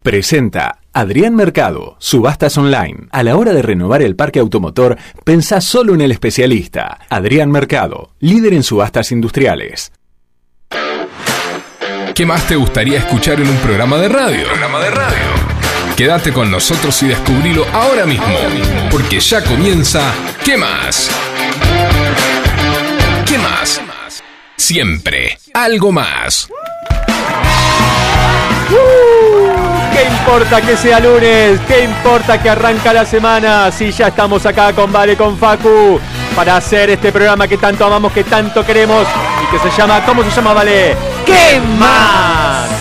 Presenta Adrián Mercado, Subastas Online. A la hora de renovar el parque automotor, pensá solo en el especialista. Adrián Mercado, líder en subastas industriales. ¿Qué más te gustaría escuchar en un programa de radio? Quédate con nosotros y descubrilo ahora mismo, porque ya comienza ¿Qué más? ¿Qué más? Siempre algo más. ¿Qué importa que sea lunes? ¿Qué importa que arranca la semana? Si ya estamos acá con Vale, con Facu, para hacer este programa que tanto amamos, que tanto queremos y que se llama, ¿cómo se llama, Vale? ¿Qué más?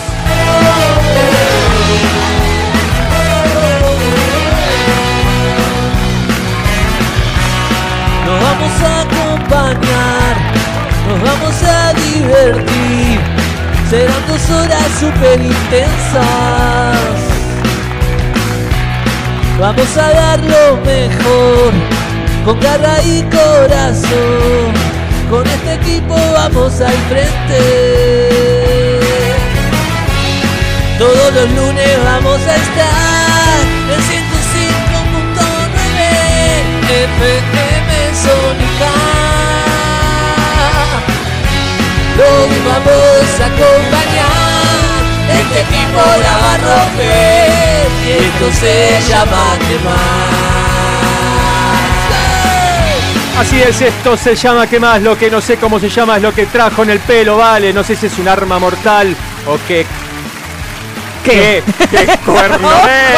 Nos vamos a acompañar, nos vamos a divertir. Serán 2 horas súper intensas. Vamos a dar lo mejor, con garra y corazón. Con este equipo vamos al frente. Todos los lunes vamos a estar en 105.9 FM Sónica. Los vamos a acompañar, este equipo la va a romper, y esto se llama ¿Qué más? Así es, esto se llama ¿Qué más? Lo que no sé cómo se llama es lo que trajo en el pelo, Vale. No sé si es un arma mortal o qué cuerno es.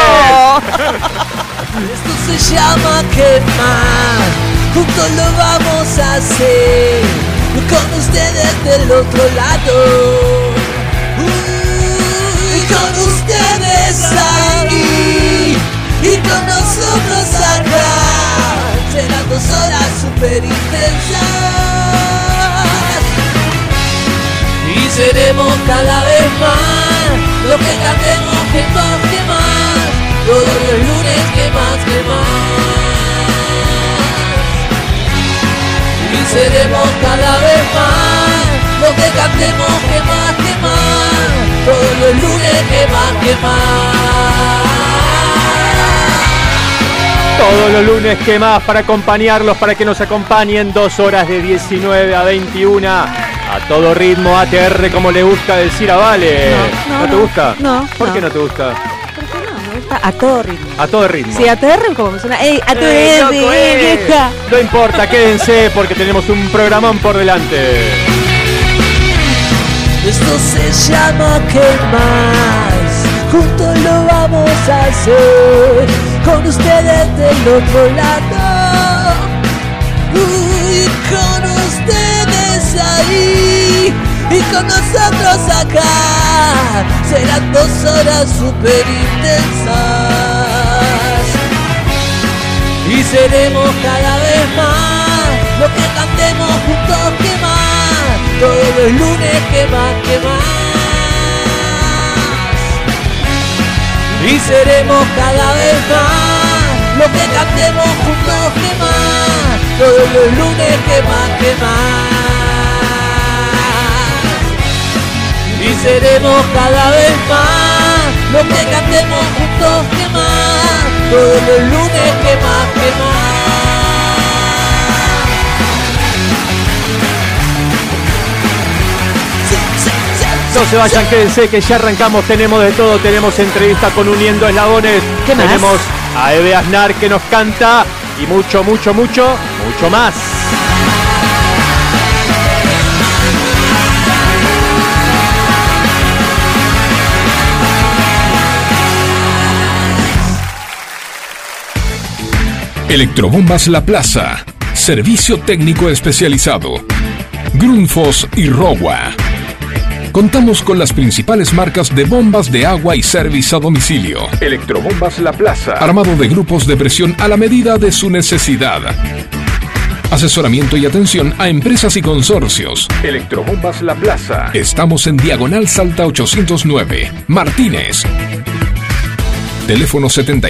Esto se llama ¿Qué más? Juntos lo vamos a hacer, con ustedes del otro lado, y con ustedes ahí, y con nosotros acá. Serán 2 horas súper intensas, y seremos cada vez más lo que cantemos, que más, todos los lunes, que más. Y seremos cada vez más lo que cantemos, que más. Todos los lunes, que más. Todos los lunes, ¿qué más? Para acompañarlos, para que nos acompañen 2 horas de 19 a 21 a todo ritmo, ATR, como le gusta decir a Vale. ¿No te gusta? No. ¿Por qué no te gusta? Porque no, me gusta a todo ritmo. A todo ritmo. Sí, ATR como me suena. A todo ritmo, vieja. No importa, quédense porque tenemos un programón por delante. Esto se llama ¿Qué más? Juntos lo vamos a hacer, con ustedes del otro lado, y con ustedes ahí, y con nosotros acá. Serán 2 horas súper intensas, y seremos cada vez más lo que cantemos juntos, ¿qué más? Todos los lunes, ¿qué más? Y seremos cada vez más lo que cantemos juntos, ¿qué más? Todos los lunes, ¿qué más? Y seremos cada vez más lo que cantemos juntos, ¿qué más? Todos los lunes, ¿qué más? No se vayan, quédense que ya arrancamos, tenemos de todo, tenemos entrevista con Uniendo Eslabones, ¿Qué más? tenemos a Eve Aznar que nos canta y mucho más. Electrobombas La Plaza. Servicio técnico especializado. Grundfos y Rowa. Contamos con las principales marcas de bombas de agua y servicio a domicilio. Electrobombas La Plaza. Armado de grupos de presión a la medida de su necesidad. Asesoramiento y atención a empresas y consorcios. Electrobombas La Plaza. Estamos en Diagonal Salta 809, Martínez. Teléfono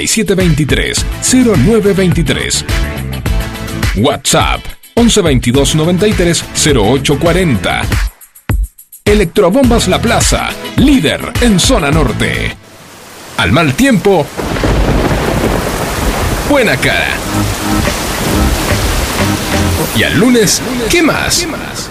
7723-0923. WhatsApp 1122 93 0840. Electrobombas La Plaza, líder en zona norte. Al mal tiempo, buena cara. Y al lunes, ¿qué más?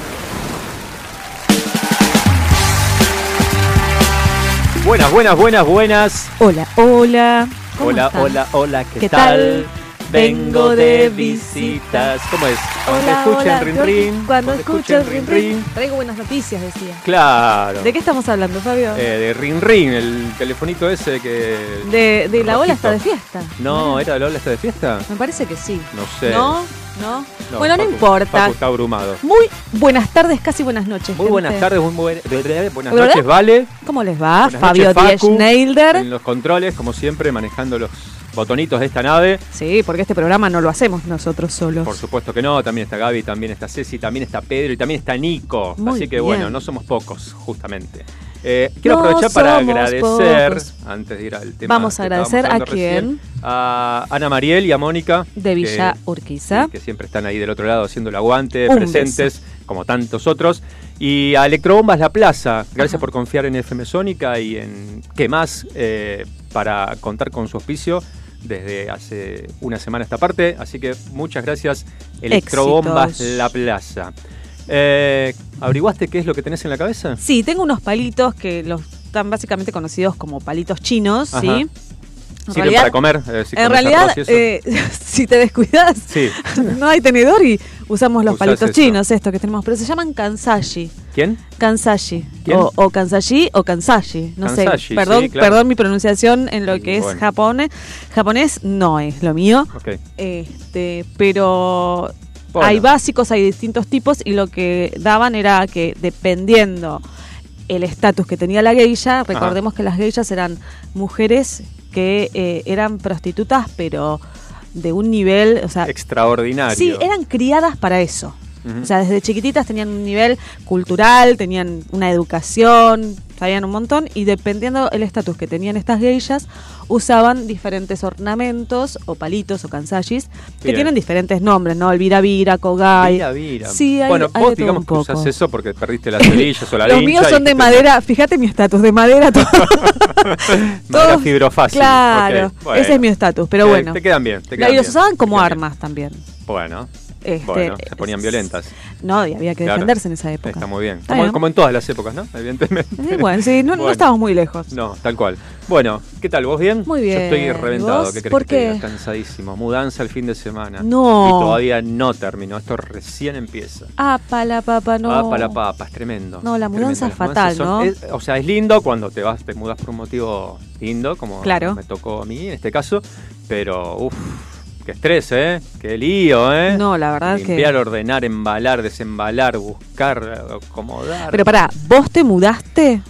Buenas. Hola. ¿Cómo Hola, están? ¿qué tal? Vengo de visitas. ¿Cómo es? Cuando escuchen Rin Rin. Cuando escuchen Rin Rin. Traigo buenas noticias, decía. Claro. ¿De qué estamos hablando, Fabio? De Rin Rin, el telefonito ese que... De la ola rojito. está de fiesta. No, ¿era de la ola está de fiesta? Me parece que sí. No sé. ¿No? Bueno, no Facu importa. está abrumado. Muy buenas tardes, casi buenas noches. Muy buenas gente. tardes, buenas noches, Vale. ¿Cómo les va? Buenas Fabio noches, Diez Facu, Schneider. en los controles, como siempre, manejando los botonitos de esta nave. Sí, porque este programa no lo hacemos nosotros solos. Por supuesto que no, también está Gaby, también está Ceci, también está Pedro y también está Nico. Muy Así que bien. bueno, no somos pocos, justamente. Quiero No aprovechar para somos agradecer, pocos. antes de ir al tema. Vamos a que agradecer estábamos a hablando quién. recién, a Ana Mariel y a Mónica. De Villa que- Urquiza. sí, que siempre están ahí del otro lado haciendo el aguante, Un presentes, como tantos otros. Y a Electrobombas La Plaza, gracias Ajá. por confiar en FM Sónica y en qué más para contar con su auspicio desde hace una semana a esta parte. Así que muchas gracias, Electrobombas Éxitos. La Plaza. ¿Averiguaste qué es lo que tenés en la cabeza? Sí, tengo unos palitos que los están básicamente conocidos como palitos chinos, Ajá. ¿sí? ¿Sirven para comer? Si En comés realidad, arroz y eso. si te descuidas, Sí. no hay tenedor y usamos los Usás palitos eso. chinos, estos que tenemos, pero se llaman kansashi. ¿Quién? Kansashi. ¿Quién? O kansashi o kansashi. No Kansashi, sé. Perdón, sí, claro. perdón mi pronunciación en lo que es Bueno. japonés no es lo mío. Ok. Pero Bueno. hay básicos, hay distintos tipos y lo que daban era que dependiendo el estatus que tenía la geisha, recordemos que las geishas eran mujeres que eran prostitutas, pero de un nivel, o sea, Extraordinario. sí, eran criadas para eso. Ujú. O sea, desde chiquititas tenían un nivel cultural, tenían una educación, sabían un montón, y dependiendo el estatus que tenían estas geishas, usaban diferentes ornamentos o palitos o kansashis que Bien. tienen diferentes nombres, ¿no? Elvira Vira, Kogai. Vira. Sí, hay, Bueno, hay vos de todo digamos un que usás poco. eso porque perdiste las cerillas o la Los lincha míos son y de te- madera, fíjate mi estatus, de madera todo. Madera todos- fibrofácil. Claro, Ok, bueno. ese es mi estatus, pero Te- bueno. Te quedan bien. Te Y quedan los bien, usaban te como quedan armas también. bien. Bueno, Este, se ponían violentas. No, y había que Claro. defenderse en esa época. Está muy bien. Está Como, bien. como en todas las épocas, ¿no? Evidentemente. Bueno, sí, no Bueno. estábamos muy lejos. No, tal cual. Bueno, ¿qué tal? ¿Vos bien? Muy bien. Yo estoy ¿Y reventado. vos? ¿Qué querés ¿Por que te qué? diga? Cansadísimo. Mudanza el fin de semana. No. Y todavía no terminó. Esto recién empieza. Ah, la papa, no. Ah, para papas, tremendo. No, la mudanza Tremendo. es Las fatal, mudanzas ¿no? o sea, es lindo cuando te mudas por un motivo lindo, como Claro. me tocó a mí en este caso, pero uff, qué estrés, ¿eh? Qué lío, ¿eh? No, la verdad que... Limpiar, ordenar, embalar, desembalar, buscar, acomodar. Pero pará, ¿vos te mudaste?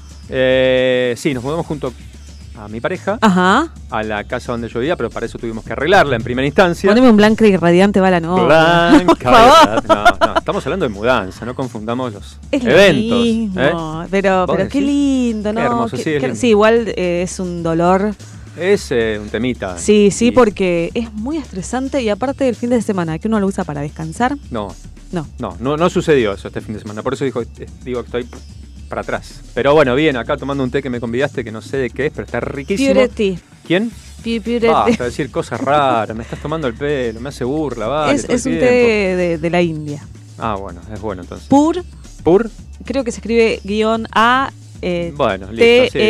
Sí, nos mudamos junto a mi pareja Ajá. a la casa donde yo vivía, pero para eso tuvimos que arreglarla en primera instancia. Poneme un blanco y radiante va la novia. Blanca, Por favor. no, estamos hablando de mudanza, no confundamos los Es lo eventos. mismo, ¿eh? pero ¿Vos qué decís? lindo, ¿no? Qué hermoso, Qué- sí, es qué- lindo. sí, igual es un dolor. Es un temita. Sí, sí, Y- porque es muy estresante y aparte del fin de semana que uno lo usa para descansar, No, no. no sucedió eso este fin de semana. Por eso digo que estoy para atrás. Pero bueno, bien, acá tomando un té que me convidaste, que no sé de qué es, pero está riquísimo. Purity. ¿Quién? Purity. Basta decir cosas raras, me estás tomando el pelo, me hace burla, vale. es todo el un tiempo. té de la India. Ah, bueno, es bueno entonces. Pur, ¿Pur? creo que se escribe guión A, Bueno, listo, sí.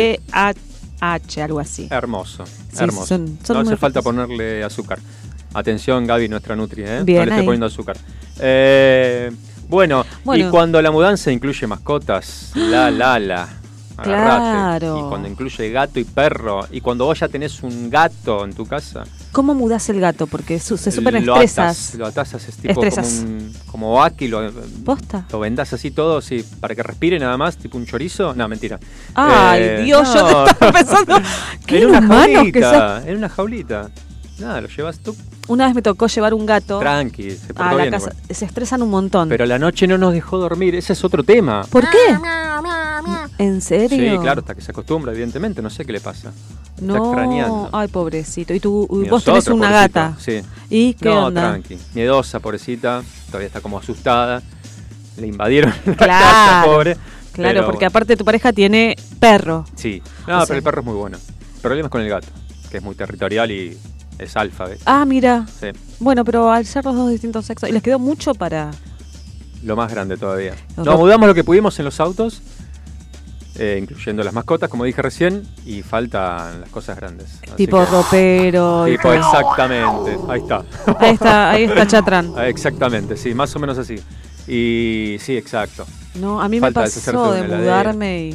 T-E-H, algo así. Hermoso, Sí, hermoso. son no muy hace falta ricos. ponerle azúcar. Atención, Gaby, nuestra nutri, ¿eh? Bien no le estoy ahí. poniendo azúcar. Bueno, Bueno. y cuando la mudanza incluye mascotas, agarrate. Claro. Y cuando incluye gato y perro, y cuando vos ya tenés un gato en tu casa, ¿Cómo mudás el gato? Porque se súper lo estresas. atás, es tipo Estresas. como Baki, lo ¿Posta? vendás así todo, sí, para que respire nada más, tipo un chorizo. No, mentira. Ay, Dios, yo no. te estaba pensando. Qué en una inhumanos que sos. jaulita, en una jaulita. Nada, lo llevas tú Una vez me tocó llevar un gato tranqui, se a portó la bien. casa. igual. Se estresan un montón. Pero la noche no nos dejó dormir, ese es otro tema. ¿Por qué? ¿En serio? Sí, claro, hasta que se acostumbra, evidentemente, no sé qué le pasa. Está No, extrañando. ay, pobrecito. Y tú, Ni vos tenés nosotros, una pobrecito, gata. Sí. ¿Y qué No, onda? tranqui. Miedosa, pobrecita. Todavía está como asustada. Le invadieron la Claro. casa, pobre. Claro, Pero porque bueno. aparte tu pareja tiene perro. Sí. No, O sea- pero el perro es muy bueno. problemas con el gato, que es muy territorial y es alfa, ¿ves? Ah, mira. Sí. Bueno, pero al ser los dos distintos sexos, y les quedó mucho para... Lo más grande todavía. Ok. Nos mudamos lo que pudimos en los autos, incluyendo las mascotas, como dije recién, y faltan las cosas grandes. Así Tipo que- ropero. y Tipo, todo. exactamente. Ahí está. Ahí está Chatrán. Exactamente, sí, más o menos así. Y sí, exacto. No, a mí Falta me deshacerte pasó de de una heladera. mudarme y...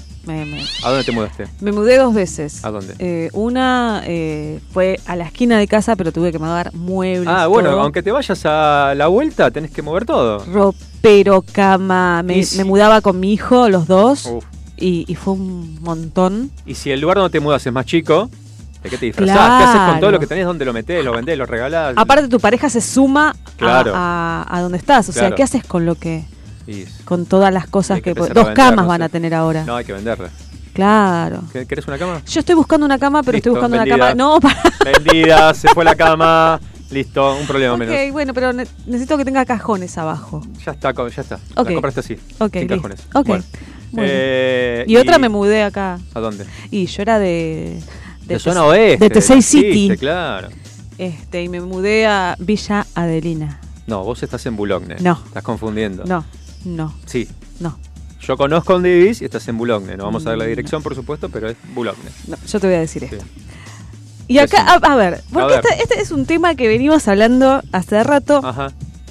¿A dónde te mudaste? Me mudé 2 veces. ¿A dónde? Una fue a la esquina de casa, pero tuve que mudar muebles. Ah, bueno, todo. aunque te vayas a la vuelta, tenés que mover todo. Ropero, cama. Y si- Me mudaba con mi hijo, los dos. Uf. Y fue un montón. Y si el lugar donde te mudas es más chico, ¿de qué te disfrazás? Claro. ¿Qué haces con todo lo que tenés? ¿Dónde lo metés? ¿Lo vendés? ¿Lo regalás? Aparte, tu pareja se suma Claro. a donde estás. O sea, Claro. ¿qué haces con lo que... Y- con todas las cosas Hay que que... empezar a 2 vender, camas no van sé. a tener ahora. No, hay que venderla. Claro. ¿Querés una cama? Yo estoy buscando una cama, pero Listo, estoy buscando vendida. una cama... No, para... Vendida, se fue la cama. Listo, un problema menos. Ok, bueno, pero necesito que tenga cajones abajo. Ya está, ya está. Ok. La compraste así. Ok, sin listo. cajones. Ok. Bueno. Bueno. Y otra me mudé acá. ¿A dónde? Y yo era de zona oeste. de T6 City. dijiste, claro. Y me mudé a Villa Adelina. No, vos estás en Boulogne. No. Estás confundiendo. No. Sí. No. Yo conozco a Davis y estás en Boulogne. No vamos a dar la dirección, por supuesto, pero es Boulogne. No, yo te voy a decir esto. Sí. Y acá, Decime. a ver, porque A ver. este es un tema que venimos hablando hace rato Ajá.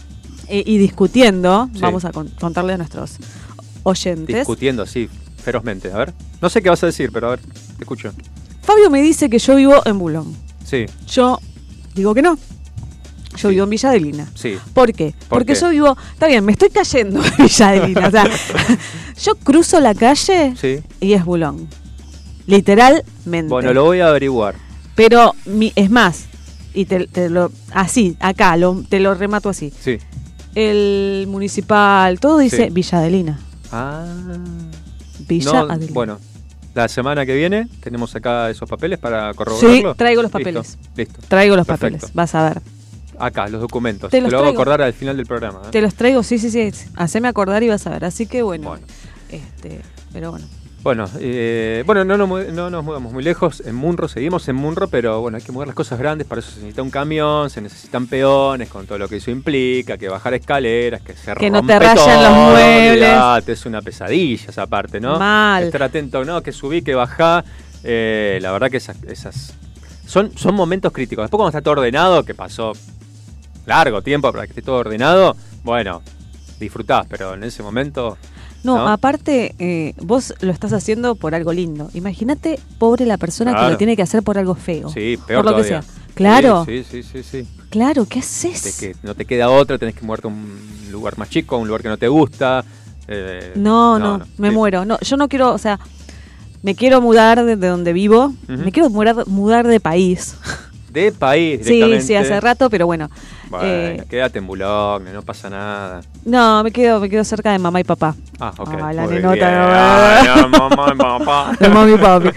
y discutiendo. Sí. Vamos a contarle a nuestros oyentes. Discutiendo así, ferozmente. A ver. No sé qué vas a decir, pero a ver, te escucho. Fabio me dice que yo vivo en Boulogne. Sí, Yo digo que no. Yo vivo en Villa Adelina. sí. ¿Por qué? ¿Por Porque qué? yo vivo... Está bien, me estoy cayendo de Villa Adelina. O sea, yo cruzo la calle Sí. y es Boulogne. Literalmente. Bueno, lo voy a averiguar. Pero es más, y te lo... Así, acá, te lo remato así. Sí. El municipal, todo dice Sí. Villa Adelina. Ah. Villa No, Adelina. bueno, la semana que viene tenemos acá esos papeles para Sí, corroborarlo. traigo los Listo, papeles. Listo. Traigo los Perfecto. papeles, vas a ver. Acá, los documentos. Te Te los lo hago traigo. acordar al final del programa. ¿eh? Te los traigo, sí. Haceme acordar y vas a ver. Así que bueno. Bueno. Pero bueno. Bueno, no nos mudamos muy lejos. En Munro, seguimos en Munro, pero bueno, hay que mover las cosas grandes. Para eso se necesita un camión, se necesitan peones, con todo lo que eso implica, que bajar escaleras, que se Que no rompe te rayen todo, los muebles. olvidate, es una pesadilla esa parte, ¿no? Mal. Estar atento, ¿no? Que subí, que bajá. La verdad que esas son momentos críticos. Después cuando está todo ordenado, que pasó largo tiempo para que esté todo ordenado, bueno, disfrutás, pero en ese momento... No, ¿no? aparte, vos lo estás haciendo por algo lindo. Imagínate, pobre la persona que Claro. lo tiene que hacer por algo feo. Sí, peor por lo todavía. que sea. Claro, Sí. claro, ¿qué De haces? que no te queda otra, tenés que moverte a un lugar más chico, a un lugar que no te gusta. No, me Sí. muero. No, yo no quiero, o sea, me quiero mudar de donde vivo. Ujú. Me quiero mudar de país. De país Sí, directamente. sí, hace rato, pero bueno. Bueno, quédate en Boulogne, no pasa nada. No, me quedo cerca de mamá y papá. Ah, ok. Ah, la muy nenota, bien. no. Ay, mamá y papá. De mami y papi.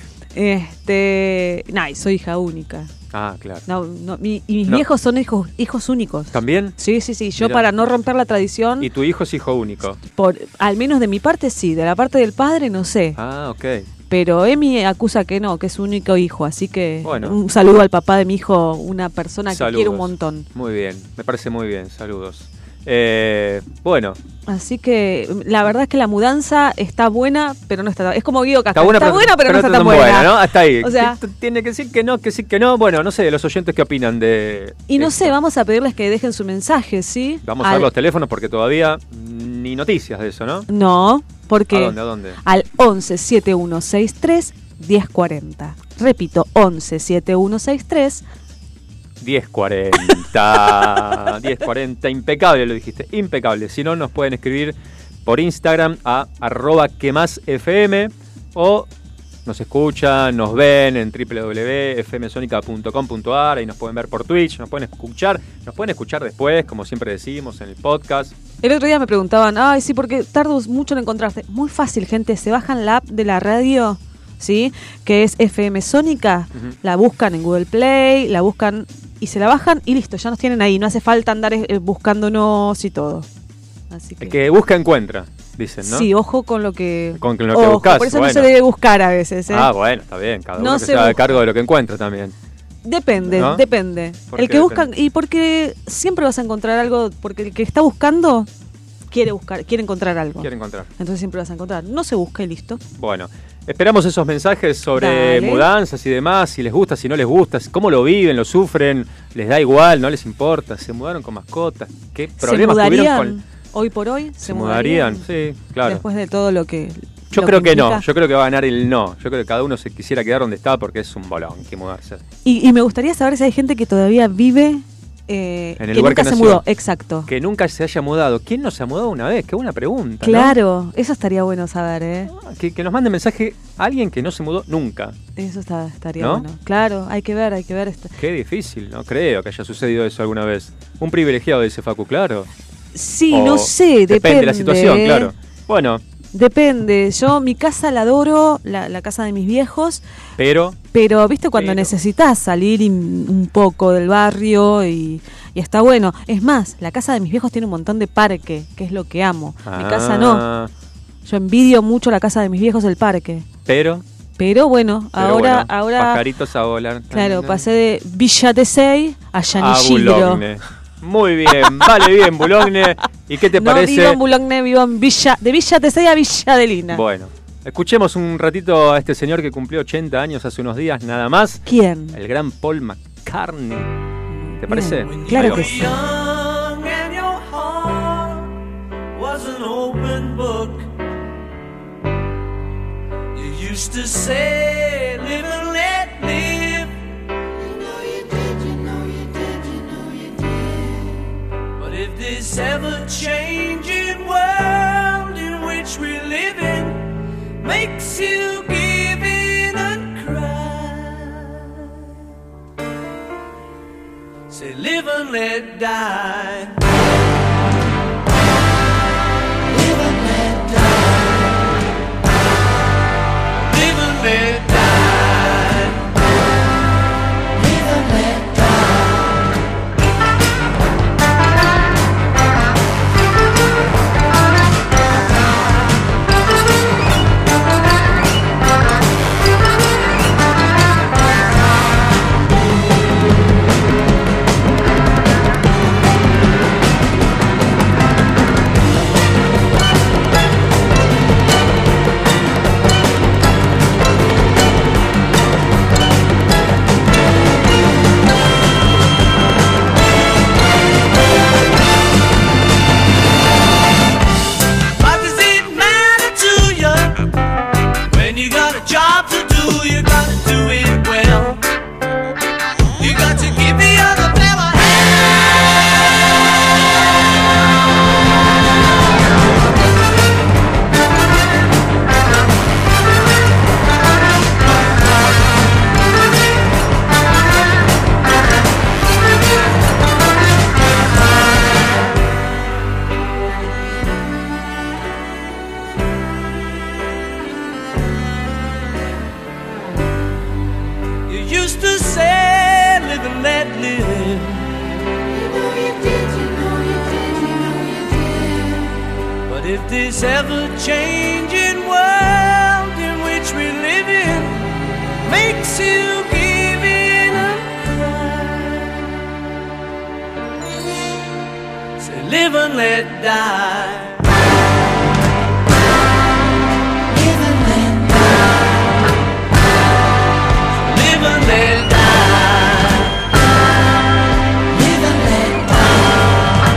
Y soy hija única. Ah, claro. Y mis No. viejos son hijos únicos. ¿También? Sí. Yo Mirá. para no romper la tradición, Y tu hijo es hijo único. al menos de mi parte sí, de la parte del padre no sé. Ah, ok. Pero Emi acusa que no, que es su único hijo, así que Bueno. un saludo al papá de mi hijo, una persona que Saludos. quiero un montón. Muy bien, me parece muy bien, saludos. Bueno, Así que la verdad es que la mudanza está buena, pero no está tan... Es como Guido Casca, está buena, pero no está tan buena. ¿no? Hasta ahí. O sea- Tiene que decir que no, que sí, que no. Bueno, no sé, los oyentes qué opinan de... Y no esto. sé, vamos a pedirles que dejen su mensaje, ¿sí? Vamos a ver los teléfonos porque todavía ni noticias de eso, ¿no? No, porque... ¿A dónde? Al 11 7163 1040. Repito, 11 7163 10:40. 10:40, impecable lo dijiste, impecable. Si no, nos pueden escribir por Instagram a @quemasfm o nos escuchan, nos ven en www.fmsonica.com.ar, ahí nos pueden ver por Twitch, nos pueden escuchar después, como siempre decimos, en el podcast. El otro día me preguntaban, ay, sí, porque tardo mucho en encontrarte. Muy fácil, gente, se bajan la app de la radio, ¿sí? Que es FM Sónica, Ujú. la buscan en Google Play, la buscan y se la bajan y listo, ya nos tienen ahí. No hace falta andar buscándonos y todo. Así El que busca encuentra. dicen, ¿no? Sí, ojo con lo que... Con lo que buscas. Por eso no se debe buscar a veces, ¿eh? Ah, bueno, está bien. Cada uno No que se se haga busca. cargo de lo que encuentra también. Depende, ¿No? depende. ¿Por El qué que busca... depende? Y porque siempre vas a encontrar algo, porque el que está buscando quiere encontrar algo. Quiere encontrar. Entonces siempre vas a encontrar. No se busca y listo. Bueno, esperamos esos mensajes sobre Dale. mudanzas y demás, si les gusta, si no les gusta, cómo lo viven, lo sufren, les da igual, no les importa, se mudaron con mascotas, qué problemas ¿Se tuvieron mudarían con... hoy por hoy? Se mudarían, sí, claro. Después de todo lo que... Yo lo creo que no, implica. yo creo que va a ganar el no. Yo creo que cada uno se quisiera quedar donde está porque es un bolón que mudarse. Y me gustaría saber si hay gente que todavía vive... En el que lugar nunca que se nació. mudó, exacto. Que nunca se haya mudado. ¿Quién no se ha mudado una vez? Qué buena pregunta, ¿no? Claro, eso estaría bueno saber, ¿eh? Que nos mande mensaje a alguien que no se mudó nunca. Eso estaría ¿No? bueno. Claro, hay que ver esto. Qué difícil, no creo que haya sucedido eso alguna vez. Un privilegiado, dice Facu, claro. Sí, O no sé, depende. de la situación, claro. Bueno, Depende. Yo mi casa la adoro, la casa de mis viejos, pero viste cuando Pero. necesitas salir un poco del barrio y está bueno. Es más, la casa de mis viejos tiene un montón de parque, que es lo que amo. Mi casa no. Yo envidio mucho la casa de mis viejos, el parque. Pero Pero ahora pajaritos a volar. claro, pasé de Villa Tesey a a Yanishiro. Boulogne. Muy bien, vale bien, Boulogne. ¿Y qué te No parece? vivo en Boulogne, vivo en de Villa Tesey a Villa Adelina. Bueno, escuchemos un ratito a este señor que cumplió 80 años hace unos días, nada más. ¿Quién? El gran Paul McCartney. ¿Te parece? Bien, claro Ahí que va. sí. Young and your heart was an open book. You used to say, live and let live. You know you did, you know you did, you know you did. But if this ever-changing world in which we live in makes you give in and cry, say live and let die. Live and let die. Live and let die. Live and let die. What does it matter to you when you got a job to do? You got to do it well. You got to give the other fella You used to say, live and let live. You know you did, you know you did, you know you did. But if this ever-changing world in which we live in makes you give in and cry, say live and let die. Live and let die. Live and let die. Live and let die.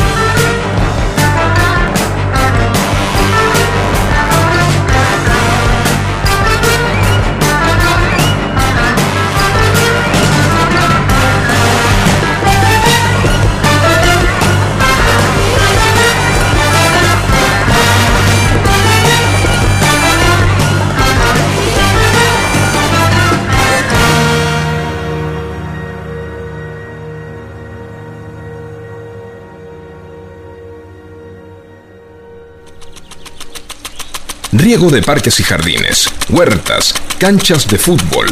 Riego de parques y jardines, huertas, canchas de fútbol,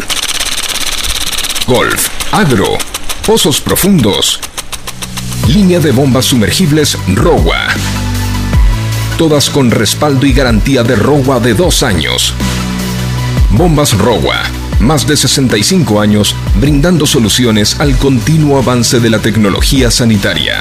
golf, agro, pozos profundos. Línea de bombas sumergibles ROWA. todas con respaldo y garantía de Rogua de 2 años. Bombas Rogua, más de 65 años brindando soluciones al continuo avance de la tecnología sanitaria.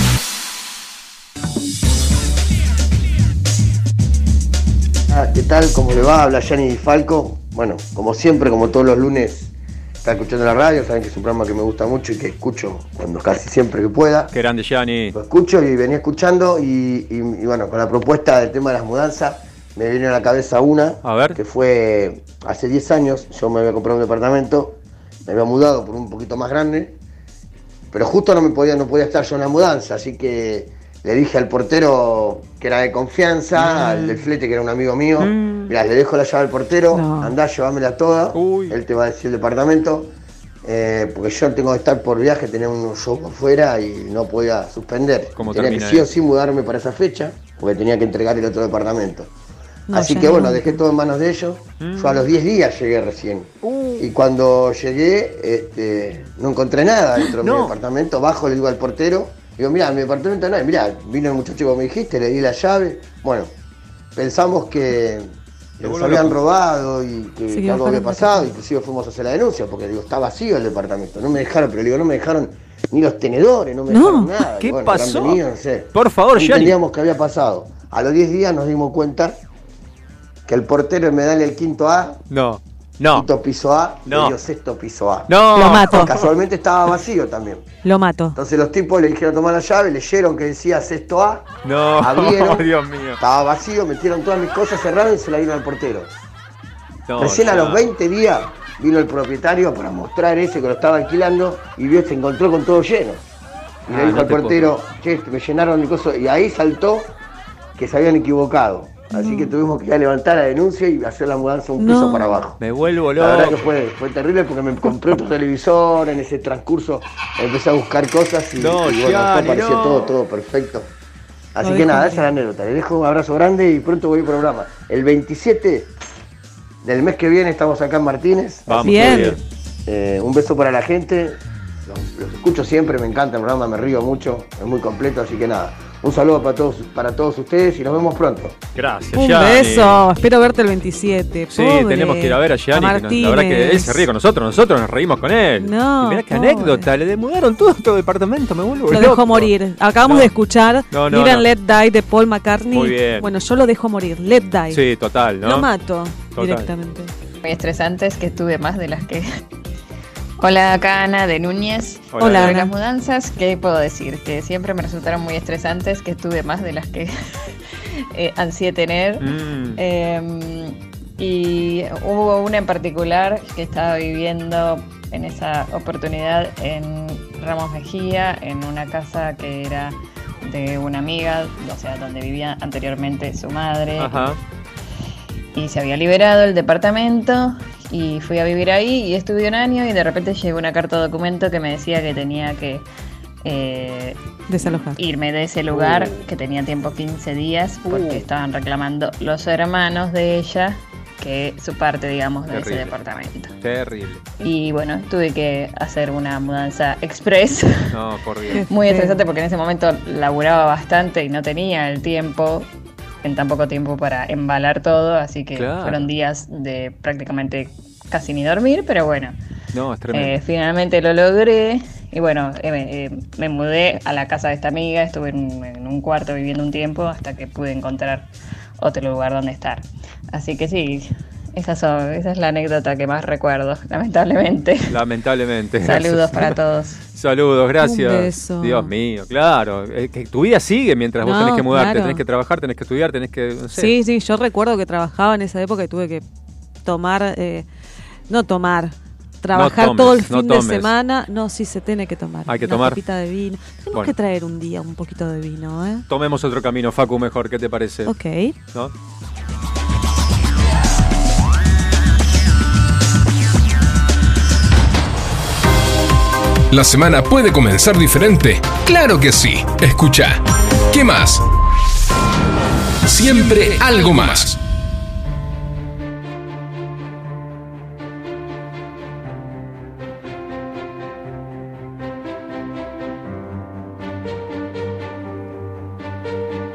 ¿Qué tal? ¿Cómo le va? Habla Gianni Di Falco. Bueno, como siempre, como todos los lunes, está escuchando la radio. Saben que es un programa que me gusta mucho y que escucho cuando casi siempre que pueda. Qué grande, Gianni. Lo escucho y venía escuchando y bueno, con la propuesta del tema de las mudanzas, me vino a la cabeza una, A ver. que fue hace 10 años, yo me había comprado un departamento, me había mudado por un poquito más grande, pero justo no podía estar yo en la mudanza, así que le dije al portero que era de confianza, al del flete que era un amigo mío, mirá, le dejo la llave al portero, andá, llévamela toda, él te va a decir el departamento, porque yo tengo que estar por viaje, tenía un show afuera y no podía suspender. Tenía que sí o sí mudarme para esa fecha, porque tenía que entregar el otro departamento. No, así que bueno, dejé todo en manos de ellos. Yo a los 10 días llegué recién. Y cuando llegué, no encontré nada dentro de mi departamento. Bajo, le digo al portero, digo, mirá, en mi departamento no hay. Mirá, vino el muchacho como me dijiste, le di la llave. Bueno, pensamos que nos habían robado y que algo había pasado. Inclusive fuimos a hacer la denuncia, porque digo, está vacío el departamento. No me dejaron, pero digo, no me dejaron ni los tenedores, no me dejaron nada. ¿Qué bueno, pasó? Venido, no sé. Por favor, no Gianni. entendíamos qué había pasado. A los 10 días nos dimos cuenta que el portero me da el quinto A, quinto piso A, le dio sexto piso A. Lo mato. Casualmente estaba vacío también. Lo mato. Entonces los tipos le dijeron tomar la llave, leyeron que decía sexto A, No, abrieron, Dios mío. estaba vacío, metieron todas mis cosas, cerraron y se la dieron al portero. No, Recién ya. a los 20 días vino el propietario para mostrar ese que lo estaba alquilando y se encontró con todo lleno. Y le dijo no al te portero, che, me llenaron mi cosa, y ahí saltó que se habían equivocado. Así que tuvimos que ir a levantar la denuncia y hacer la mudanza un piso para abajo. Me vuelvo La verdad loco. que fue terrible porque me compré otro televisor, en ese transcurso empecé a buscar cosas y bueno, Gianni, después pareció todo perfecto. Así que nada, esa es la anécdota. Les dejo un abrazo grande y pronto voy al programa. El 27 del mes que viene estamos acá en Martínez. Vamos, Bien. Un beso para la gente. Los escucho siempre, me encanta el programa, me río mucho, es muy completo, así que nada. Un saludo para todos ustedes y nos vemos pronto. Gracias, Un Gianni. beso. Espero verte el 27. Sí, Pobre. tenemos que ir a ver a Gianni. Que la verdad que él se ríe con nosotros nos reímos con él. No, Y mirá qué pobre. anécdota, le demudaron todo departamento, me vuelvo Lo loco. dejó morir. Acabamos No. de escuchar No, Live and no. Let Die de Paul McCartney. Muy bien. Bueno, yo lo dejo morir. Let Die. Sí, total, ¿no? Lo mato Total. directamente. Muy estresantes, que tuve más de las que... Hola, acá Ana de Núñez. Hola, Sobre Ana. las mudanzas, ¿qué puedo decir? Que siempre me resultaron muy estresantes, que tuve más de las que ansié tener. Y hubo una en particular que estaba viviendo en esa oportunidad en Ramos Mejía, en una casa que era de una amiga, o sea, donde vivía anteriormente su madre. Ajá. Y se había liberado el departamento y fui a vivir ahí y estuve un año y de repente llegó una carta documento que me decía que tenía que Desalojar. irme de ese lugar, que tenía tiempo 15 días porque estaban reclamando los hermanos de ella que su parte, digamos, de Terrible. ese departamento. Terrible. Y bueno, tuve que hacer una mudanza express. No, por Dios. Muy estresante porque en ese momento laburaba bastante y no tenía el tiempo, en tan poco tiempo, para embalar todo, así que Claro. fueron días de prácticamente casi ni dormir, pero bueno, No, es tremendo. finalmente lo logré y bueno, me mudé a la casa de esta amiga, estuve en un cuarto viviendo un tiempo hasta que pude encontrar otro lugar donde estar. Así que sí, esa es la anécdota que más recuerdo, lamentablemente. Lamentablemente. Saludos gracias. para todos. Saludos, gracias. Un beso. Dios mío, claro. Que tu vida sigue mientras vos No, tenés que mudarte, claro. tenés que trabajar, tenés que estudiar, tenés que. No sé. Sí, sí, yo recuerdo que trabajaba en esa época y tuve que trabajar tomes, todo el no fin de tomes. semana. No, sí se tiene que tomar. Hay que una tomar. copita de vino. Tenemos Bueno. que traer un día un poquito de vino, ¿eh? Tomemos otro camino, Facu, mejor. ¿Qué te parece? Ok. ¿No? ¿La semana puede comenzar diferente? ¡Claro que sí! Escucha. ¿Qué más? Siempre algo más.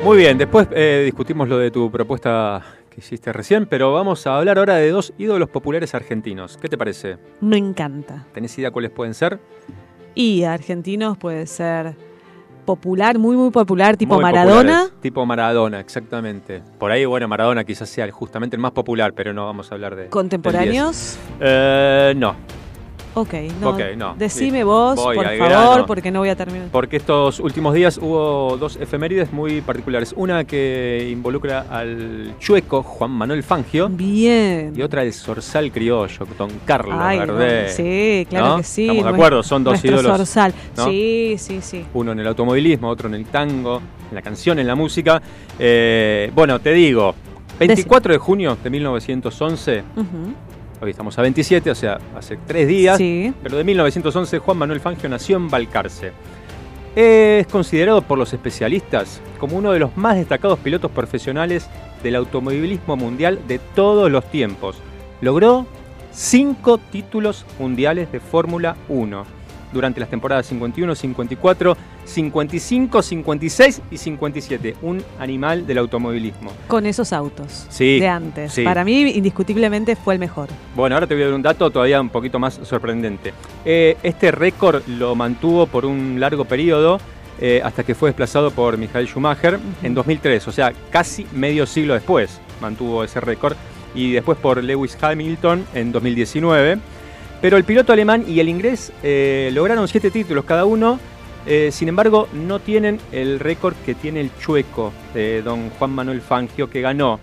Muy bien, después discutimos lo de tu propuesta que hiciste recién, pero vamos a hablar ahora de dos ídolos populares argentinos. ¿Qué te parece? Me encanta. ¿Tenés idea cuáles pueden ser? Y argentinos puede ser popular, muy muy popular, tipo Muy Maradona. populares. Tipo Maradona, exactamente. Por ahí, bueno, Maradona quizás sea justamente el más popular, pero no vamos a hablar de... ¿Contemporáneos? No. Ok, no. Ok, no. Decime Sí. vos, Voy por al favor, grano. porque no voy a terminar. Porque estos últimos días hubo dos efemérides muy particulares. Una que involucra al chueco Juan Manuel Fangio Bien. y otra el zorzal criollo, don Carlos Ay, Gardel. no, sí, claro ¿No? que sí. Estamos de acuerdo, son dos nuestro ídolos. zorzal. ¿No? Sí, sí, sí. Uno en el automovilismo, otro en el tango, en la canción, en la música. Bueno, te digo, 24 de junio de 1911, Ujú. hoy estamos a 27, o sea, hace 3 días, Sí. pero de 1911 Juan Manuel Fangio nació en Balcarce. Es considerado por los especialistas como uno de los más destacados pilotos profesionales del automovilismo mundial de todos los tiempos. Logró 5 títulos mundiales de Fórmula 1 durante las temporadas 51, 54, 55, 56 y 57. Un animal del automovilismo. Con esos autos Sí, de antes. sí. Para mí, indiscutiblemente, fue el mejor. Bueno, ahora te voy a dar un dato todavía un poquito más sorprendente. Este récord lo mantuvo por un largo periodo hasta que fue desplazado por Michael Schumacher en 2003, o sea, casi medio siglo después mantuvo ese récord, y después por Lewis Hamilton en 2019. Pero el piloto alemán y el inglés lograron 7 títulos cada uno. Sin embargo, no tienen el récord que tiene el chueco de don Juan Manuel Fangio, que ganó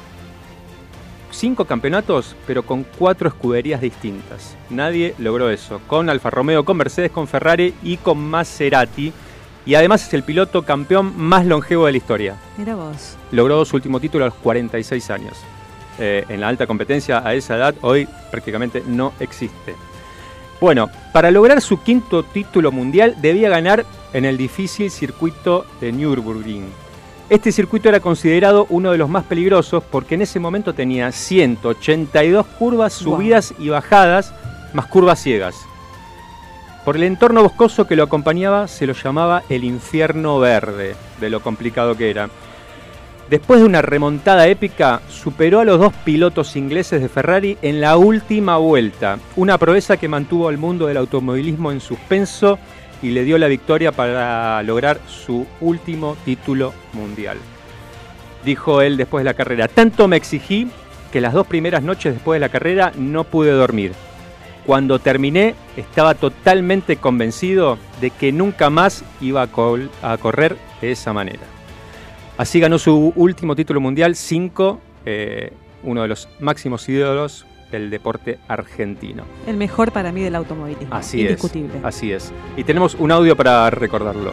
5 campeonatos, pero con 4 escuderías distintas. Nadie logró eso. Con Alfa Romeo, con Mercedes, con Ferrari y con Maserati. Y además es el piloto campeón más longevo de la historia. Mira vos. Logró su último título a los 46 años. En la alta competencia a esa edad hoy prácticamente no existe. Bueno, para lograr su 5º título mundial debía ganar en el difícil circuito de Nürburgring. Este circuito era considerado uno de los más peligrosos porque en ese momento tenía 182 curvas, subidas y bajadas, más curvas ciegas. Por el entorno boscoso que lo acompañaba se lo llamaba el infierno verde, de lo complicado que era. Después de una remontada épica, superó a los 2 pilotos ingleses de Ferrari en la última vuelta, una proeza que mantuvo al mundo del automovilismo en suspenso y le dio la victoria para lograr su último título mundial. Dijo él después de la carrera: tanto me exigí que las 2 primeras noches después de la carrera no pude dormir. Cuando terminé estaba totalmente convencido de que nunca más iba a correr de esa manera. Así ganó su último título mundial, 5, uno de los máximos ídolos del deporte argentino. El mejor para mí del automovilismo. Así indiscutible. es, así es. Y tenemos un audio para recordarlo.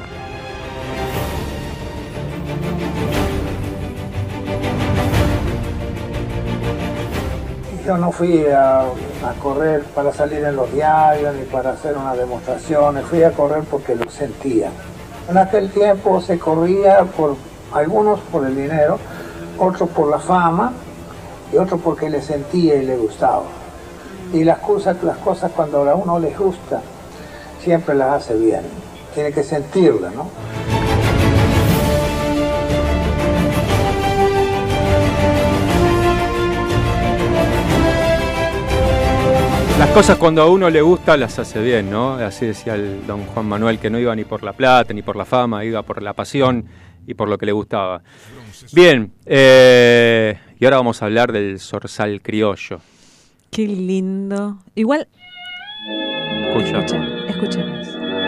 Yo no fui a correr para salir en los diarios ni para hacer unas demostraciones, fui a correr porque lo sentía. En aquel tiempo se corría por algunos por el dinero, otros por la fama y otros porque le sentía y le gustaba. Y las cosas cuando a uno les gusta, siempre las hace bien. Tiene que sentirlas, ¿no? Las cosas cuando a uno le gusta las hace bien, ¿no? Así decía el don Juan Manuel, que no iba ni por la plata, ni por la fama, iba por la pasión y por lo que le gustaba. Bien, y ahora vamos a hablar del zorzal criollo. Qué lindo. Igual, Escucha. escuchemos.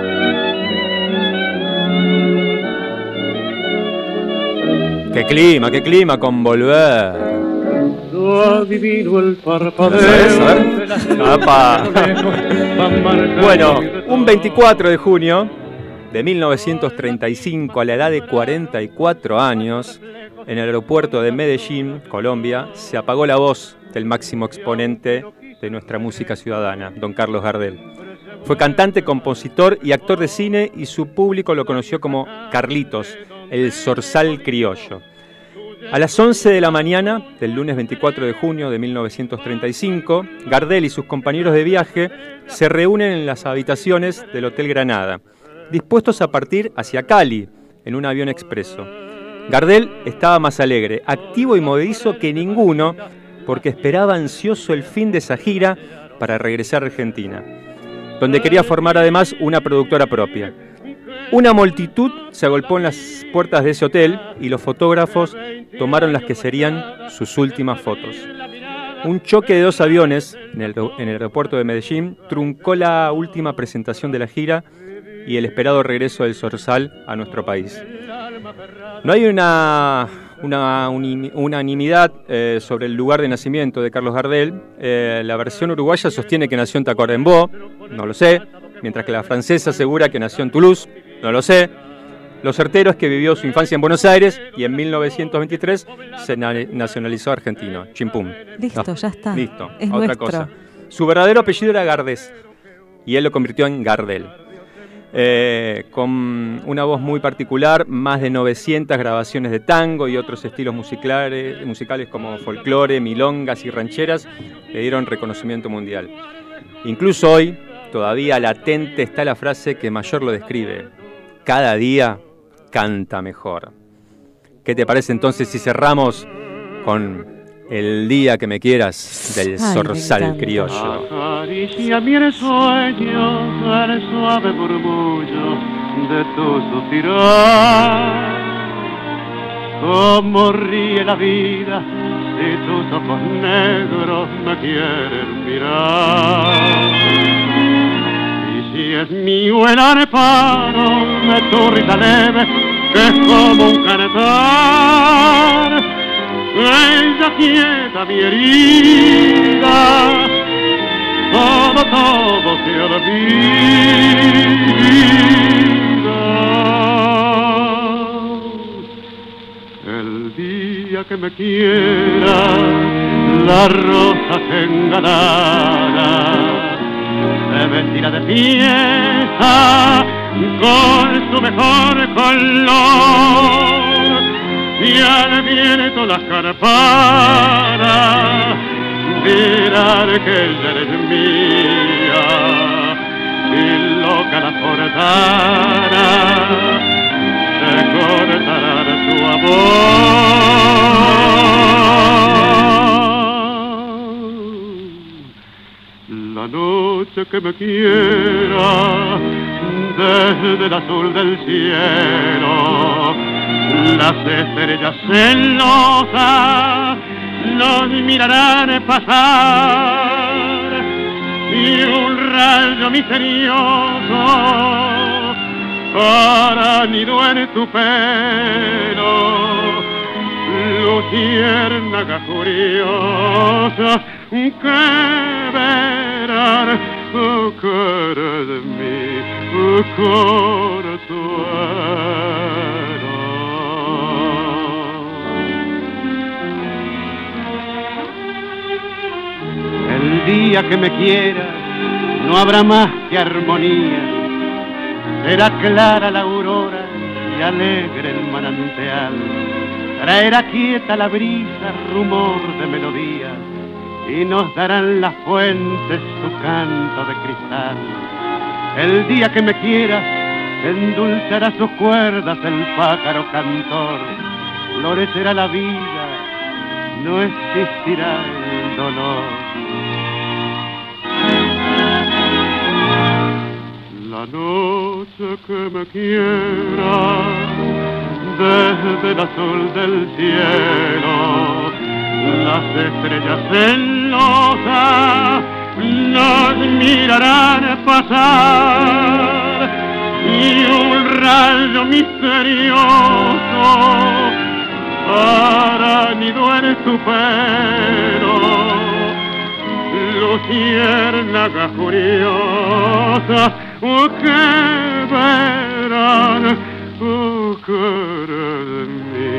Qué clima con volver. Adivino el parpadeo. ¿Sabes? A ver. ¡Apa! Bueno, un 24 de junio de 1935, a la edad de 44 años, en el aeropuerto de Medellín, Colombia, se apagó la voz del máximo exponente de nuestra música ciudadana, don Carlos Gardel. Fue cantante, compositor y actor de cine, y su público lo conoció como Carlitos, el zorzal criollo. A las 11 de la mañana del lunes 24 de junio de 1935, Gardel y sus compañeros de viaje se reúnen en las habitaciones del Hotel Granada, dispuestos a partir hacia Cali en un avión expreso. Gardel estaba más alegre, activo y movedizo que ninguno, porque esperaba ansioso el fin de esa gira para regresar a Argentina, donde quería formar además una productora propia. Una multitud se agolpó en las puertas de ese hotel y los fotógrafos tomaron las que serían sus últimas fotos. Un choque de 2 aviones en el aeropuerto de Medellín truncó la última presentación de la gira y el esperado regreso del Zorzal a nuestro país. No hay una unanimidad sobre el lugar de nacimiento de Carlos Gardel. La versión uruguaya sostiene que nació en Tacuarembó, no lo sé, mientras que la francesa asegura que nació en Toulouse, no lo sé. Lo certero es que vivió su infancia en Buenos Aires y en 1923 se nacionalizó argentino. Chimpum. Listo, No, ya está. Listo, Es otra nuestro. cosa. Su verdadero apellido era Gardés y él lo convirtió en Gardel. Con una voz muy particular, más de 900 grabaciones de tango y otros estilos musicales como folclore, milongas y rancheras le dieron reconocimiento mundial. Incluso hoy, todavía latente está la frase que mayor lo describe: cada día canta mejor. ¿Qué te parece entonces si cerramos con El día que me quieras del Zorzal criollo? Acaricia mi sueño al suave murmullo de tu suspirar. Cómo ríe la vida si tus ojos negros me quieren mirar. Y si es mío el arpano de tu risa leve, que es como un cantar, ella quieta mi herida, todo se olvida. El día que me quiera, la rosa se engalara, se vestirá de fiesta con su mejor color. Y al viento las campanas dirán que ella es mía, y loca la forzara se cortará de su amor. La noche que me quiera desde el azul del cielo, las estrellas celosas nos mirarán pasar, y un rayo misterioso hará nido en tu pelo, luciérnaga curiosa que verán cara de mi corazón. El día que me quieras no habrá más que armonía, será clara la aurora y alegre el manantial, traerá quieta la brisa rumor de melodía, y nos darán las fuentes su canto de cristal. El día que me quieras endulzará sus cuerdas el pájaro cantor, florecerá la vida, no existirá el dolor. La noche que me quiera desde el azul del cielo, las estrellas celosas nos mirarán pasar, y un rayo misterioso hará nido en tu pelo, luciérnaga curiosa que verán cara de mi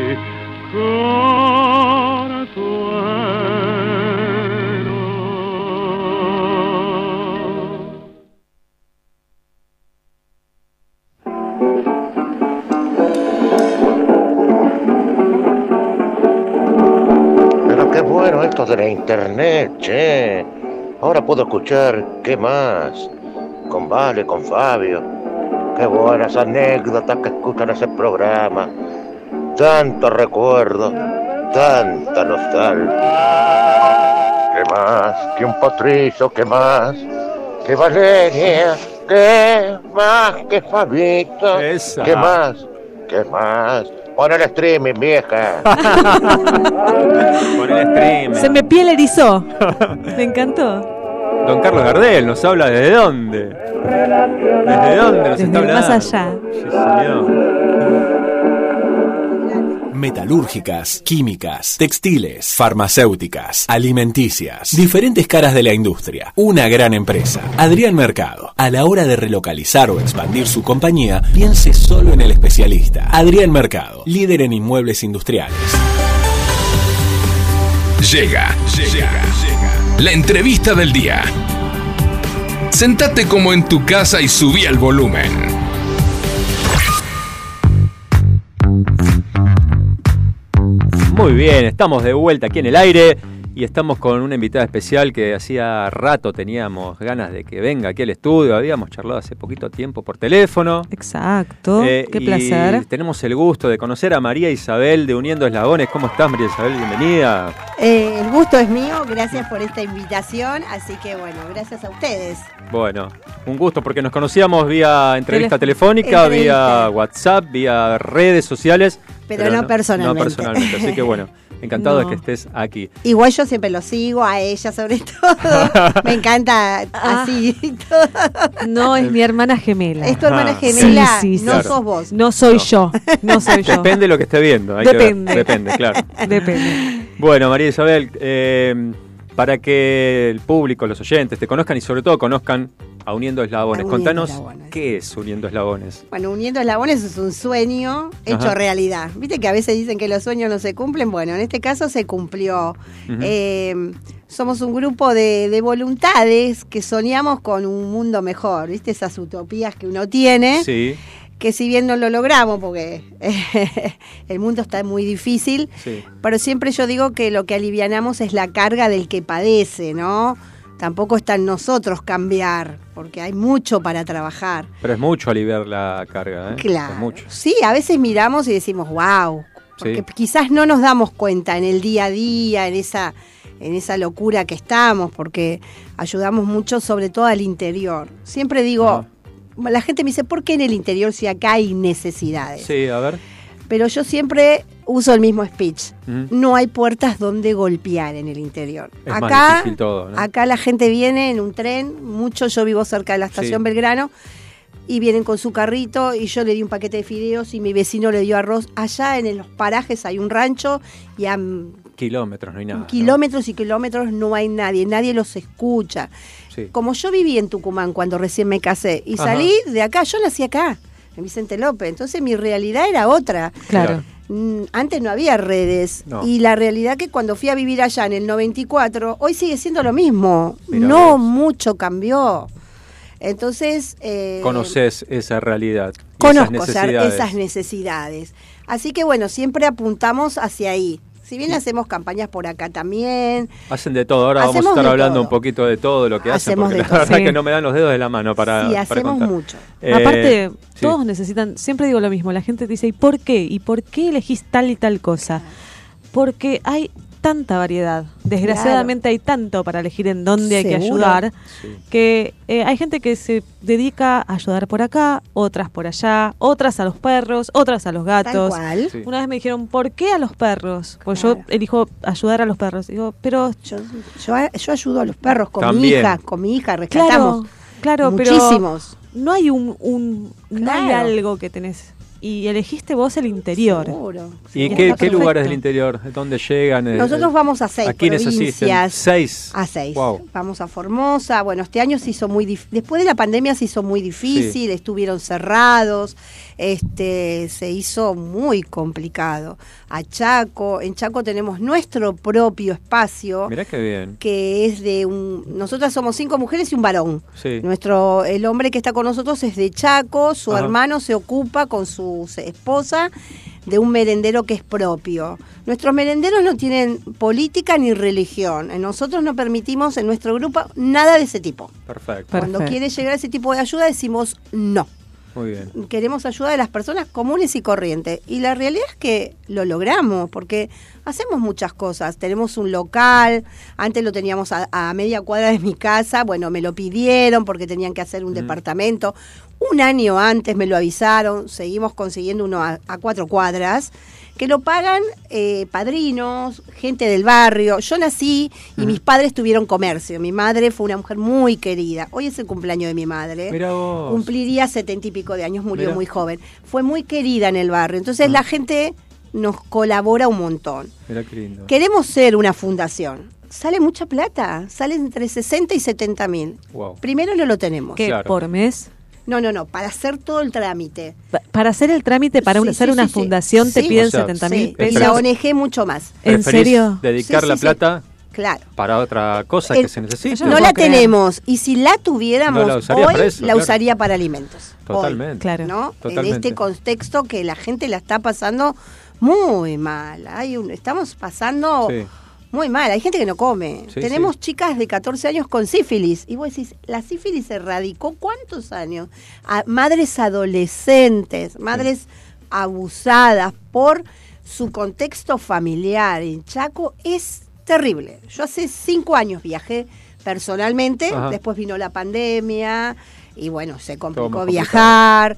Pero qué bueno esto de la internet, che. Ahora puedo escuchar ¿Qué más? Con Vale, con Fabio. Qué buenas anécdotas que escuchan ese programa. tanto recuerdo, tanta nostalgia. ¿Qué más que un potrillo? ¿Qué más que Valeria? ¿Qué más que Fabito? Esa. ¿Qué más? ¿Qué más? Pon el streaming, vieja. Con el stream. Se me piel erizó. Me encantó. Don Carlos Gardel nos habla desde dónde. ¿Desde dónde nos Desde está hablando? más allá. Sí, señor. Metalúrgicas, químicas, textiles, farmacéuticas, alimenticias, diferentes caras de la industria. Una gran empresa. Adrián Mercado. A la hora de relocalizar o expandir su compañía, piense solo en el especialista. Adrián Mercado, líder en inmuebles industriales. Llega la entrevista del día. Sentate como en tu casa y subí el volumen. Muy bien, estamos de vuelta aquí en el aire y estamos con una invitada especial que hacía rato teníamos ganas de que venga aquí al estudio. Habíamos charlado hace poquito tiempo por teléfono. Exacto, qué y placer. Tenemos el gusto de conocer a María Isabel de Uniendo Eslabones. ¿Cómo estás, María Isabel? Bienvenida. El gusto es mío, gracias por esta invitación, así que bueno, gracias a ustedes. Bueno, un gusto porque nos conocíamos vía entrevista telefónica, vía WhatsApp, vía redes sociales. Pero no personalmente. No personalmente, así que bueno, encantado de que estés aquí. Igual yo siempre lo sigo, a ella sobre todo. Me encanta así y todo. No, es mi hermana gemela. ¿Es tu hermana gemela? Sí, no claro. sos vos. No soy yo. No soy yo. Depende de lo que esté viendo. Hay Depende. Que ver. Depende, claro. Depende. Bueno, María Isabel, para que el público, los oyentes te conozcan y sobre todo conozcan a Uniendo Eslabones. Contanos qué es Uniendo Eslabones. Bueno, Uniendo Eslabones es un sueño hecho realidad. Viste que a veces dicen que los sueños no se cumplen. Bueno, en este caso se cumplió. Somos un grupo de voluntades que soñamos con un mundo mejor. ¿Viste? Esas utopías que uno tiene. Sí. Que si bien no lo logramos, porque el mundo está muy difícil, pero siempre yo digo que lo que alivianamos es la carga del que padece, ¿no? Tampoco está en nosotros cambiar, porque hay mucho para trabajar. Pero es mucho aliviar la carga, ¿eh? Claro. Es mucho. Sí, a veces miramos y decimos, wow, porque quizás no nos damos cuenta en el día a día, en esa locura que estamos, porque ayudamos mucho sobre todo al interior. Siempre digo, la gente me dice, ¿por qué en el interior si acá hay necesidades? Sí, a ver. Pero yo siempre uso el mismo speech. No hay puertas donde golpear en el interior. Es acá, más difícil todo, ¿no? Acá la gente viene en un tren, mucho, yo vivo cerca de la estación Belgrano, y vienen con su carrito y yo le di un paquete de fideos y mi vecino le dio arroz. Allá en los parajes hay un rancho y a kilómetros no hay nada. Kilómetros y kilómetros no hay nadie los escucha. Sí. Como yo viví en Tucumán cuando recién me casé y salí de acá, yo nací acá, en Vicente López, entonces mi realidad era otra. Claro. Antes no había redes y la realidad que cuando fui a vivir allá en el 94, hoy sigue siendo lo mismo. Mirá no vos. mucho cambió. Entonces... Conoces esa realidad. Conozco esas necesidades. Así que bueno, siempre apuntamos hacia ahí. Si bien hacemos campañas por acá también. Hacen de todo. Ahora vamos a estar hablando un poquito de todo lo que hacen, porque la verdad que no me dan los dedos de la mano para Sí, hacemos contar. mucho. Aparte, todos necesitan, siempre digo lo mismo, la gente dice, ¿y por qué? ¿Y por qué elegís tal y tal cosa? Porque hay tanta variedad. Desgraciadamente hay tanto para elegir en dónde hay que ayudar, que hay gente que se dedica a ayudar por acá, otras por allá, otras a los perros, otras a los gatos. Tal cual. Sí. Una vez me dijeron, ¿por qué a los perros? Pues yo elijo ayudar a los perros. Digo, pero... Yo ayudo a los perros con mi hija, rescatamos. Claro, muchísimos. Pero no hay no hay algo que tenés. Y elegiste vos el interior. Seguro. ¿Y qué lugares del interior? ¿Dónde llegan? Nosotros vamos a 6 provincias. 6. A 6. Wow. Vamos a Formosa. Bueno, este año se hizo muy difícil. Después de la pandemia se hizo muy difícil. Estuvieron cerrados. Se hizo muy complicado. A Chaco. En Chaco tenemos nuestro propio espacio. Mirá qué bien. Que es de nosotras somos 5 mujeres y un varón. Sí. El hombre que está con nosotros es de Chaco. Su hermano se ocupa con su esposa de un merendero que es propio. Nuestros merenderos no tienen política ni religión. Nosotros no permitimos en nuestro grupo nada de ese tipo. Perfecto. Cuando quiere llegar a ese tipo de ayuda decimos no. Muy bien. Queremos ayudar a las personas comunes y corrientes. Y la realidad es que lo logramos, porque hacemos muchas cosas. Tenemos un local, antes lo teníamos a media cuadra de mi casa, bueno, me lo pidieron porque tenían que hacer un departamento. Un año antes me lo avisaron, seguimos consiguiendo uno a 4 cuadras, que lo pagan padrinos, gente del barrio. Yo nací y mis padres tuvieron comercio. Mi madre fue una mujer muy querida. Hoy es el cumpleaños de mi madre. Mirá vos. Cumpliría 70 y pico de años, murió Mirá. muy joven. Fue muy querida en el barrio. Entonces la gente nos colabora un montón. Mirá qué lindo. Queremos ser una fundación. Sale mucha plata, sale entre 60 y 70 mil. Wow. Primero no lo tenemos. ¿Qué? Claro. ¿Por mes? No, para hacer todo el trámite. Para hacer el trámite, para Sí, hacer sí, una sí, fundación, sí. te Sí. piden O sea, 70.000 Sí, y pesos. la ONG mucho más. ¿En ¿Preferís serio? dedicar Sí, la sí, plata Claro. para otra cosa El- que se necesite? Yo No puedo la creer. tenemos, y si la tuviéramos No la usaría hoy, para eso, la claro. usaría para alimentos. Hoy, Totalmente. Claro. ¿no? Totalmente. En este contexto que la gente la está pasando muy mal. Estamos pasando Sí. muy mal. Hay gente que no come. Sí, Tenemos sí. chicas de 14 años con sífilis. Y vos decís, la sífilis se erradicó ¿cuántos años? A madres adolescentes, madres abusadas por su contexto familiar en Chaco. Es terrible. Yo hace 5 años viajé personalmente, Ajá. después vino la pandemia y bueno, se complicó más viajar.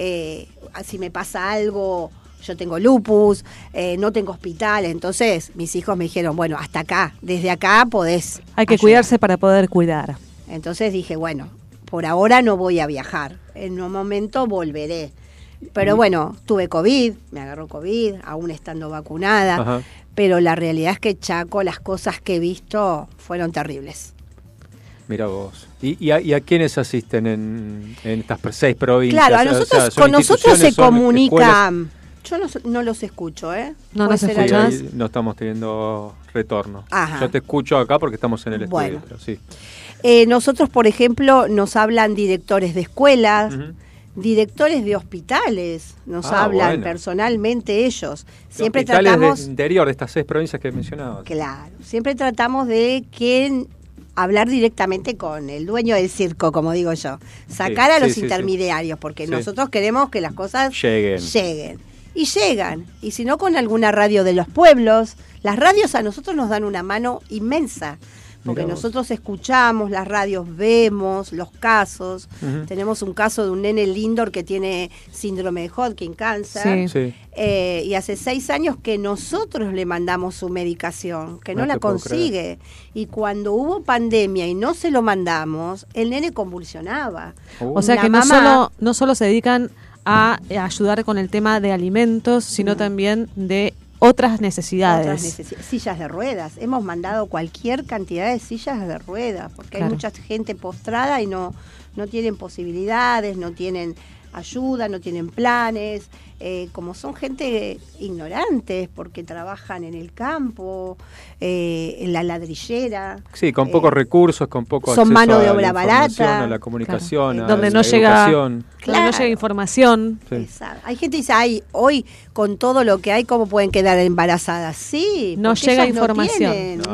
Si me pasa algo, yo tengo lupus, no tengo hospital, entonces mis hijos me dijeron, bueno, hasta acá, desde acá podés Hay que ayudar. cuidarse para poder cuidar. Entonces dije, bueno, por ahora no voy a viajar, en un momento volveré. Pero bueno, tuve COVID, me agarró COVID, aún estando vacunada, Ajá. pero la realidad es que Chaco, las cosas que he visto fueron terribles. Mira vos. ¿Y a quiénes asisten en estas 6 provincias? Claro, a O sea, nosotros, ¿son con nosotros se instituciones, son comunica. escuelas? Yo no los escucho, ¿eh? No Puede nos ser Sí, escuchás. algo- ahí no estamos teniendo retorno. Ajá. Yo te escucho acá porque estamos en el Bueno. estudio, pero sí. Nosotros, por ejemplo, nos hablan directores de escuelas, Ujú. directores de hospitales, nos hablan bueno. personalmente ellos. Siempre Hospitales tratamos, del interior de estas 6 provincias que mencionabas. claro, siempre tratamos de que hablar directamente con el dueño del circo, como digo yo. Sacar a sí, los sí, intermediarios, porque Sí. nosotros queremos que las cosas Lleguen. lleguen. Y llegan. Y si no, con alguna radio de los pueblos. Las radios a nosotros nos dan una mano inmensa. Porque Mirá vos. nosotros escuchamos las radios, vemos los casos. Ujú. Tenemos un caso de un nene en Lindor que tiene síndrome de Hodgkin, cáncer. Sí. Sí. Y hace 6 años que nosotros le mandamos su medicación, que no, No la te puedo consigue. Y cuando hubo pandemia y no se lo mandamos, el nene convulsionaba. O sea La que mamá- no solo se dedican a ayudar con el tema de alimentos, sino también de otras necesidades. Sillas de ruedas. Hemos mandado cualquier cantidad de sillas de ruedas, porque Claro. hay mucha gente postrada y no tienen posibilidades, no tienen ayuda, no tienen planes. Como son gente ignorantes, porque trabajan en el campo, en la ladrillera. Sí, con pocos recursos, con poco son acceso mano de a obra la información, barata. a la comunicación, Claro. a Donde la no llega, educación. donde no llega información. Sí. Exacto. Hay gente que dice, ay, hoy con todo lo que hay, ¿cómo pueden quedar embarazadas? Sí, No porque llega ellas información.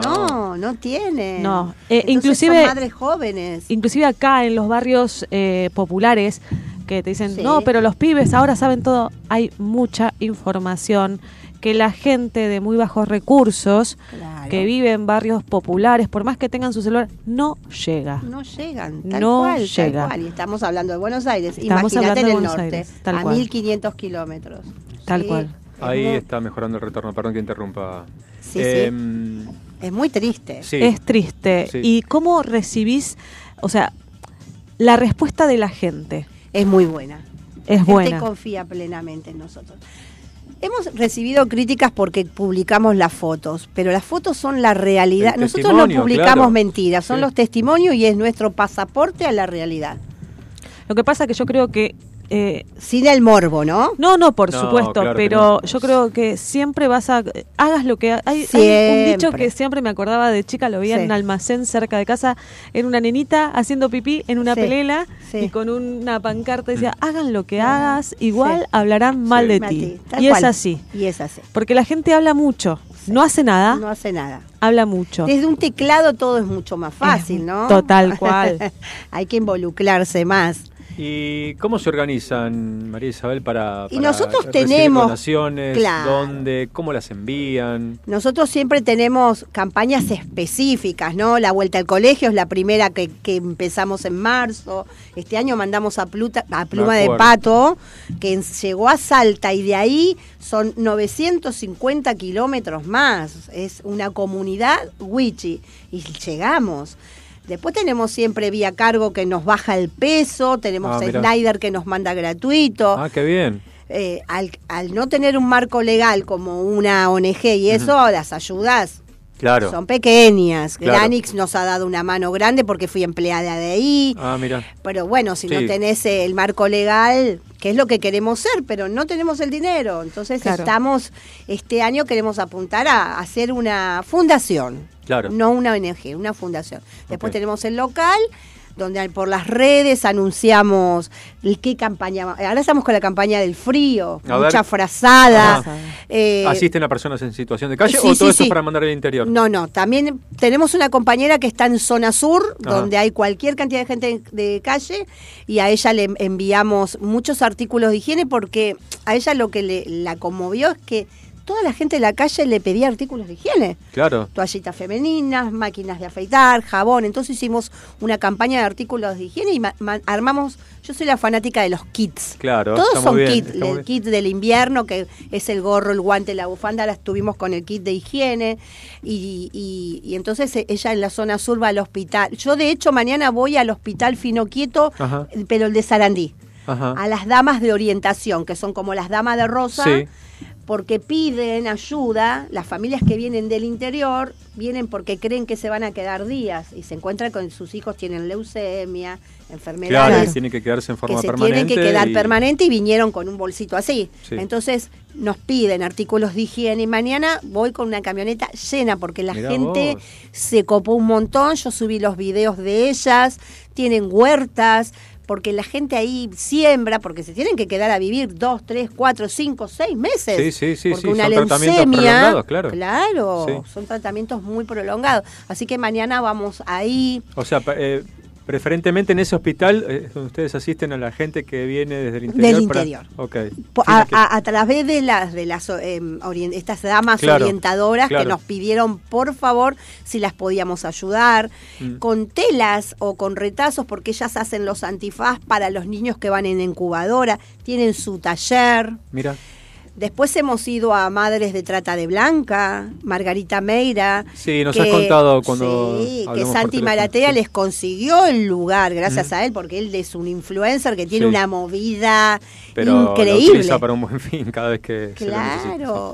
No tienen. No, Entonces inclusive- son madres jóvenes. Inclusive acá en los barrios populares que te dicen, Sí. no, pero los pibes ahora saben todo. Hay mucha información que la gente de muy bajos recursos, Claro. que vive en barrios populares, por más que tengan su celular, no llega. No llegan, No llega. tal cual. Y estamos hablando de Buenos Aires. Estamos Imagínate hablando en de el Buenos norte, Aires, tal a cual. 1500 kilómetros. Tal Sí, cual. Ahí muy- está mejorando el retorno, perdón que interrumpa. Sí, Em, Es muy triste. sí. Es triste. Sí. ¿Y cómo recibís, o sea, la respuesta de la gente? Es muy buena. Es La gente buena. confía plenamente en nosotros. Hemos recibido críticas porque publicamos las fotos, pero las fotos son la realidad. El Nosotros no testimonio, publicamos claro. mentiras, son Sí. los testimonios y es nuestro pasaporte a la realidad. Lo que pasa que yo creo que... Sin el morbo, ¿no? No, por No, supuesto, claro que pero no. yo creo que siempre vas a... Hagas lo que... Hay un Siempre. dicho que siempre me acordaba de chica, lo veía Sí. en un almacén cerca de casa, era una nenita haciendo pipí en una Sí, pelela sí. y con una pancarta decía, hagan lo que hagas, igual Sí. hablarán mal de Mati, ti. tal Y cual. es así, Y es así. porque la gente habla mucho, no hace nada, No hace nada. habla mucho. Desde un teclado todo es mucho más fácil, ¿no? Total cual. Hay que involucrarse más. ¿Y cómo se organizan, María Isabel, para nosotros recibir tenemos donaciones? claro. ¿Dónde? ¿Cómo las envían? Nosotros siempre tenemos campañas específicas, ¿no? La Vuelta al Colegio es la primera que empezamos en marzo. Este año mandamos a Pluma de Pato, que llegó a Salta, y de ahí son 950 kilómetros más. Es una comunidad wichi, y llegamos. Después tenemos siempre Vía Cargo, que nos baja el peso, tenemos Snyder, que nos manda gratuito. Ah, qué bien. Al no tener un marco legal como una ONG y eso, las ayudas son pequeñas. Claro. Granix nos ha dado una mano grande porque fui empleada de ahí. Ah, mira. Pero bueno, si no tenés el marco legal, que es lo que queremos ser, pero no tenemos el dinero. Entonces este año queremos apuntar a hacer una fundación. Claro. No una ONG, una fundación. Después tenemos el local, donde por las redes anunciamos qué campaña. Ahora estamos con la campaña del frío, mucha frazada. ¿Asisten a personas en situación de calle o todo esto es para mandar al interior? No, también tenemos una compañera que está en zona sur, donde hay cualquier cantidad de gente de calle, y a ella le enviamos muchos artículos de higiene, porque a ella lo que la conmovió es que toda la gente de la calle le pedía artículos de higiene. Claro. Toallitas femeninas, máquinas de afeitar, jabón. Entonces hicimos una campaña de artículos de higiene y armamos. Yo soy la fanática de los kits. Claro. Todos son kits. El kit del invierno, que es el gorro, el guante, la bufanda, las tuvimos con el kit de higiene. Y entonces ella en la zona sur va al hospital. Yo, de hecho, mañana voy al hospital Fino Quieto, pero el de Sarandí. A las damas de orientación, que son como las damas de rosa. Sí. Porque piden ayuda, las familias que vienen del interior vienen porque creen que se van a quedar días y se encuentran con sus hijos, tienen leucemia, enfermedades. Claro, tienen que quedarse en forma permanente. Tienen que quedar permanente, y vinieron con un bolsito así. Sí. Entonces nos piden artículos de higiene, y mañana voy con una camioneta llena porque la gente se copó un montón. Yo subí los videos de ellas, tienen huertas, porque la gente ahí siembra, porque se tienen que quedar a vivir 2, 3, 4, 5, 6 meses. Sí. Porque una son leucemia, claro. Son tratamientos muy prolongados. Así que mañana vamos ahí. O sea, preferentemente en ese hospital donde ustedes asisten a la gente que viene desde el interior. Del interior. Okay. A través de estas damas orientadoras que nos pidieron, por favor, si las podíamos ayudar, con telas o con retazos, porque ellas hacen los antifaz para los niños que van en incubadora, tienen su taller. Mira. Después hemos ido a Madres de Trata de Blanca, Margarita Meira. Sí, nos has contado cuando que Santi Maratea les consiguió el lugar, gracias a él, porque él es un influencer que tiene una movida increíble. Lo utiliza para un buen fin cada vez que se lo necesita. Claro,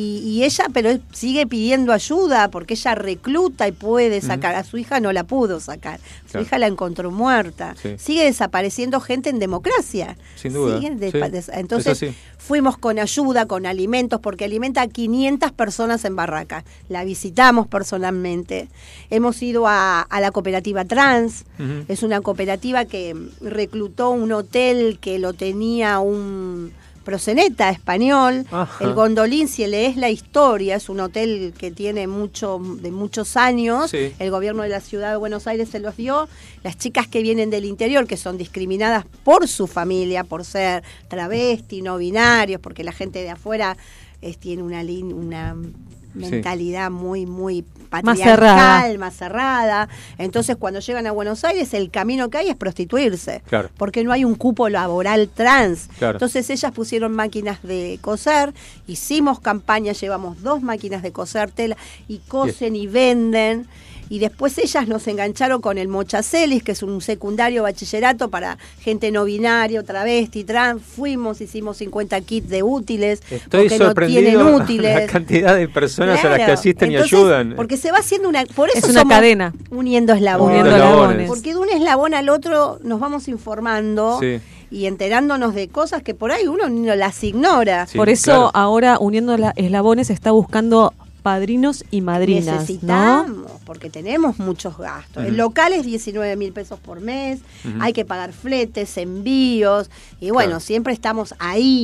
y ella sigue pidiendo ayuda, porque ella recluta y puede sacar. A su hija no la pudo sacar, su hija la encontró muerta. Sí. Sigue desapareciendo gente en democracia. Sin duda. Entonces fuimos con ayuda, con alimentos, porque alimenta a 500 personas en Barraca. La visitamos personalmente. Hemos ido a la cooperativa Trans. Es una cooperativa que reclutó un hotel que lo tenía un proxeneta español. El Gondolín, si lees la historia, es un hotel que tiene de muchos años. Sí. El gobierno de la ciudad de Buenos Aires se los dio. Las chicas que vienen del interior, que son discriminadas por su familia, por ser travesti, no binarios, porque la gente de afuera tiene una mentalidad muy patriarcal, más cerrada. Entonces, cuando llegan a Buenos Aires, el camino que hay es prostituirse, porque no hay un cupo laboral trans. Entonces, ellas pusieron máquinas de coser, hicimos campaña, llevamos 2 máquinas de coser tela, y cosen y venden. Y después ellas nos engancharon con el Mochacelis, que es un secundario bachillerato para gente no binario, travesti, trans. Hicimos 50 kits de útiles. Estoy sorprendido no tienen útiles. La cantidad de personas a las que asisten. Entonces, y ayudan. Porque se va haciendo por eso es una cadena. Uniendo eslabones. Porque de un eslabón al otro nos vamos informando. Sí. Y enterándonos de cosas que por ahí uno no las ignora. Sí, por eso ahora, uniendo eslabones, se está buscando padrinos y madrinas. Necesitamos, porque tenemos muchos gastos. El local es 19.000 pesos por mes, hay que pagar fletes, envíos, y bueno, siempre estamos ahí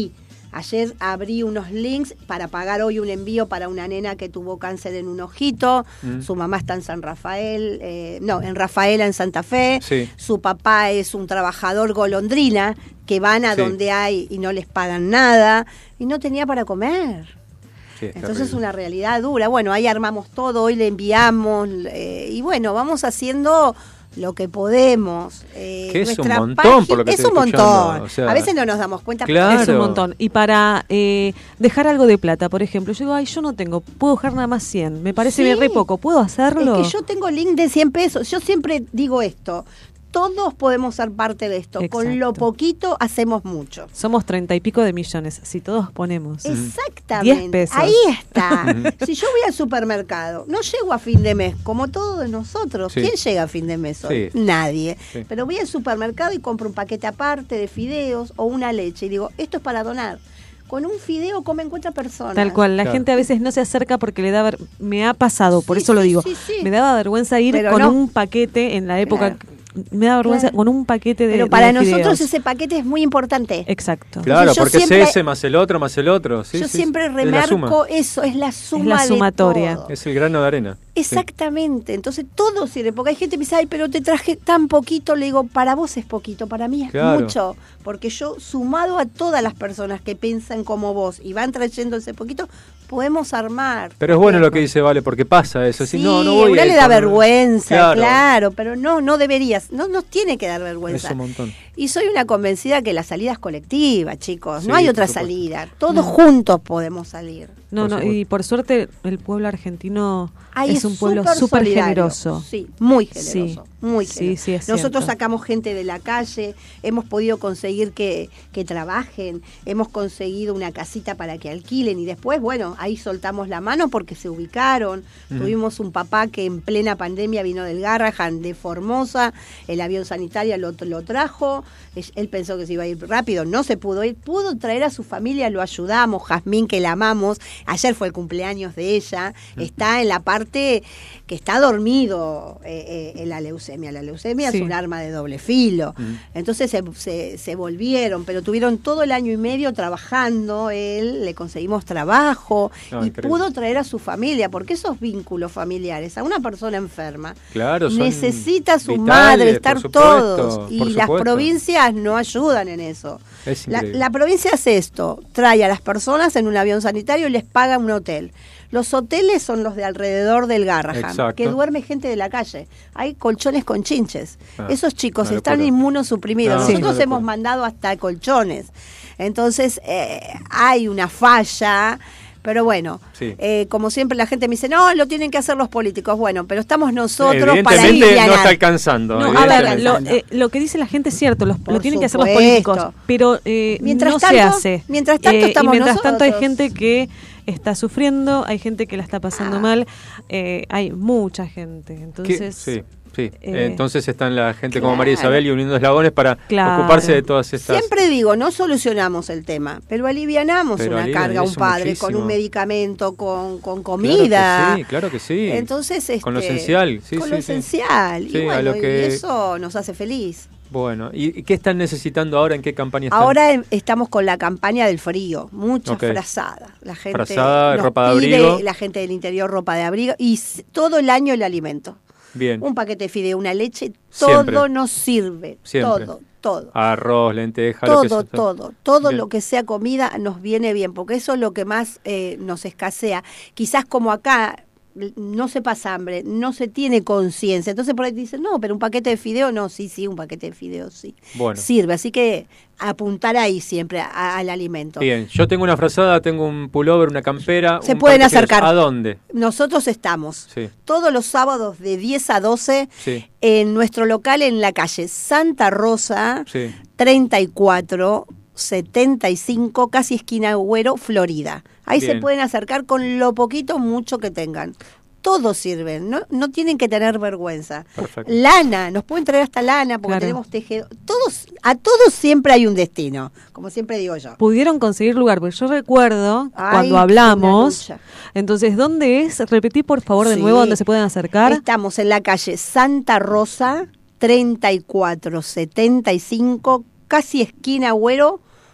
Ayer abrí unos links para pagar hoy un envío para una nena que tuvo cáncer en un ojito. Su mamá está en San Rafael, en Rafaela, en Santa Fe. Sí. Su papá es un trabajador golondrina que van a Sí. donde hay y no les pagan nada. Y no tenía para comer. Sí, es Entonces es terrible. una realidad dura. Bueno, ahí armamos todo, hoy le enviamos y bueno, vamos haciendo lo que podemos. Que es un nuestra montón, por lo que es estoy un escuchando, montón. o sea, a veces no nos damos cuenta. claro. Es un montón. Y para dejar algo de plata, por ejemplo, yo digo, ay, yo no tengo, puedo dejar nada más 100. Me parece Sí. re poco, ¿puedo hacerlo? Es que yo tengo link de 100 pesos. Yo siempre digo esto. Todos podemos ser parte de esto. Con lo poquito hacemos mucho. Somos 30 y pico de millones, si todos ponemos. Exactamente. 10 pesos. Ahí está. Si yo voy al supermercado, no llego a fin de mes, como todos nosotros. Sí. ¿Quién llega a fin de mes hoy? Sí. Nadie. Sí. Pero voy al supermercado y compro un paquete aparte de fideos o una leche y digo, esto es para donar. Con un fideo comen 4 personas. Tal cual, la Claro. gente a veces no se acerca porque le da me ha pasado, por eso lo digo. sí. Me daba vergüenza ir Pero con no. un paquete en la época. Claro. Me da vergüenza Claro. con un paquete de Pero para de nosotros fideos. ese paquete es muy importante. Exacto. Claro, yo porque siempre- es ese más el otro más el otro. Sí, yo sí, siempre sí. Es la suma. remarco eso, es la suma la sumatoria. de todo. Es el grano de arena. Exactamente, entonces todo sirve, porque hay gente que me dice, ay, pero te traje tan poquito, le digo, para vos es poquito, para mí es Claro. mucho, porque yo sumado a todas las personas que piensan como vos y van trayendo ese poquito, podemos armar. Pero es bueno lo que dice Vale, porque pasa eso. Sí, Si no voy a una a ir le da con- vergüenza, claro, pero no deberías, no nos tiene que dar Es vergüenza. un montón. Y soy una convencida que la salida es colectiva, chicos, Sí, no hay por otra supuesto. salida, todos juntos podemos salir. No, Por no, supuesto. y por suerte el pueblo argentino Ay, es un pueblo súper súper solidario. generoso. Sí, muy generoso. Sí. Muy Sí, generoso. sí, es Nosotros cierto. sacamos gente de la calle, hemos podido conseguir que trabajen, hemos conseguido una casita para que alquilen y después, bueno, ahí soltamos la mano porque se ubicaron. Tuvimos un papá que en plena pandemia vino del Garrahan, de Formosa, el avión sanitario lo trajo, él pensó que se iba a ir rápido, no se pudo ir, pudo traer a su familia, lo ayudamos, Jazmín, que la amamos, ayer fue el cumpleaños de ella, está en la parte que está dormido en la leucemia. La leucemia Sí. es un arma de doble filo. Entonces se volvieron, pero tuvieron todo el año y medio trabajando, él, le conseguimos trabajo Ah, y increíble. pudo traer a su familia, porque esos vínculos familiares a una persona enferma Claro, son necesita a su vitales, madre, por estar supuesto, todos. Y por las supuesto. provincias no ayudan en eso. Es La, increíble. la provincia hace esto, trae a las personas en un avión sanitario y les paga un hotel. Los hoteles son los de alrededor del Garrahan, Exacto. que duerme gente de la calle. Hay colchones con chinches. Ah, Esos chicos una están locura. inmunosuprimidos. No, Nosotros una hemos locura. mandado hasta colchones. Entonces, hay una falla. Pero bueno, Sí. como siempre la gente me dice, no, lo tienen que hacer los políticos. Bueno, pero estamos nosotros para Evidentemente no alivianar. está alcanzando. No, a ver, evidentemente. lo que dice la gente es cierto, lo Por tienen que hacer los supuesto. políticos, pero Mientras no tanto- se hace. mientras tanto Y estamos mientras tanto hay nosotros. gente que está sufriendo, hay gente que la está pasando mal, hay mucha gente. ¿Qué? Entonces, Sí, sí. eh, Entonces están la gente como claro. María Isabel y uniendo eslabones para Claro. ocuparse de todas estas... Siempre digo, no solucionamos el tema, pero alivianamos Pero una alivian carga a un eso padre muchísimo. con un medicamento, con comida. Claro que sí. Entonces, Con lo esencial, sí, con sí, lo sí. esencial. Sí, y a bueno, lo que- y eso nos hace feliz. Bueno, ¿y qué están necesitando ahora? ¿En qué campaña están? Ahora estamos con la campaña del frío, mucha Ok. frazada. La gente Frazada, nos ropa de pide, abrigo. la gente del interior ropa de abrigo y todo el año el alimento. Bien. Un paquete de fideo, una leche, Siempre. todo nos sirve. Siempre. Todo. Arroz, lenteja, lo que Todo, sea. todo Bien. lo que sea comida nos viene bien, porque eso es lo que más nos escasea. Quizás como acá no se pasa hambre, no se tiene conciencia, entonces por ahí te dicen, no, pero un paquete de fideo, no, sí, un paquete de fideo, sí. Bueno. Sirve, así que apuntar ahí siempre al alimento. Bien, yo tengo una frazada, tengo un pullover, una campera. Se un pueden par de acercar. fideos. ¿A dónde? Nosotros estamos Sí, todos los sábados de 10 a 12 sí, en nuestro local en la calle Santa Rosa, sí. 3475, casi esquina Agüero, Florida. Ahí se Bien. pueden acercar con lo poquito, mucho que tengan. Todos sirven, no tienen que tener vergüenza. Perfecto. Lana, nos pueden traer hasta lana porque Claro. tenemos tejedor. A todos siempre hay un destino, como siempre digo yo. pudieron conseguir lugar, porque yo recuerdo Ay, cuando una hablamos, lucha. entonces, ¿dónde es? Repetí por favor de Sí. nuevo dónde se pueden acercar. Estamos en la calle Santa Rosa, 3475, casi esquina Agüero,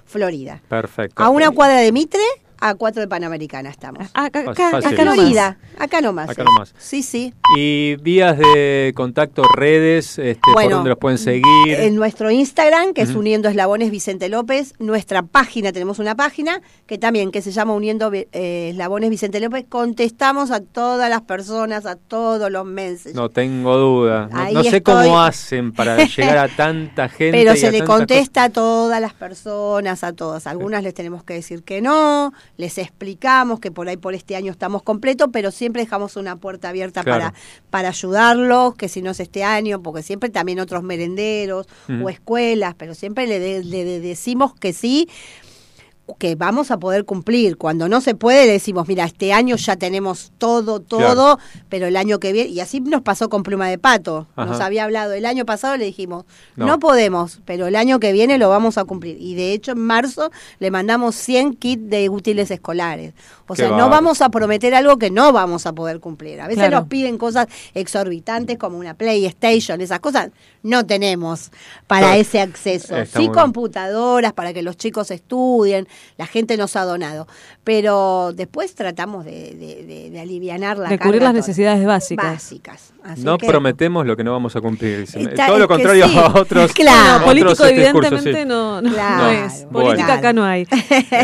Florida. Perfecto. A una cuadra de Mitre, a 4 de Panamericana estamos. Fácil. Acá Florida, acá nomás. Acá nomás. Sí. Y vías de contacto, redes, por donde los pueden seguir. En nuestro Instagram, que es Uniendo Eslabones Vicente López, nuestra página, tenemos una página que también que se llama Uniendo Eslabones Vicente López. Contestamos a todas las personas, a todos los mensajes. No tengo duda. Ahí No sé estoy. cómo hacen para llegar a tanta gente. Pero y se a le tantas contesta a todas las personas, a todas. Algunas les tenemos que decir que no, les explicamos que por ahí por este año estamos completos, pero siempre dejamos una puerta abierta Claro. para ayudarlos, que si no es este año, porque siempre también otros merenderos o escuelas, pero siempre le decimos que sí, que vamos a poder cumplir. Cuando no se puede, le decimos, mira, este año ya tenemos todo, Claro. pero el año que viene, y así nos pasó con Pluma de Pato. Ajá. Nos había hablado el año pasado, le dijimos, No. no podemos, pero el año que viene lo vamos a cumplir. Y de hecho, en marzo le mandamos 100 kits de útiles escolares. O Qué sea, no bárbaro. vamos a prometer algo que no vamos a poder cumplir. A veces Claro. nos piden cosas exorbitantes como una PlayStation, esas cosas no tenemos para Claro. ese acceso. Está Sí, muy bien. computadoras para que los chicos estudien, la gente nos ha donado, pero después tratamos de alivianar la De carga cubrir las toda. necesidades básicas. Así No que- prometemos lo que no vamos a cumplir. Está- Todo es lo que contrario sí. a otros. Claro. otros Político discursos, evidentemente sí. no Claro. es. Bueno. Política acá no hay.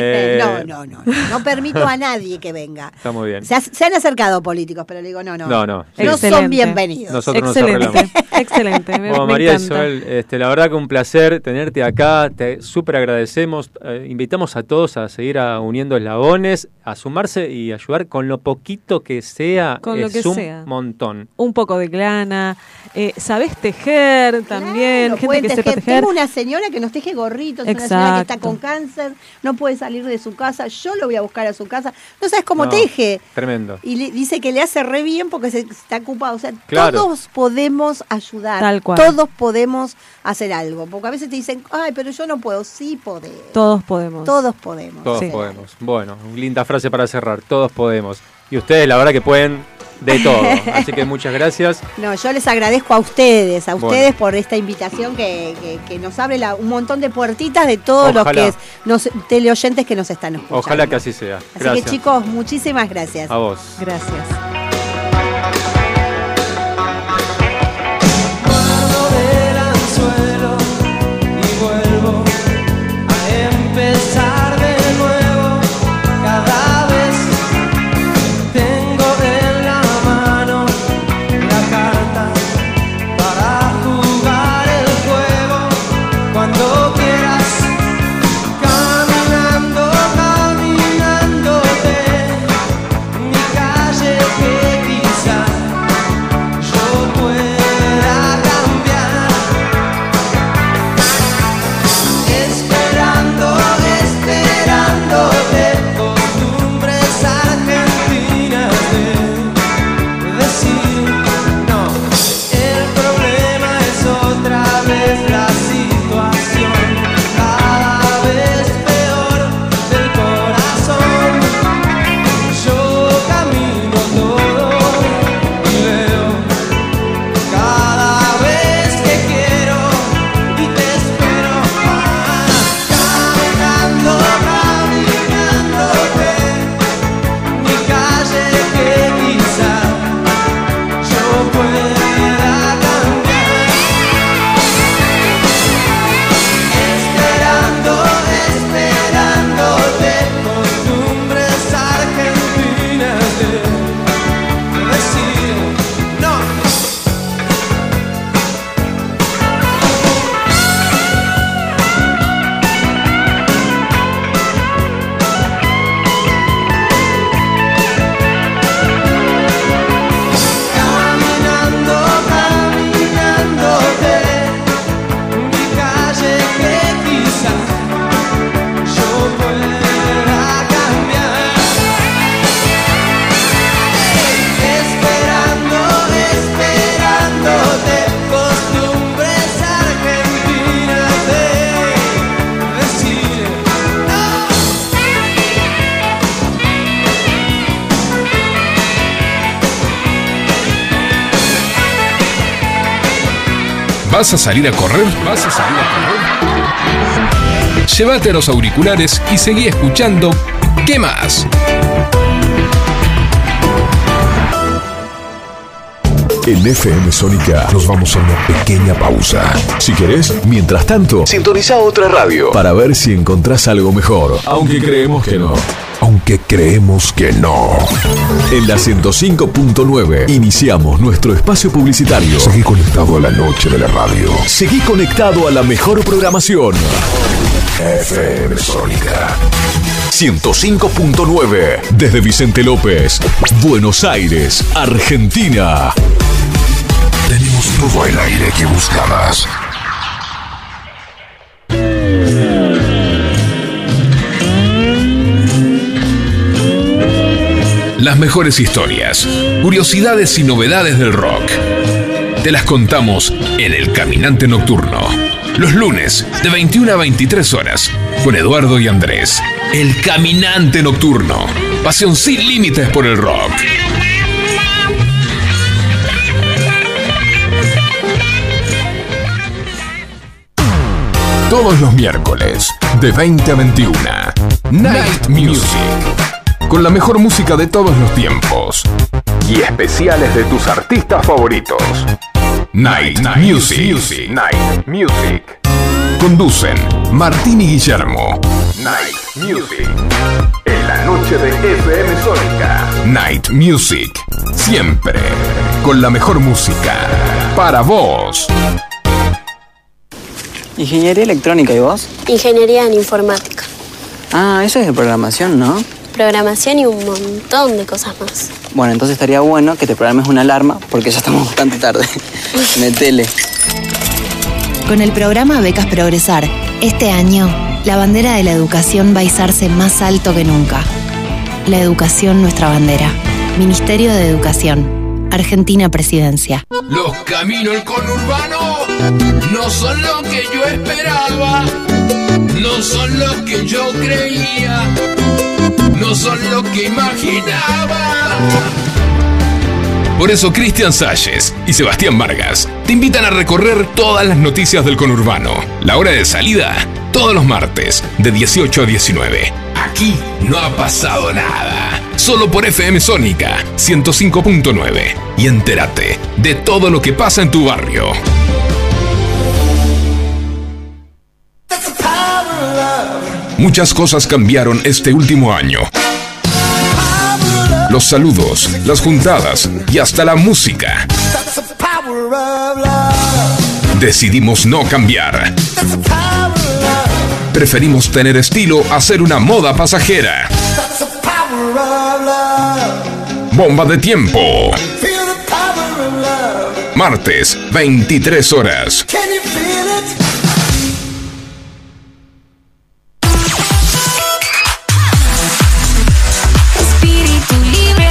No permito a nadie que venga. Está muy bien. Se han acercado políticos, pero le digo, no No. Sí. son Excelente. bienvenidos. Nosotros nos Excelente, arreglamos. excelente. Me Bueno, María encanta. Isabel, la verdad que un placer tenerte acá, te súper agradecemos, invitamos a todos a seguir uniendo eslabones, a sumarse y ayudar con lo poquito que sea, Con lo es que un sea. montón. Un poco de lana, sabés tejer también, Claro, gente pueden que sepa tejer. tejer. Tengo una señora que nos teje gorritos, una señora que está Exacto. con cáncer, no puede salir de su casa, yo lo voy a buscar a su casa, no sabes cómo No, teje. Tremendo. Y dice que le hace re bien porque se está ocupado. O sea, Claro. todos podemos ayudar. Tal cual. Todos podemos hacer algo. Porque a veces te dicen, ay, pero yo no puedo. Sí podés. Todos podemos. Todos podemos. Todos Sí. podemos. Bueno, linda frase para cerrar, todos podemos. Y ustedes la verdad que pueden de todo, así que muchas gracias. No, yo les agradezco a ustedes Bueno. por esta invitación que nos abre un montón de puertitas de todos los Ojalá. teleoyentes que nos están escuchando. Ojalá que así sea. Así Gracias. que chicos, muchísimas gracias. A vos. Gracias. del anzuelo y vuelvo a empezar de nuevo. Cada vez tengo en la mano la carta para jugar el juego. Cuando quieras, caminándote, mi calle que quizá yo pueda cambiar, esperándote, costumbres argentinas de decir no. El problema es otra vez la situación, cada vez peor del corazón. Yo camino todo y veo cada vez que quiero y te espero, caminándote, mi calle que quizá yo pueda cambiar, esperándote, costumbres argentinas de decir no. Caminándote, mi calle que quizá yo pueda cambiar, esperándote, costumbres argentinas de decir no. ¿Vas a salir a correr? ¿Vas a salir a correr? llévate los auriculares y seguí escuchando ¿Qué más? En FM Sónica nos vamos a una pequeña pausa. Si querés, mientras tanto, sintoniza otra radio para ver si encontrás algo mejor. Aunque creemos que no. En la 105.9 iniciamos nuestro espacio publicitario. Seguí conectado a la noche de la radio. Seguí conectado a la mejor programación. FM Sónica 105.9 desde Vicente López, Buenos Aires, Argentina. Tenemos todo el aire que buscabas. Las mejores historias, curiosidades y novedades del rock. Te las contamos en El Caminante Nocturno. Los lunes, de 21 a 23 horas, con Eduardo y Andrés. El Caminante Nocturno. Pasión sin límites por el rock. Todos los miércoles, de 20 a 21. Night Music. Con la mejor música de todos los tiempos. Y especiales de tus artistas favoritos. Night Music. Night Music. Conducen Martín y Guillermo. Night Music. En la noche de FM Sónica. Night Music. Siempre con la mejor música. Para vos. Ingeniería electrónica, ¿y vos? Ingeniería en informática. Ah, eso es de programación, ¿no? Programación y un montón de cosas más. Bueno, entonces estaría bueno que te programes una alarma porque ya estamos bastante tarde. Metele. Con el programa Becas Progresar, este año, la bandera de la educación va a izarse más alto que nunca. La educación, nuestra bandera. Ministerio de Educación. Argentina Presidencia. Los caminos del conurbano no son lo que yo esperaba, no son lo que yo creía, no son lo que imaginaba. Por eso Cristian Salles y Sebastián Vargas te invitan a recorrer todas las noticias del conurbano. La hora de salida, todos los martes, de 18 a 19. Aquí no ha pasado nada. Solo por FM Sónica 105.9. Y entérate de todo lo que pasa en tu barrio. Muchas cosas cambiaron este último año. Los saludos, las juntadas y hasta la música. Decidimos no cambiar. Preferimos tener estilo a ser una moda pasajera. Bomba de tiempo. Martes, 23 horas. Espíritu libre.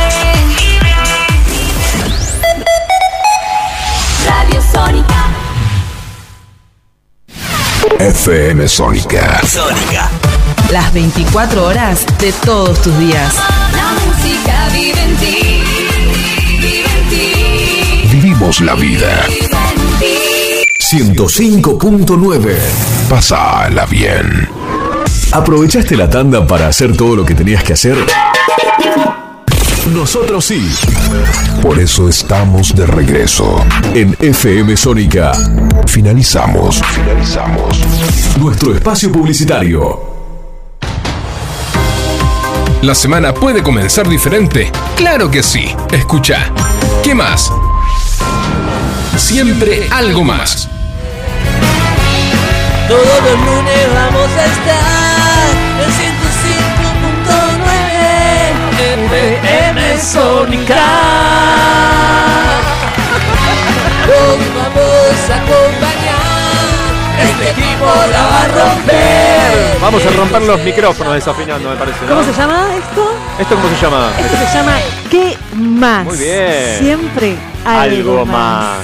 Radio Sónica. FM Sónica. Las 24 horas de todos tus días. La música vive en ti. Vive en ti. Vivimos la vida. 105.9. Pásala bien. ¿Aprovechaste la tanda para hacer todo lo que tenías que hacer? Nosotros sí. Por eso estamos de regreso. En FM Sónica. Finalizamos nuestro espacio publicitario. ¿La semana puede comenzar diferente? ¡Claro que sí! Escucha. ¿Qué más? Siempre algo más. Todos los lunes vamos a estar en 105.9 FM Sónica. Nos vamos a acompañar. Este equipo la va a romper. Vamos a romper los micrófonos desafinando, me parece, ¿no? ¿Cómo se llama esto? ¿Esto cómo se llama? Esto se llama ¿Qué más? Muy bien. Siempre algo más.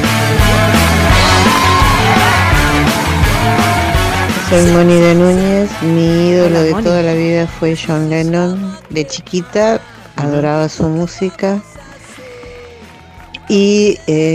Soy Moni de Núñez, mi ídolo de toda la vida fue John Lennon. De chiquita adoraba su música Y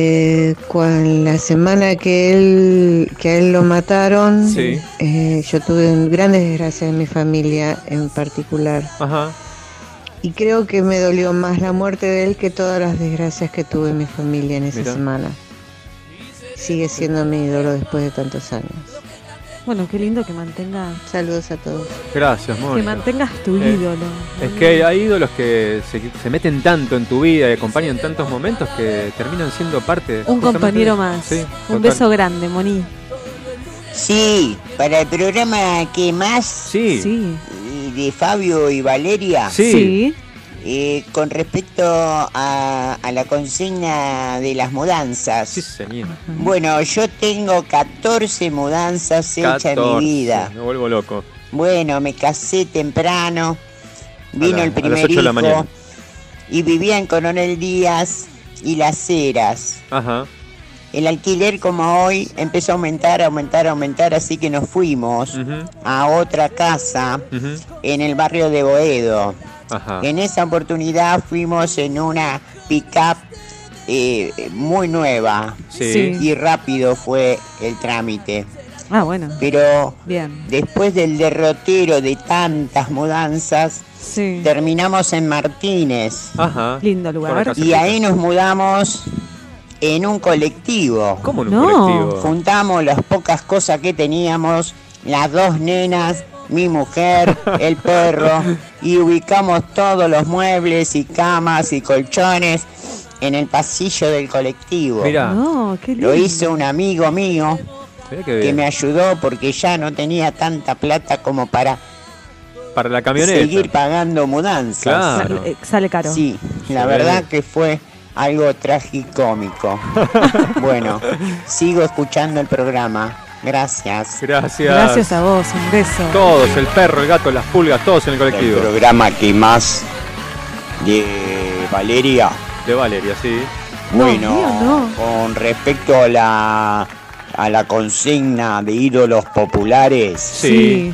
con la semana que a él lo mataron, Sí. yo tuve grandes desgracias en mi familia en particular. Ajá. Y creo que me dolió más la muerte de él que todas las desgracias que tuve en mi familia en esa Mirá. semana. Sigue siendo mi ídolo después de tantos años. Bueno, qué lindo que mantenga. Saludos a todos. Gracias, Mónica. Que mantengas tu ídolo. Es que hay ídolos que se meten tanto en tu vida y acompañan tantos momentos que terminan siendo parte. Un justamente compañero de- más. Sí, Un total. beso grande, Moni. Sí, para el programa ¿Qué más? Sí. De Fabio y Valeria. Sí. Con respecto a la consigna de las mudanzas. Sí, señor. Bueno, yo tengo 14 mudanzas hechas en mi 14, vida. Me vuelvo loco. Bueno, me casé temprano, vino el a las primer 8 de la hijo mañana. y vivía en Coronel Díaz y Las Heras. Ajá. El alquiler, como hoy, empezó a aumentar, así que nos fuimos a otra casa en el barrio de Boedo. Ajá. En esa oportunidad fuimos en una pick-up muy nueva. Sí. Y rápido fue el trámite. Ah, bueno. Pero Bien. después del derrotero de tantas mudanzas, Sí. terminamos en Martínez. Ajá. Lindo lugar. Y ahí nos mudamos en un colectivo. ¿Cómo en un No. colectivo? Juntamos las pocas cosas que teníamos, las dos nenas, mi mujer, el perro, y ubicamos todos los muebles y camas y colchones en el pasillo del colectivo. Mirá. No, qué lindo. Lo hizo un amigo mío Mirá qué que bien. me ayudó porque ya no tenía tanta plata como para Para la camioneta. seguir pagando mudanzas. Claro. Sale caro. Sí, la Se verdad ve. que fue algo tragicómico. Bueno, sigo escuchando el programa. Gracias. Gracias. Gracias a vos, un beso. Todos, el perro, el gato, las pulgas, todos en el colectivo. El programa que más de Valeria. De Valeria, sí. Bueno, mío no. con respecto a la consigna de ídolos populares. Sí.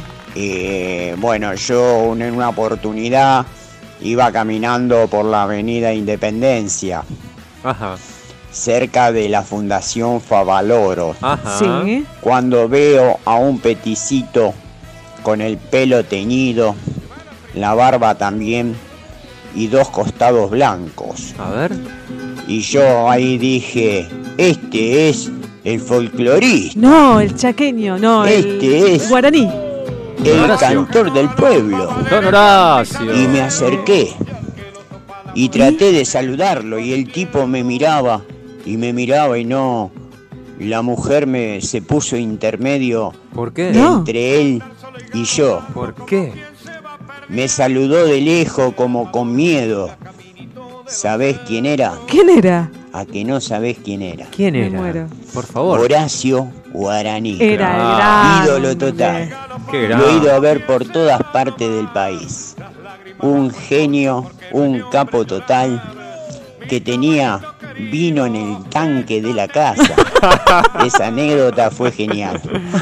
Bueno, yo en una oportunidad iba caminando por la avenida Independencia, Ajá. cerca de la Fundación Favaloro. Ajá. Sí. Cuando veo a un peticito con el pelo teñido, la barba también y dos costados blancos. A ver. Y yo ahí dije, este es el folclorista, No, el chaqueño, no, Este el es- guaraní. el Horacio. cantor del pueblo. Don Horacio. Y me acerqué y traté de saludarlo y el tipo me miraba y no. La mujer se puso intermedio ¿Por qué? No. entre él y yo. ¿Por qué? Me saludó de lejos como con miedo. ¿Sabés quién era? ¿Quién era? A que no sabés quién era. ¿Quién Me era? muero. Por favor. Horacio Guaraní. Era el Ah, gran. ídolo total. Qué Lo he ido grande. a ver por todas partes del país. Un genio, un capo total, que tenía vino en el tanque de la casa. Esa anécdota fue genial.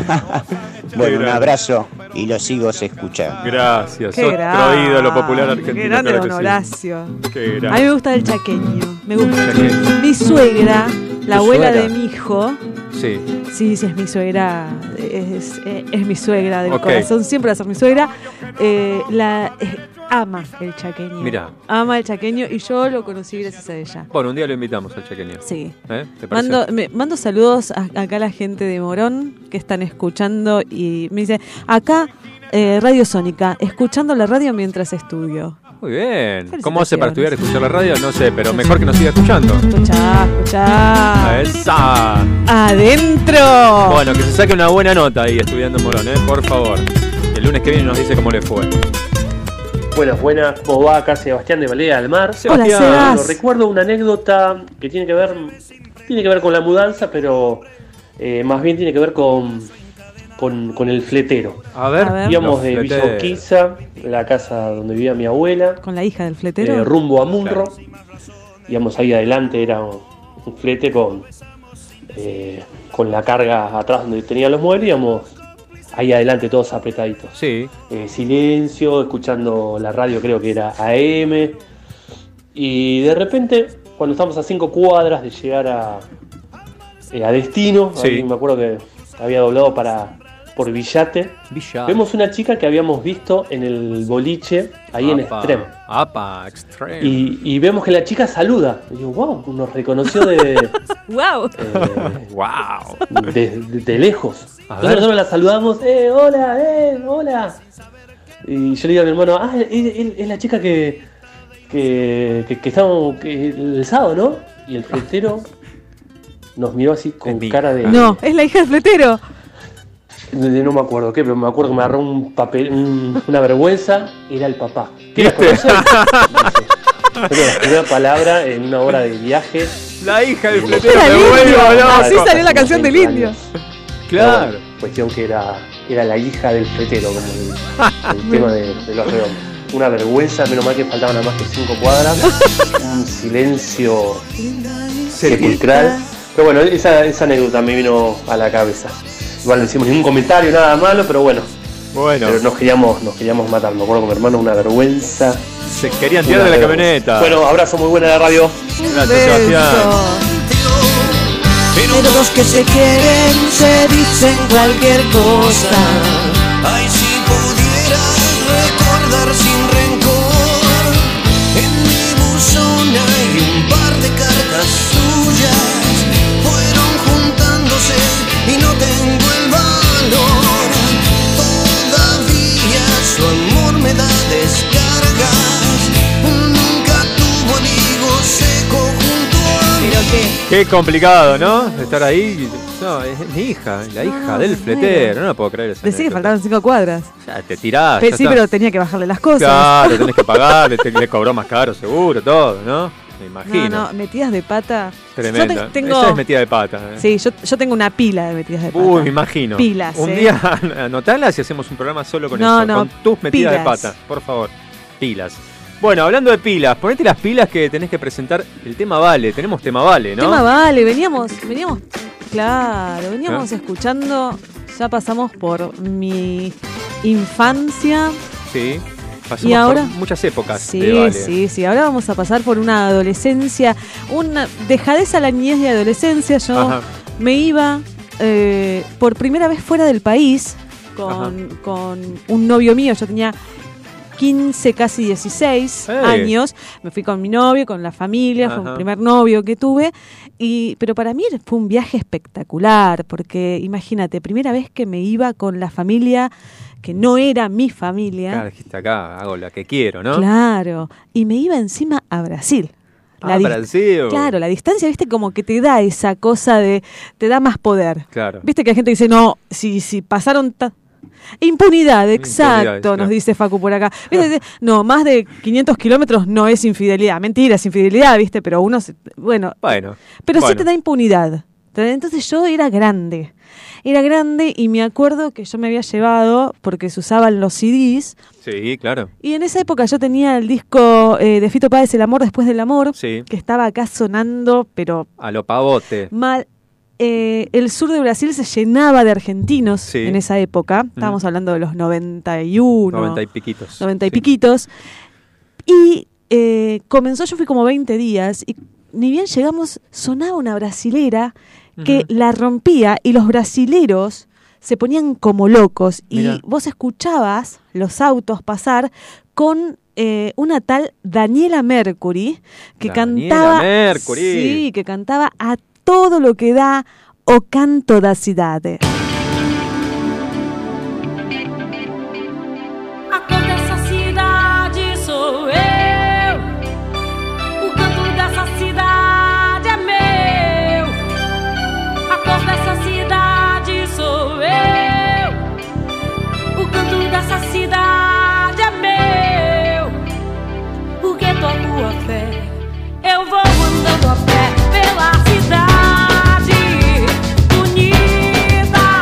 Bueno, un grande. abrazo y lo sigo escuchando. Gracias. Qué Otro grande. ídolo popular argentino. Qué grande claro don que sí. Horacio. Qué A mí grande. me gusta el chaqueño. Me gusta. Chaqueño. Mi suegra, la ¿Tu abuela suegra? de mi hijo. Sí. Sí, sí, es mi suegra. Es mi suegra del Ok. corazón. Siempre va a ser mi suegra. Ama el chaqueño. Mirá. Ama el chaqueño y yo lo conocí gracias a ella. Bueno, un día lo invitamos al chaqueño. Sí. ¿Te parece? Mando saludos acá a la gente de Morón que están escuchando y me dice, acá Radio Sónica, escuchando la radio mientras estudio. Muy bien. Felicitaciones. ¿Cómo hace para estudiar, escuchar la radio? No sé, pero mejor que nos siga escuchando. Escuchá. ¡Esa! ¡Adentro! Bueno, que se saque una buena nota ahí estudiando en Morón, por favor. El lunes que viene nos dice cómo le fue. Buenas, ¿cómo va? Acá Sebastián de Valeria del Mar. Sebastián. Hola, Sebas. Bueno, recuerdo una anécdota que tiene que ver con la mudanza, pero más bien tiene que ver con el fletero. A ver. Íbamos de los Villa fleteros. Urquiza, la casa donde vivía mi abuela, Con la hija del fletero. rumbo a Munro. Íbamos ahí adelante, era un flete con la carga atrás donde tenía los muebles, íbamos ahí adelante todos apretaditos. Sí. Silencio, escuchando la radio, creo que era AM. Y de repente cuando estamos a 5 cuadras de llegar a destino. Sí. Ahí me acuerdo que había doblado por Villate. Vemos una chica que habíamos visto en el boliche ahí en Extreme. Extreme. Y vemos que la chica saluda. Y digo, wow, nos reconoció de lejos. Nosotros la saludamos, hola. Y yo le digo a mi hermano, es la chica que estábamos el sábado, ¿no? Y el fletero nos miró así con cara de... No, es la hija del fletero. No me acuerdo qué, pero me acuerdo que me agarró un papel, una vergüenza. Era el papá. ¿Qué la conoces? Fue la primera palabra en una hora de viaje. La hija del fletero Era me el vuelvo indio. loco. Así salió la canción del indio. Claro. Cuestión que era la hija del fletero, como el tema de los redondos. Una vergüenza, menos mal que faltaban nada más que 5 cuadras. Un silencio sepulcral. Pero bueno, esa anécdota me vino a la cabeza. Igual no hicimos ningún comentario, nada malo, pero bueno. Pero nos queríamos matar. Me acuerdo con mi hermano, una vergüenza. Se querían tirar de la camioneta. Bueno, abrazo muy buena de radio. Gracias, Sebastián. Pero los que se quieren se dicen cualquier cosa. Ay, si pudieras recordar sin rencor. En mi buzón hay un par de cartas suyas. Fueron juntándose y no tengo el valor. Todavía su amor me da descargas. Nunca tuvo el higo seco junto a mí. Qué complicado, ¿no? Estar ahí. No, es mi hija, la hija del fletero. No lo puedo creer. Decí que faltaban 5 cuadras. Ya te tirás. Sí, pero tenía que bajarle las cosas. Claro, tenés que pagar, le cobró más caro seguro, todo, ¿no? Me imagino. No, metidas de pata. Tremenda. Tengo... Esa es metida de pata. Sí, yo tengo una pila de metidas de pata. Uy, me imagino. Pilas. Un día anotalas y hacemos un programa solo con No, eso. Con tus metidas pilas. de pata, por favor. Pilas. Bueno, hablando de pilas, ponete las pilas que tenés que presentar el tema Vale. Tenemos tema Vale, ¿no? Tema Vale, veníamos escuchando, ya pasamos por mi infancia. Sí, pasamos y ahora, por muchas épocas de Vale. Sí, ahora vamos a pasar por una adolescencia, una dejadez a la niñez y adolescencia. Yo me iba por primera vez fuera del país con un novio mío, yo tenía 15, casi 16 años. Me fui con mi novio, con la familia, fue el primer novio que tuve. Pero para mí fue un viaje espectacular, porque imagínate, primera vez que me iba con la familia que no era mi familia. Claro, dijiste acá, hago la que quiero, ¿no? Claro, y me iba encima a Brasil. Brasil. Claro, la distancia, viste, como que te da esa cosa de, te da más poder. Claro. Viste que la gente dice, no, si pasaron... Impunidad, exacto, nos dice Facu por acá. ¿Viste? No, más de 500 kilómetros no es infidelidad. Mentira, es infidelidad, ¿viste? Pero uno, pero sí te da impunidad. Entonces yo era grande y me acuerdo que yo me había llevado, porque se usaban los CDs. Sí, claro. Y en esa época yo tenía el disco de Fito Páez, El amor después del amor, que estaba acá sonando, pero... a lo pavote. Mal. El sur de Brasil se llenaba de argentinos en esa época. Estábamos hablando de los 91. 90 y piquitos. 90 y piquitos. Y comenzó, yo fui como 20 días, y ni bien llegamos, sonaba una brasilera que la rompía, y los brasileros se ponían como locos. Mirá. Y vos escuchabas los autos pasar con... una tal Daniela Mercury, que cantaba a todo lo que da O Canto da Cidade. A cor dessa cidade sou eu. O canto dessa cidade é meu. A cor dessa cidade sou eu. O canto dessa cidade é meu. O gueto, a rua, fé. Eu vou andando a pé pela cidade unida.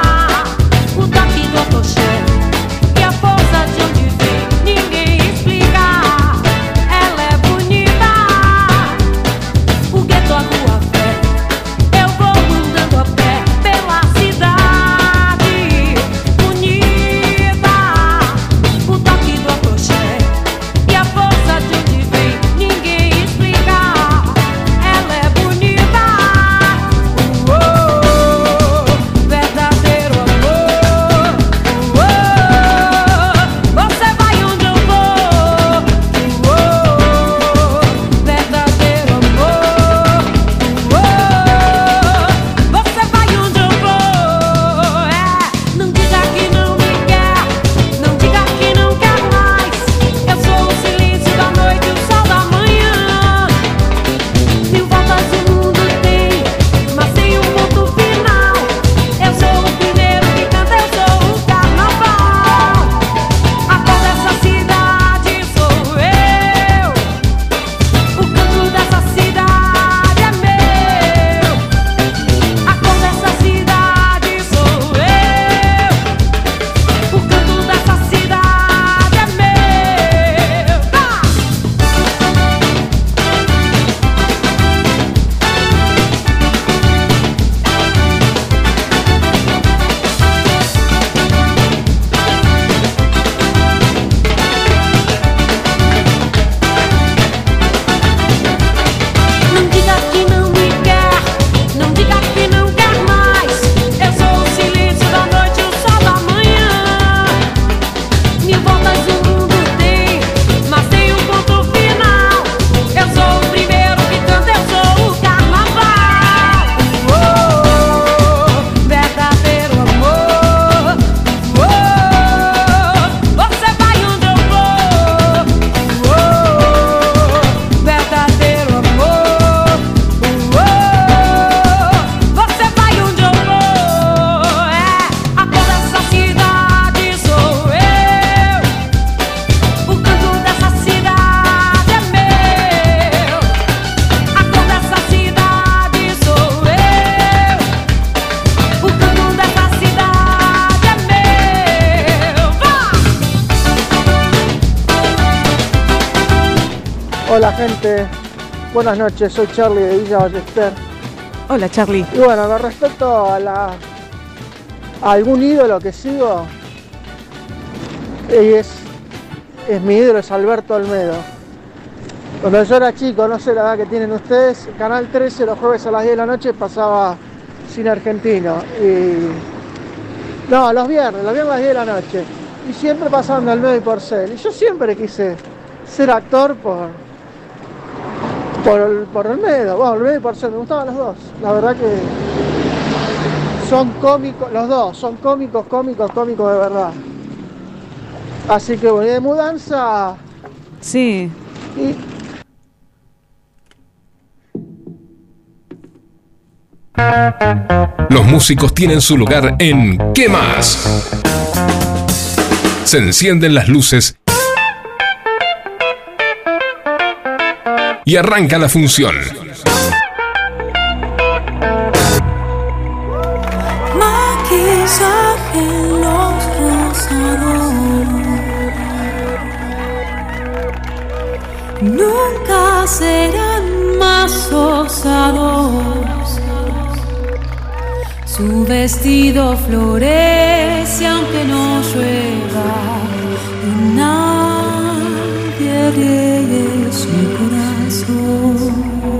Hola gente, buenas noches, soy Charlie de Villa Ballester. Hola Charlie. Y bueno, con respecto a algún ídolo que sigo, es mi ídolo, es Alberto Olmedo. Cuando yo era chico, no sé la edad que tienen ustedes, Canal 13 los jueves a las 10 de la noche pasaba Cine Argentino. No, los viernes a las 10 de la noche. Y siempre pasaban Olmedo y Porcel. Y yo siempre quise ser actor por Olmedo. Bueno, Olmedo y Porcel, me gustaban los dos. La verdad que son cómicos, los dos, son cómicos de verdad. Así que bueno, y de mudanza... Sí. Los músicos tienen su lugar en ¿Qué más? Se encienden las luces y arranca la función. Maquillaje en los rosados, nunca serán más osados. Su vestido florece aunque no llueva, y nadie riegue su corazón.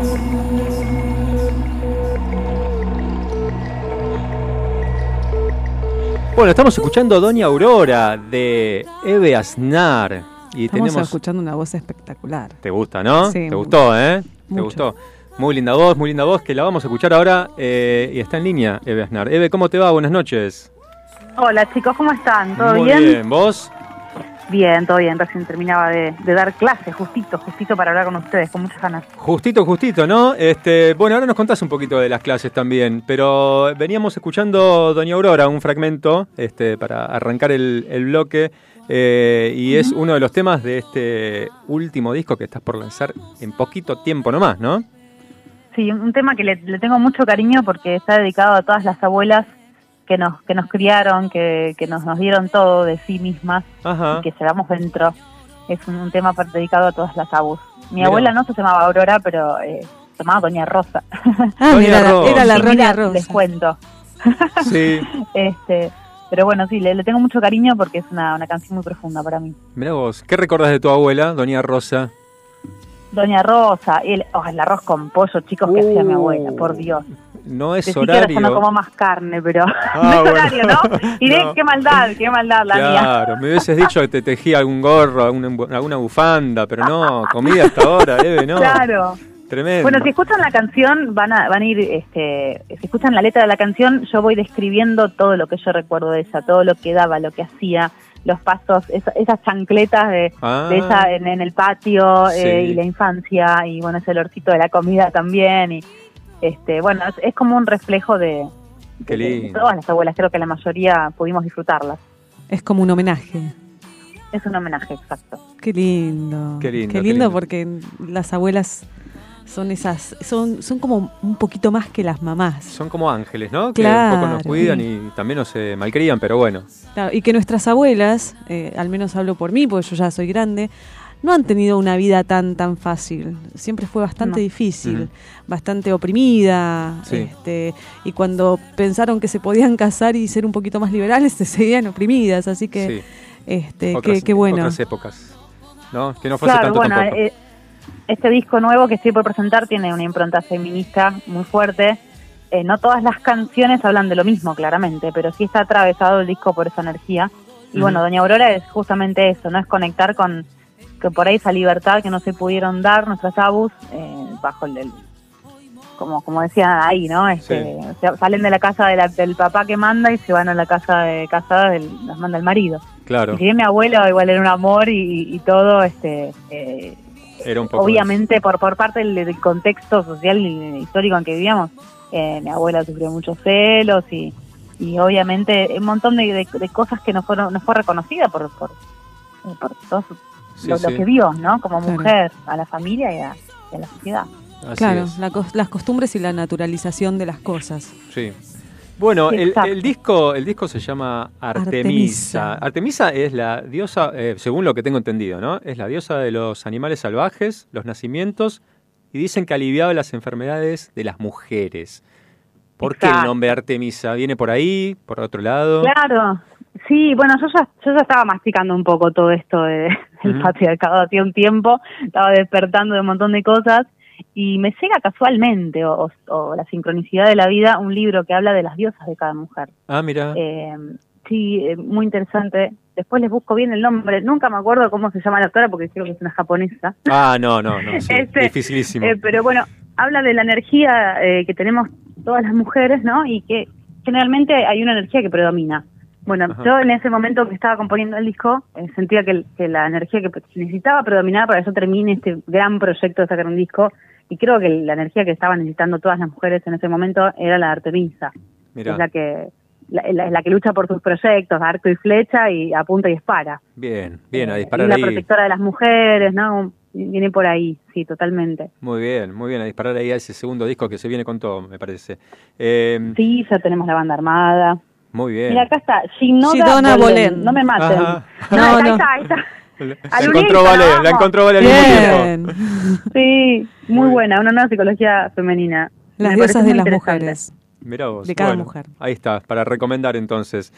Bueno, estamos escuchando Doña Aurora de Eve Aznar. Y Estamos escuchando una voz espectacular. ¿Te gusta, no? Sí, ¿Te gustó, ¿Te mucho. gustó? Muy linda voz, que la vamos a escuchar ahora y está en línea Eve Aznar. Eve, ¿cómo te va? Buenas noches. Hola chicos, ¿cómo están? ¿Todo Muy bien? bien, ¿vos? Bien, todo bien. Recién terminaba de dar clase, justito para hablar con ustedes, con muchas ganas. Justito, ¿no? Bueno, ahora nos contás un poquito de las clases también, pero veníamos escuchando Doña Aurora, un fragmento para arrancar el bloque, y es uno de los temas de este último disco que estás por lanzar en poquito tiempo nomás, ¿no? Sí, un tema que le tengo mucho cariño porque está dedicado a todas las abuelas que nos criaron, que nos dieron todo de sí mismas. Ajá. Y que llevamos dentro. Es un tema dedicado a todas las abus. Mi Mirá. abuela no se llamaba Aurora, pero se llamaba Doña Rosa. Era la Doña Rosa. Les cuento. Sí. Pero bueno, sí, le tengo mucho cariño porque es una canción muy profunda para mí. Mirá vos, ¿qué recordás de tu abuela, Doña Rosa? Doña Rosa, el arroz con pollo, chicos, que hacía mi abuela, por Dios. No es Decí horario. que ahora yo no como más carne, pero no es bueno. horario, ¿no? Y No. qué maldad la mía. Claro, me hubieses dicho que te tejía algún gorro, alguna bufanda, pero no, comida hasta ahora, Eve, no. Claro. Tremendo. Bueno, si escuchan la canción, van a ir, si escuchan la letra de la canción, yo voy describiendo todo lo que yo recuerdo de ella, todo lo que daba, lo que hacía, los pasos, esas chancletas de ella en el patio, Sí. y la infancia, y bueno, ese olorcito de la comida también, y bueno, es como un reflejo de Qué de lindo. todas las abuelas, creo que la mayoría pudimos disfrutarlas. Es como un homenaje. Es un homenaje, exacto. Qué lindo. Qué lindo, Qué qué lindo lindo. porque las abuelas son como un poquito más que las mamás. Son como ángeles, ¿no? Claro, Que un poco nos cuidan sí. y también nos malcrían, pero bueno. Claro, y que nuestras abuelas, al menos hablo por mí, porque yo ya soy grande, no han tenido una vida tan fácil. Siempre fue bastante difícil, bastante oprimida. Sí. Y cuando pensaron que se podían casar y ser un poquito más liberales, se seguían oprimidas. Así que, qué bueno. Otras épocas, ¿no? Que no fuese Claro, tanto bueno, tampoco. este disco nuevo que estoy por presentar tiene una impronta feminista muy fuerte. No todas las canciones hablan de lo mismo, claramente, pero sí está atravesado el disco por esa energía. Y bueno, Doña Aurora es justamente eso, ¿no? Es conectar con que por ahí esa libertad que no se pudieron dar nuestras abus, bajo como decían ahí, ¿no? Salen de la casa del papá que manda y se van a la casa de casada las manda el marido. Claro. Y si bien mi abuelo igual era un amor y todo, Era un poco obviamente por parte del contexto social y histórico en que vivíamos, mi abuela sufrió muchos celos y obviamente un montón de cosas que no fue reconocida por todo lo que vio, ¿no? Como Claro. mujer, a la familia y a la sociedad. Así Claro, es. las costumbres y la naturalización de las cosas. Sí. Bueno, Exacto. el disco se llama Artemisa. Artemisa es la diosa, según lo que tengo entendido, ¿no? Es la diosa de los animales salvajes, los nacimientos, y dicen que aliviaba las enfermedades de las mujeres. ¿Por qué el Exacto. nombre Artemisa? ¿Viene por ahí, por otro lado? Claro, sí, bueno, yo ya estaba masticando un poco todo esto del patriarcado hacía un tiempo, estaba despertando de un montón de cosas, y me llega casualmente, o la sincronicidad de la vida, un libro que habla de las diosas de cada mujer. Ah, mira. Sí, muy interesante. Después les busco bien el nombre. Nunca me acuerdo cómo se llama la autora porque creo que es una japonesa. Ah, no, sí, dificilísimo. Pero bueno, habla de la energía que tenemos todas las mujeres, ¿no? Y que generalmente hay una energía que predomina. Bueno, Ajá. yo en ese momento que estaba componiendo el disco, sentía que la energía que necesitaba predominar para que yo termine este gran proyecto de sacar un disco, y creo que la energía que estaban necesitando todas las mujeres en ese momento era la de Artemisa. Mirá. Es la que lucha por sus proyectos, arco y flecha, y apunta y dispara. Bien, a Y disparar la ahí. protectora de las mujeres, ¿no? Viene por ahí, sí, totalmente. Muy bien, a disparar ahí a ese segundo disco que se viene con todo, me parece. Sí, ya tenemos la banda armada. Muy bien. Mira, acá está, Shidona Bolén. No me maten. Ajá. Ahí está. La encontró Vale al mismo tiempo. Sí, muy buena, una nueva psicología femenina. Las Me diosas parece de muy las interesante. mujeres. Mirá vos. De cada Bueno, mujer. Ahí está, para recomendar entonces.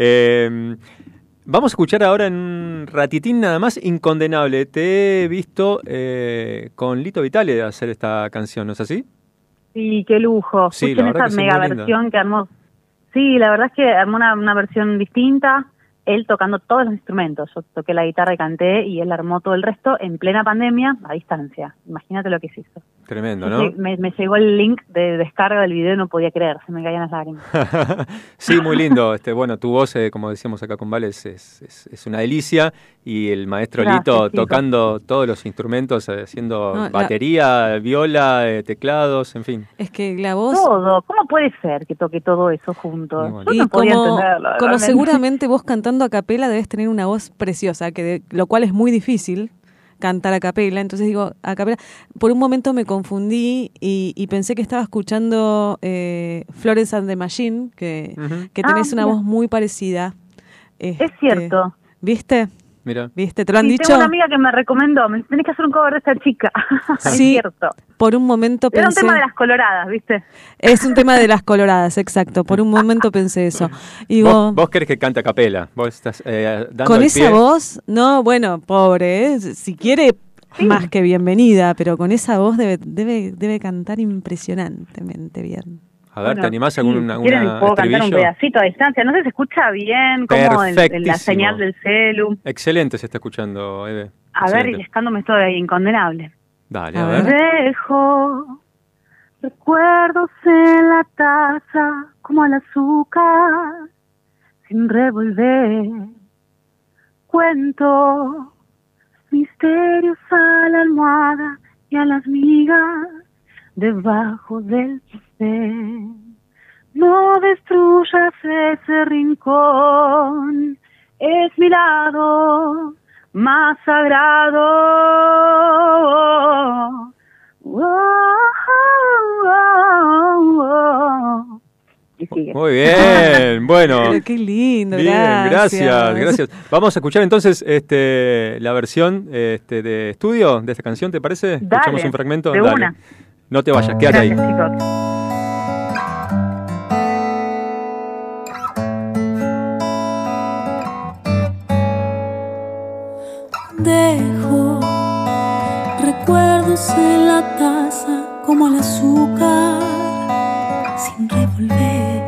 Vamos a escuchar ahora en un ratitín nada más Incondenable. Te he visto con Lito Vitale hacer esta canción, ¿no es así? Sí, qué lujo. Sí, Escuchen la verdad esa que sí, mega muy linda. versión que armó. Sí, la verdad es que armó una versión distinta, él tocando todos los instrumentos. Yo toqué la guitarra y canté, y él armó todo el resto en plena pandemia, a distancia. Imagínate lo que se hizo. Tremendo, ¿no? Me llegó el link de descarga del video y no podía creer, se me caían las lágrimas. Sí, muy lindo. Bueno, tu voz, como decíamos acá con Vale, es una delicia. Y el maestro Gracias, Lito chicos. tocando todos los instrumentos, haciendo No, batería, viola, teclados, en fin. Es que la voz... Todo, ¿cómo puede ser que toque todo eso juntos? bueno. Yo no podía entenderlo. como realmente. seguramente vos cantando a capela debes tener una voz preciosa, lo cual es muy difícil cantar a capela. Entonces digo, a capela, por un momento me confundí y pensé que estaba escuchando Florence and the Machine, que tenés una mira. voz muy parecida. Es cierto. ¿Viste? Mira. ¿Viste? ¿Te lo han Sí, dicho? tengo una amiga que me recomendó, me tenés que hacer un cover de esta chica. Es Sí, cierto. por un momento Era un pensé... tema de las coloradas, ¿viste? Es un tema de las coloradas, exacto. Por un momento pensé eso. Y digo, ¿Vos querés que cante a capela? ¿Vos estás dando con el esa pie? voz, no, bueno, pobre, si quiere, más que bienvenida, pero con esa voz debe cantar impresionantemente bien. A ver, Bueno, ¿te animás a sí, algún si quieren puedo cantar un estribillo? pedacito a distancia. No sé si se escucha bien, como en la Perfectísimo. señal del celu. Excelente se está escuchando, Eve. A ver, y Excelente. les canto, me estoy incondenable. Dale, a ver. Dejo recuerdos en la taza como el azúcar sin revolver. Cuento misterios a la almohada y a las migas debajo del papel. No destruyas ese rincón, es mi lado más sagrado. Y sigue. Muy bien, bueno. Pero qué lindo, Bien, gracias. gracias. Vamos a escuchar entonces la versión de estudio de esta canción, ¿te parece? Dale, Escuchamos un fragmento. de Dale. una. No te vayas, quédate ahí. Gracias, chicos. Dejo recuerdos en la taza como el azúcar sin revolver.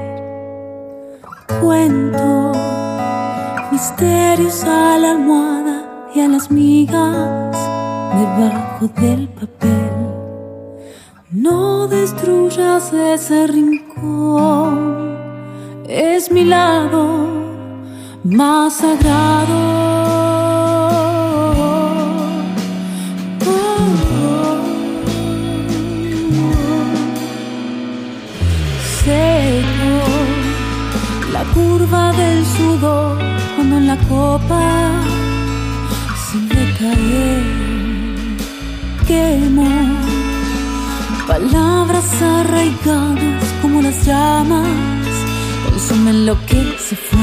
Cuento misterios a la almohada y a las migas debajo del papel. No destruyas ese rincón, es mi lado más sagrado. Seco la curva del sudor cuando en la copa sin recaer quemo palabras arraigadas como las llamas eso me enloquece fue.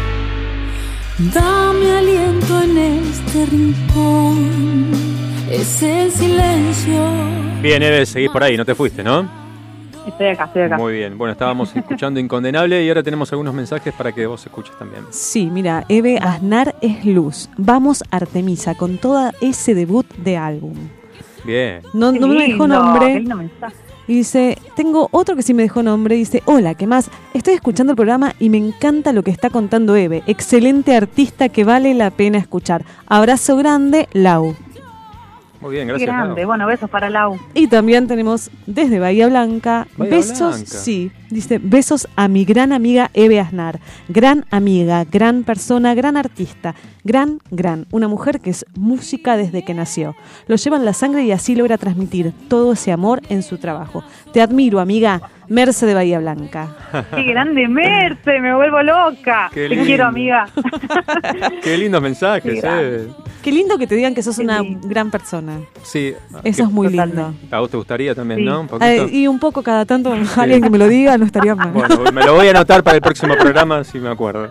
Dame aliento en este rincón, ese silencio. Bien, Eve, seguís por ahí, no te fuiste, ¿no? Estoy acá. Muy bien, bueno, estábamos escuchando Incondenable y ahora tenemos algunos mensajes para que vos escuches también. Sí, mira, Eve, Aznar es luz. Vamos Artemisa con todo ese debut de álbum. Bien. No me dejó Qué nombre. lindo mensaje. Y dice, tengo otro que sí me dejó nombre. Dice, hola, ¿qué más? Estoy escuchando el programa y me encanta lo que está contando Eve. Excelente artista que vale la pena escuchar. Abrazo grande, Lau. Muy bien, Qué gracias. grande. Lau. Bueno, besos para Lau. Y también tenemos desde Bahía Blanca, Bahía besos, Blanca. sí, dice, besos a mi gran amiga Eve Aznar, gran amiga, gran persona, gran artista, gran, una mujer que es música desde que nació. Lo lleva en la sangre y así logra transmitir todo ese amor en su trabajo. Te admiro, amiga, Merce de Bahía Blanca. Qué grande, Merce, me vuelvo loca. Qué Te lindo. quiero, amiga. Qué lindos mensajes, Qué grande. Qué lindo que te digan que sos una gran persona. Sí. Eso es muy lindo. A vos te gustaría también, Sí. ¿no? Un poquito. Y un poco cada tanto alguien que me lo diga no estaría mal. Bueno, me lo voy a anotar para el próximo programa, si me acuerdo.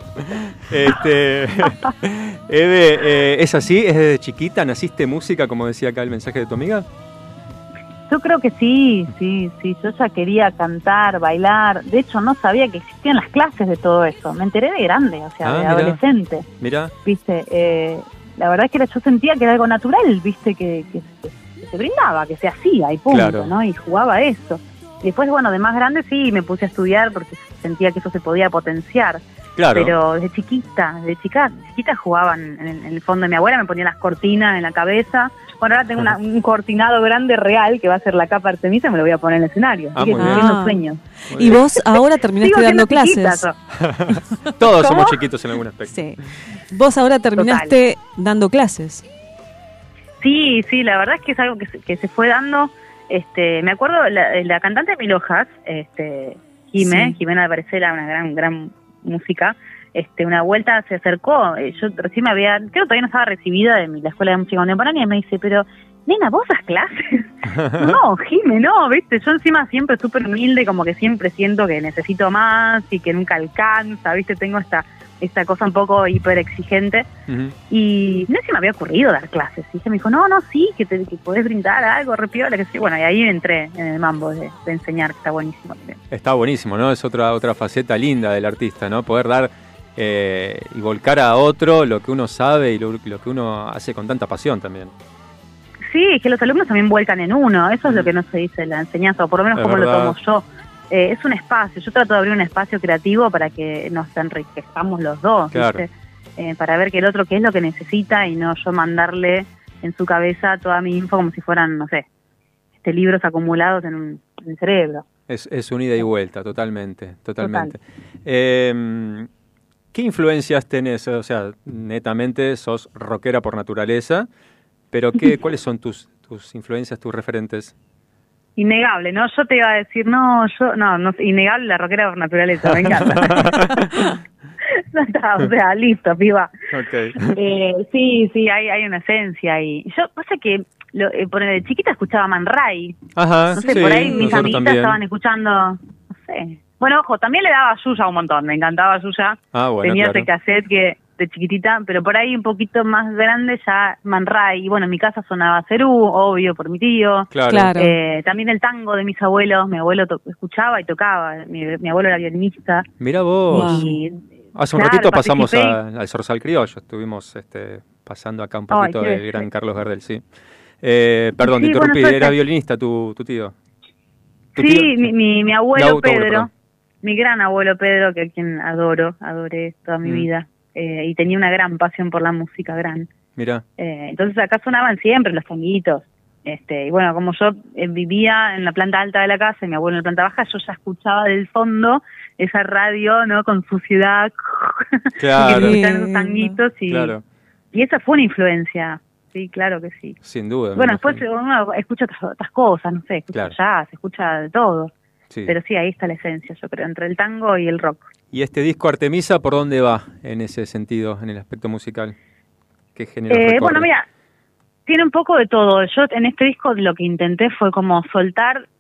Eve, ¿es así? ¿Es desde chiquita? ¿Naciste música, como decía acá el mensaje de tu amiga? Yo creo que sí. Yo ya quería cantar, bailar. De hecho, no sabía que existían las clases de todo eso. Me enteré de grande, o sea, de mirá. adolescente. Mira. ¿Viste? La verdad es que yo sentía que era algo natural, ¿viste? Que se brindaba, que se hacía y punto, Claro. ¿no? Y jugaba a eso. Y después, bueno, de más grande sí me puse a estudiar porque sentía que eso se podía potenciar. Claro. Pero desde chiquita jugaban en el fondo de mi abuela, me ponía las cortinas en la cabeza. Bueno, ahora tengo un cortinado grande real que va a ser la capa Artemisa y me lo voy a poner en el escenario. Así que muy estoy bien. haciendo sueños. Y vos ahora terminaste Sigo dando siendo chiquita, clases. yo. Todos ¿Cómo? somos chiquitos en algún aspecto. Sí. Vos ahora terminaste dando clases. Sí, la verdad es que es algo que se fue dando. Me acuerdo la cantante de Milojas, Jimena Alvarezela, una gran música. Una vuelta se acercó, yo recién creo que todavía no estaba recibida de la Escuela de Música Contemporánea, y me dice, pero nena, ¿vos das clases? No, Jime, no, viste, yo encima siempre súper humilde, como que siempre siento que necesito más y que nunca alcanza, viste, tengo esta cosa un poco hiper exigente. Uh-huh. Y no se me había ocurrido dar clases, y ella me dijo, no, sí, que podés brindar algo, repiola, que sí. Bueno, y ahí entré en el mambo de enseñar, que está buenísimo también. Está buenísimo, ¿no? Es otra faceta linda del artista, ¿no? Poder dar y volcar a otro lo que uno sabe y lo que uno hace con tanta pasión también. Sí, es que los alumnos también vuelcan en uno, eso es lo que no se dice en la enseñanza, o por lo menos Es como verdad. lo tomo yo. Es un espacio, yo trato de abrir un espacio creativo para que nos enriquezcamos los dos, Claro. ¿viste? Para ver que el otro qué es lo que necesita y no yo mandarle en su cabeza toda mi info como si fueran, no sé, libros acumulados en el cerebro. Es un ida y vuelta, totalmente. ¿Qué influencias tenés? O sea, netamente sos rockera por naturaleza, pero ¿cuáles son tus influencias, tus referentes? Innegable, ¿no? Yo te iba a decir, no, innegable la rockera por naturaleza, me encanta. Ya está, o sea, listo, piba. Okay. Sí, hay una esencia y yo, pasa que por de chiquita escuchaba Man Ray. Ajá, no sé, sí, por ahí mis nosotros amiguitas también. estaban escuchando, no sé. Bueno, ojo, también le daba a Yuya un montón, me encantaba Yuya. Ah, bueno, Tenía claro. ese cassette que de chiquitita, pero por ahí un poquito más grande ya Man Ray. Y bueno, en mi casa sonaba Cerú, obvio, por mi tío. Claro. También el tango de mis abuelos, mi abuelo escuchaba y tocaba, mi abuelo era violinista. Mira vos. Y, Hace un claro, ratito pasamos participé. al Zorzal Criollo, estuvimos pasando acá un Ay, poquito qué del bestia. gran Carlos Gardel, sí. Perdón, te Sí, interrumpí, bueno, era suerte. violinista tu tío. ¿Tu Sí, tío? mi abuelo Tu abuelo, Pedro, perdón. mi gran abuelo Pedro, que a quien adoré toda mi vida, y tenía una gran pasión por la música, gran. Mira. Entonces acá sonaban siempre los tanguitos. Y bueno, como yo vivía en la planta alta de la casa y mi abuelo en la planta baja, yo ya escuchaba del fondo esa radio, ¿no? Con suciedad, Claro. que escuchaban esos tanguitos Claro, y esa fue una influencia. Sí, claro que sí. sin duda. Bueno, me después imagino. uno escucha otras cosas, no sé, escucha Claro. jazz, escucha de todo. Sí. Pero sí, ahí está la esencia, yo creo, entre el tango y el rock. ¿Y este disco Artemisa por dónde va en ese sentido, en el aspecto musical? ¿Qué género recorre? Bueno, mira, tiene un poco de todo. Yo en este disco lo que intenté fue como soltar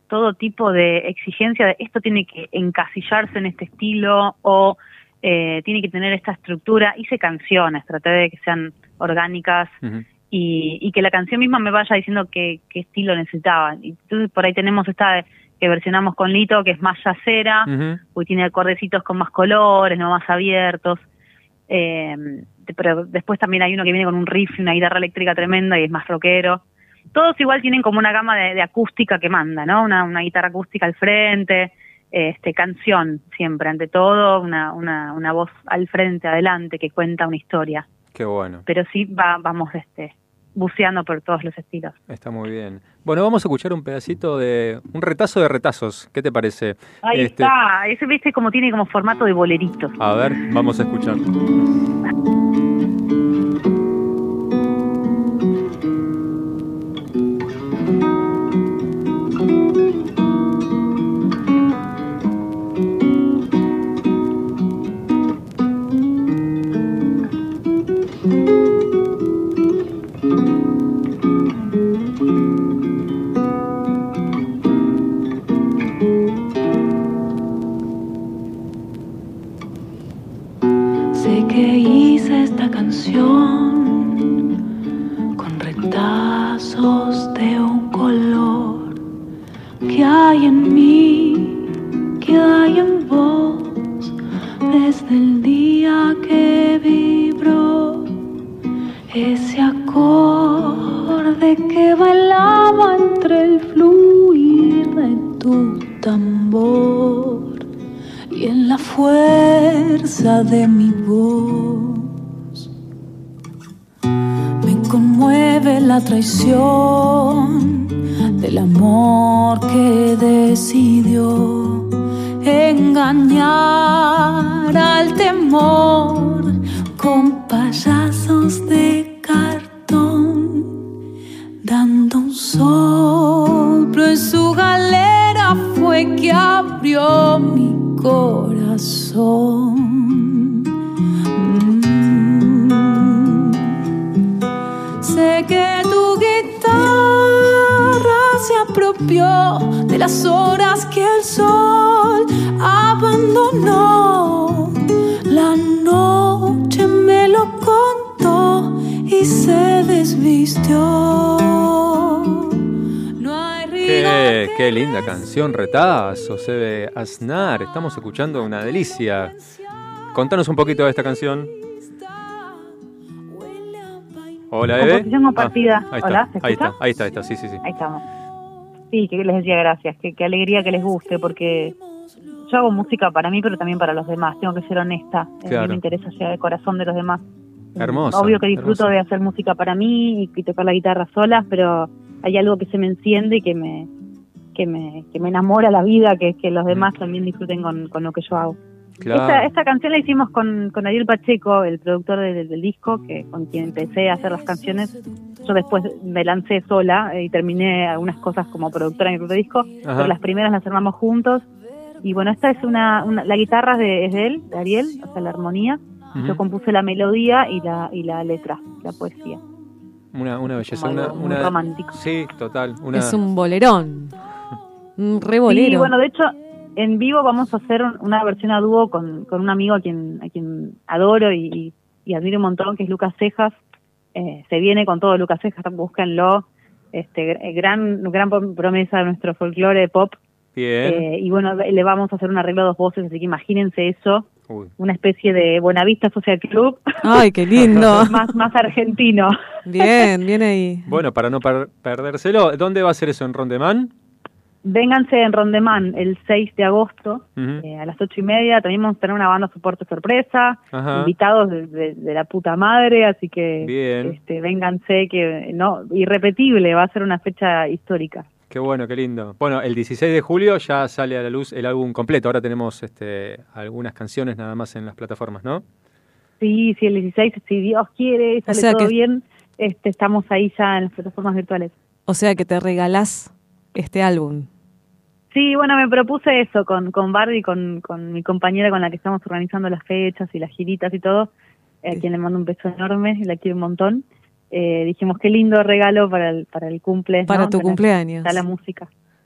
todo tipo de exigencia de esto tiene que encasillarse en este estilo o tiene que tener esta estructura. Hice canciones, traté de que sean orgánicas y que la canción misma me vaya diciendo qué estilo necesitaba. Y entonces por ahí tenemos esta que versionamos con Lito, que es más yacera, porque tiene acordecitos con más colores, no más abiertos. Pero después también hay uno que viene con un riff y una guitarra eléctrica tremenda y es más rockero. Todos igual tienen como una gama de acústica que manda, ¿no? Una guitarra acústica al frente, canción siempre, ante todo, una voz al frente, adelante, que cuenta una historia. Qué bueno. Pero sí vamos buceando por todos los estilos. Está muy bien. Bueno, vamos a escuchar un pedacito de un retazo de retazos. ¿Qué te parece? Ahí está. Ese, viste, como tiene como formato de boleritos. A ver, vamos a escuchar. Sé que hice esta canción con retazos de un color que hay en mí, que hay en vos, desde el día que vibró ese acorde que bailaba entre el fluir de tu tambor y en la fuerza de mi voz. Me conmueve la traición del amor que decidió engañar al temor con payasos de cartón, dando un soplo en su galera fue que abrió mi corazón. Sé que tu guitarra se apropió de las horas que el sol abandonó. La noche me lo contó y se desvistió. Qué linda canción, Retazos, de Aznar. Estamos escuchando una delicia. Contanos un poquito de esta canción. Hola, Eve. Composición compartida. Ahí Hola, está, ¿se escucha? ahí está, sí. Ahí estamos. Sí, que les decía gracias, que alegría que les guste, porque yo hago música para mí, pero también para los demás. Tengo que ser honesta. Claro. A mí me interesa llegar al corazón de los demás. Hermoso. Obvio que disfruto de hacer música para mí y tocar la guitarra sola, pero hay algo que se me enciende y que me enamora la vida, que los demás también disfruten con lo que yo hago. Claro. Esta canción la hicimos con Ariel Pacheco, el productor del disco, que con quien empecé a hacer las canciones. Yo después me lancé sola y terminé algunas cosas como productora en el grupo de disco, pero las primeras las armamos juntos. Y bueno, esta es la guitarra es de él, de Ariel, o sea, la armonía. Yo compuse la melodía y la letra, la poesía. Una belleza, un romántico. Sí, total. Es un bolerón, un re bolero. Sí, bueno, de hecho, en vivo vamos a hacer una versión a dúo con un amigo a quien adoro y admiro un montón, que es Lucas Cejas. Se viene con todo Lucas Cejas, búsquenlo. Gran promesa de nuestro folclore de pop. Bien. Y bueno, le vamos a hacer un arreglo a 2 voces, así que imagínense eso. Uy. Una especie de Buenavista Social Club. Ay, qué lindo. más argentino. Bien ahí. Bueno, para no perdérselo, ¿dónde va a ser eso? ¿En Rondemán? Vénganse en Rondemán el 6 de agosto a las 8:30. También vamos a tener una banda soporte sorpresa, invitados de la puta madre, así que bien. Vénganse, que no, irrepetible, va a ser una fecha histórica. Qué bueno, qué lindo. Bueno, el 16 de julio ya sale a la luz el álbum completo. Ahora tenemos algunas canciones nada más en las plataformas, ¿no? Sí, el 16, si Dios quiere, sale todo bien, estamos ahí ya en las plataformas virtuales. O sea que te regalás este álbum. Sí, bueno, me propuse eso con Barbie, con mi compañera con la que estamos organizando las fechas y las giritas y todo, a quien le mando un beso enorme y la quiero un montón. Dijimos qué lindo regalo para el cumple. Para tu cumpleaños. Está la música.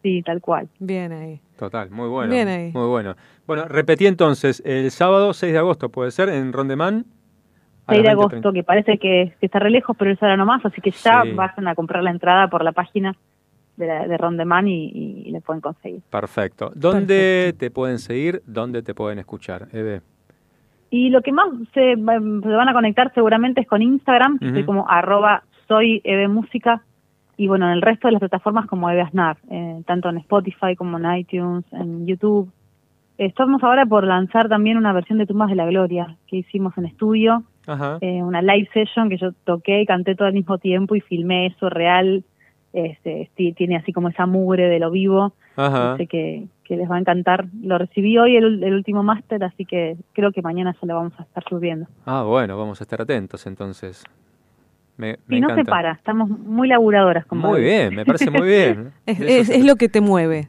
Sí, tal cual. Bien ahí. Total, muy bueno. Bien ahí. Muy bueno. Bueno, repetí entonces, el sábado 6 de agosto, ¿puede ser? En Rondemán. 6 de agosto, que parece que está re lejos, pero es ahora nomás, así que ya vayan a comprar la entrada por la página de Rondemán y le pueden conseguir. Perfecto. ¿Dónde te pueden seguir? ¿Dónde te pueden escuchar, Eve? Y lo que más se van a conectar seguramente es con Instagram, que estoy como @soyevemusica, y bueno, en el resto de las plataformas como Eve Aznar, tanto en Spotify como en iTunes, en YouTube. Estamos ahora por lanzar también una versión de Tumbas de la Gloria que hicimos en estudio, una live session que yo toqué y canté todo al mismo tiempo y filmé eso real. Tiene así como esa mugre de lo vivo. Sé que les va a encantar. Lo recibí hoy el último máster, así que creo que mañana se lo vamos a estar subiendo. Bueno, vamos a estar atentos entonces. Me no encanta. se para, estamos muy laburadoras. Muy bien, me parece muy bien. es lo que te mueve.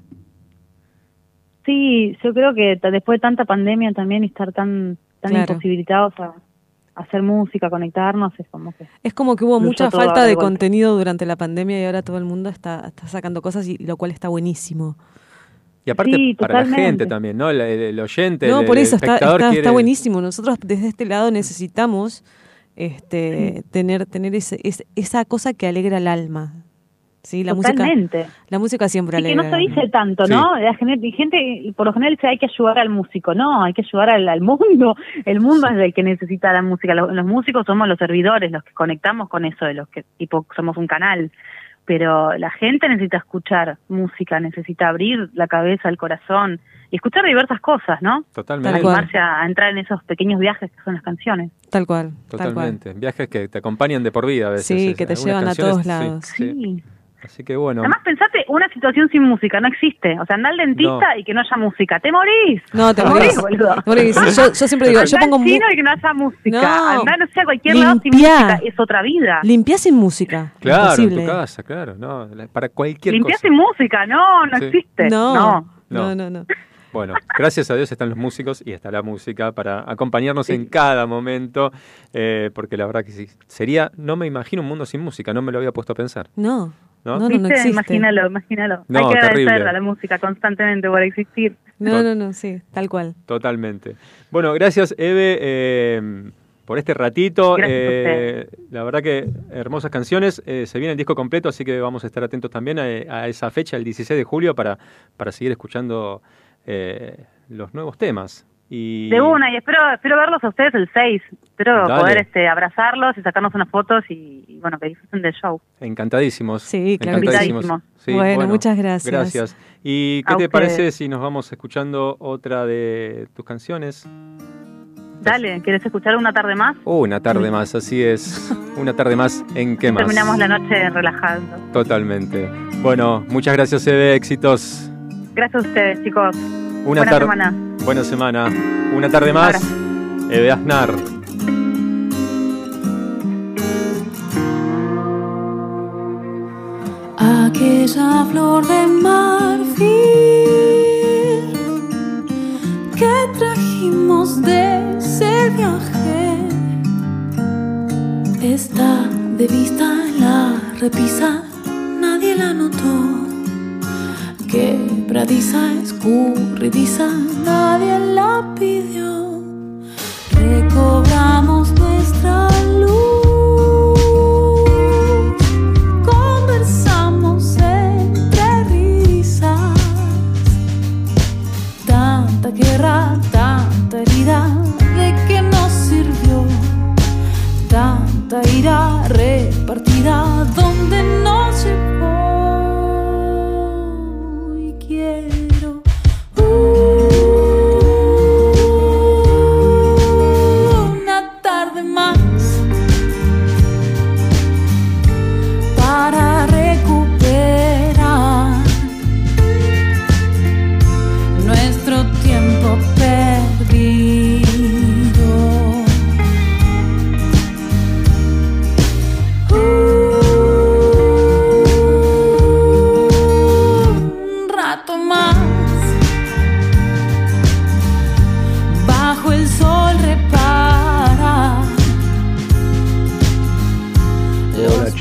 Sí, yo creo que después de tanta pandemia también estar tan imposibilitados a hacer música, conectarnos, es como que hubo mucha falta de contenido durante la pandemia y ahora todo el mundo está sacando cosas, y lo cual está buenísimo. Y aparte para la gente también, ¿no? El oyente, por eso espectador está buenísimo. Nosotros desde este lado necesitamos tener esa cosa que alegra el alma. Sí, la música siempre alegra. Que no se dice tanto, ¿no? La gente por lo general dice hay que ayudar al músico. No, hay que ayudar al mundo. El mundo es el que necesita la música. Los músicos somos los servidores, los que conectamos con eso, de los que tipo somos un canal. Pero la gente necesita escuchar música, necesita abrir la cabeza, el corazón y escuchar diversas cosas, ¿no? Totalmente. Animarse a entrar en esos pequeños viajes que son las canciones. Tal cual. Totalmente. Tal cual. Viajes que te acompañan de por vida a veces. Sí, que te llevan a todos lados. Sí. Así que bueno. Además, pensate, una situación sin música no existe. O sea, anda al dentista y que no haya música. ¡Te morís! No, te morís, boludo. Yo siempre digo, yo pongo chino y que no haya música. Andá, no sé, a cualquier lado sin música. Es otra vida. Limpiá sin música. Claro, imposible. En tu casa, claro. No, para cualquier Limpiá cosa. sin música. No existe. No. Bueno, gracias a Dios están los músicos y está la música para acompañarnos en cada momento, porque la verdad que sí, no me imagino un mundo sin música, no me lo había puesto a pensar. No existe. Imagínalo. No, hay que agradecer terrible. a la música constantemente por existir. No, sí, tal cual. Totalmente. Bueno, gracias, Eve, por este ratito. La verdad que hermosas canciones. Se viene el disco completo, así que vamos a estar atentos también a esa fecha, el 16 de julio, para seguir escuchando los nuevos temas. De una, y espero verlos a ustedes el 6. Espero poder abrazarlos y sacarnos unas fotos y bueno, que disfruten del show. Encantadísimos. Sí, claro. Encantadísimos. Sí, bueno, muchas gracias. Gracias. ¿Y qué te parece si nos vamos escuchando otra de tus canciones? Dale, ¿quieres escuchar Una tarde más? Una tarde más, así es. Una tarde más en ¿Qué más? Terminamos la noche relajando. Totalmente. Bueno, muchas gracias, Eve. Éxitos. Gracias a ustedes, chicos. Buena semana. Buena semana. Una tarde más. Eve Aznar. Aquella flor de marfil que trajimos de ese viaje está de vista en la repisa, nadie la notó. Quebradiza, escurridiza, nadie la pidió. Recobramos nuestra luz, conversamos entre risas. Tanta guerra, tanta herida, ¿de qué nos sirvió? Tanta ira repartida, ¿dónde nos llevó? Quiero una tarde más para recuperar nuestro tiempo perdido.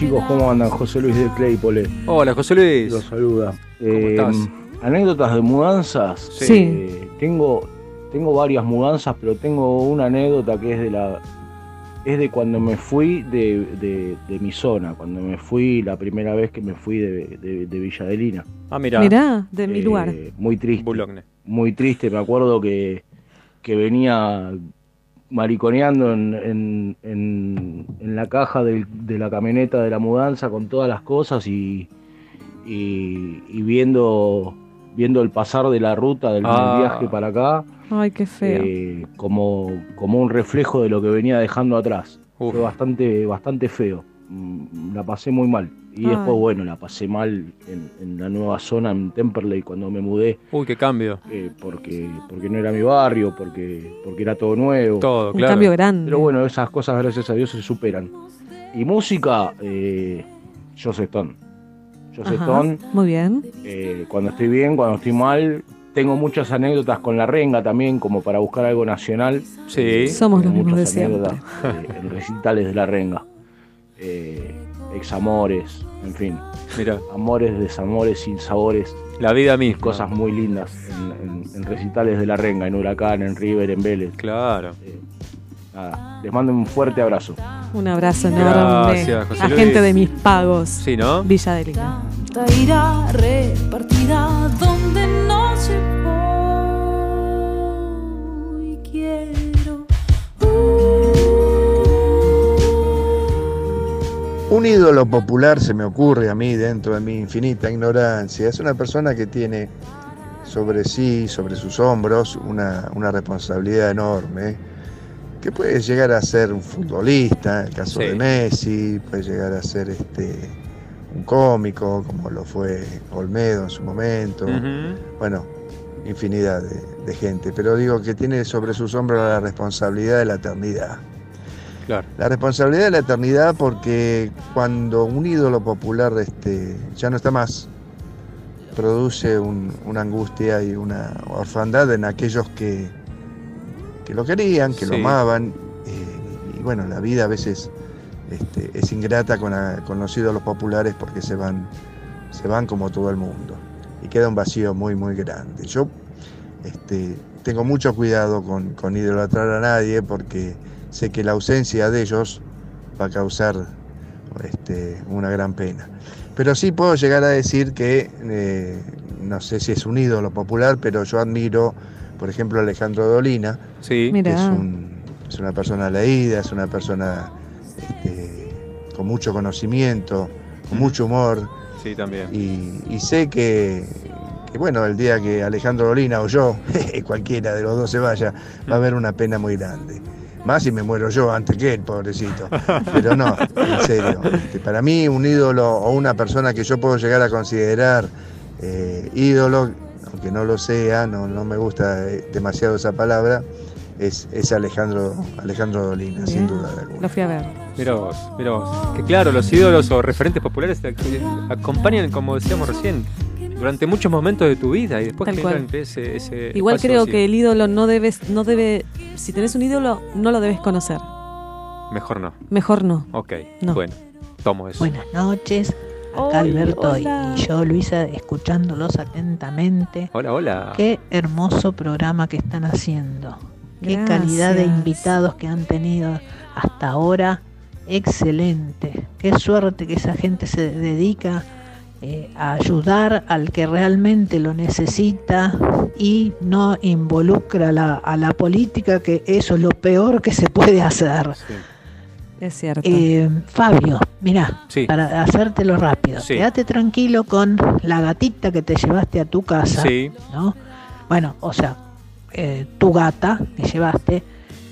chicos, ¿cómo andan? José Luis de Claypole. Hola, José Luis. Los saluda. ¿Cómo estás? Anécdotas de mudanzas. Sí. Tengo varias mudanzas, pero tengo una anécdota que es de cuando me fui de mi zona, cuando me fui la primera vez que me fui de Villa Adelina. Ah, mirá. Mirá, de mi lugar. Muy triste. Boulogne. Muy triste, me acuerdo que venía mariconeando en la caja de la camioneta de la mudanza con todas las cosas y viendo el pasar de la ruta del viaje para acá. Ay, qué feo. Como un reflejo de lo que venía dejando atrás. Fue bastante feo. La pasé muy mal. Y después, bueno, la pasé mal en la nueva zona, en Temperley, cuando me mudé. Uy, qué cambio. Porque no era mi barrio, porque era todo nuevo. Todo, claro. Un cambio grande. Pero bueno, esas cosas, gracias a Dios, se superan. Y música, Joseph Stone. Stone. Muy bien. Cuando estoy bien, cuando estoy mal. Tengo muchas anécdotas con La Renga también, como para buscar algo nacional. Sí. Somos los mismos de siempre. En recitales de La Renga. Examores, en fin. Mira. Amores, desamores, sinsabores. La vida misma. Cosas muy lindas en recitales de La Renga, en Huracán, en River, en Vélez. Claro. Nada, les mando un fuerte abrazo. Un abrazo enorme. Gracias, José a Luis. gente de mis pagos. Sí, ¿no? Villa Adelina. Tanta ira repartida donde no se voy. Quiero. Un ídolo popular se me ocurre a mí dentro de mi infinita ignorancia. Es una persona que tiene sobre sí, sobre sus hombros, una responsabilidad enorme, que puede llegar a ser un futbolista, en el caso de Messi, puede llegar a ser un cómico, como lo fue Olmedo en su momento. Bueno, infinidad de gente, pero digo que tiene sobre sus hombros la responsabilidad de la eternidad. Claro. La responsabilidad de la eternidad, porque cuando un ídolo popular ya no está más, produce una angustia y una orfandad en aquellos que lo querían, que lo amaban, y bueno, la vida a veces es ingrata con los ídolos populares, porque se van como todo el mundo y queda un vacío muy muy grande. Yo tengo mucho cuidado con idolatrar a nadie, porque sé que la ausencia de ellos va a causar una gran pena. Pero sí puedo llegar a decir que, no sé si es un ídolo popular, pero yo admiro, por ejemplo, a Alejandro Dolina, que es una persona leída, es una persona con mucho conocimiento, con mucho humor. Sí, también. Y sé que bueno, el día que Alejandro Dolina o yo, cualquiera de los dos se vaya, va a haber una pena muy grande. Más si me muero yo antes que él, pobrecito. Pero no, en serio. Para mí, un ídolo o una persona que yo puedo llegar a considerar ídolo, aunque no lo sea, no me gusta demasiado esa palabra, es Alejandro Dolina, sin duda alguna. Lo fui a ver. Mirá vos. Que claro, los ídolos o referentes populares te acompañan, como decíamos recién, durante muchos momentos de tu vida, y después generan ese igual creo vacío. que el ídolo no debe, si tenés un ídolo, no lo debes conocer. Mejor no. No. Ok, no. bueno, tomo eso. Buenas noches, acá Alberto y yo, Luisa, escuchándolos atentamente. Hola. Qué hermoso programa que están haciendo. Qué Gracias. calidad de invitados que han tenido hasta ahora. Excelente. Qué suerte que esa gente se dedica a ayudar al que realmente lo necesita y no involucra a la política, que eso es lo peor que se puede hacer. Sí. Es cierto. Fabio, mirá, Sí. para hacértelo rápido, Sí. quédate tranquilo con la gatita que te llevaste a tu casa, Sí. ¿no? Bueno, o sea, tu gata que llevaste,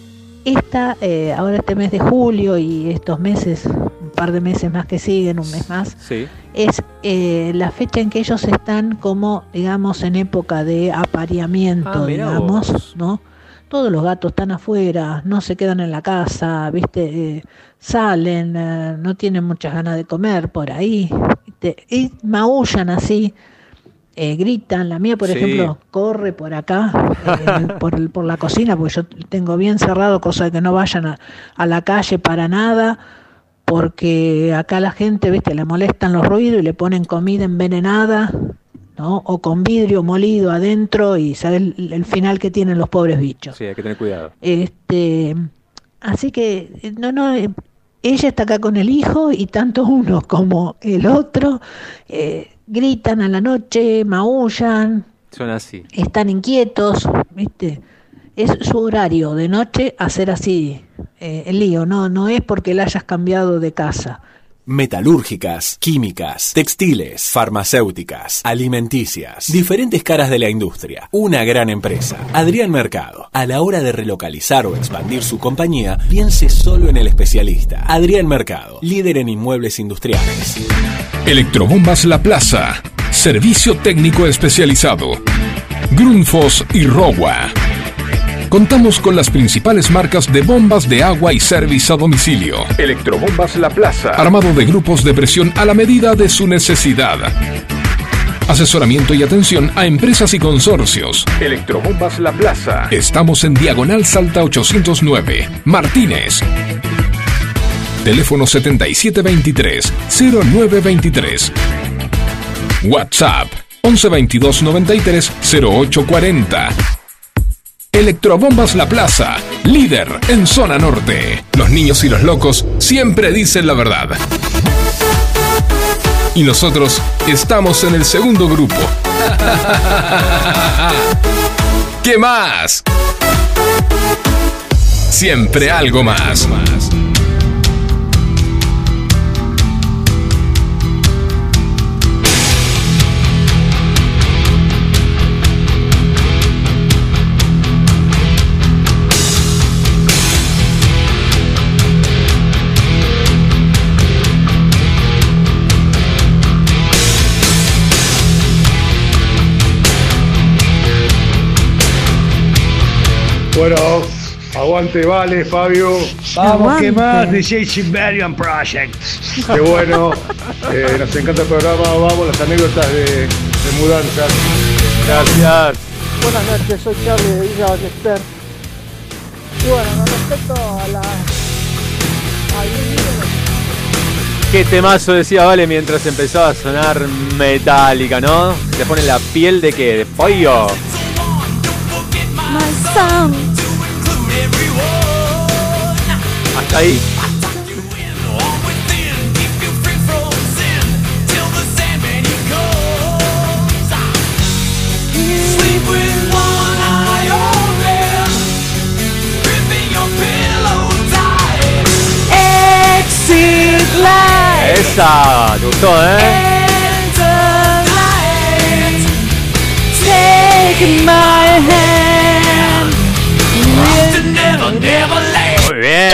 ahora este mes de julio y estos meses, un par de meses más que siguen, un mes más, Sí. es la fecha en que ellos están como, digamos, en época de apareamiento, mirá digamos, vos. ¿no? Todos los gatos están afuera, no se quedan en la casa, ¿viste? Salen, no tienen muchas ganas de comer por ahí, ¿viste? Y maullan así, gritan. La mía, por Sí. ejemplo, corre por acá, por la cocina, porque yo tengo bien cerrado, cosa de que no vayan a la calle para nada, porque acá la gente, viste, le molestan los ruidos y le ponen comida envenenada, ¿no? O con vidrio molido adentro y sabes el final que tienen los pobres bichos. Sí, hay que tener cuidado. Así que ella está acá con el hijo y tanto uno como el otro gritan a la noche, maullan, Son así. están inquietos, ¿viste? Es su horario de noche hacer así el lío, no es porque la hayas cambiado de casa. Metalúrgicas, químicas, textiles, farmacéuticas, alimenticias, diferentes caras de la industria. Una gran empresa. Adrián Mercado. A la hora de relocalizar o expandir su compañía, piense solo en el especialista. Adrián Mercado, líder en inmuebles industriales. Electrobombas La Plaza. Servicio técnico especializado. Grundfos y Rogua. Contamos con las principales marcas de bombas de agua y servicio a domicilio. Electrobombas La Plaza. Armado de grupos de presión a la medida de su necesidad. Asesoramiento y atención a empresas y consorcios. Electrobombas La Plaza. Estamos en Diagonal Salta 809, Martínez. Teléfono 7723-0923. WhatsApp 1122 93 0840. Electrobombas La Plaza, líder en zona norte. Los niños y los locos siempre dicen la verdad. Y nosotros estamos en el segundo grupo. ¿Qué más? Siempre algo más. Bueno, aguante, vale, Fabio. Vamos, ¿qué más? The Jason Varian Project. Qué bueno. Nos encanta el programa. Vamos, las anécdotas de mudanzas. Gracias. Buenas noches, soy Charlie de Villa Ballester. Y bueno, con respecto a la... Qué temazo decía Vale mientras empezaba a sonar Metallica, ¿no? Se pone la piel de qué, de pollo. Hasta ahí. Esa, te gustó, Take my hand. Muy bien.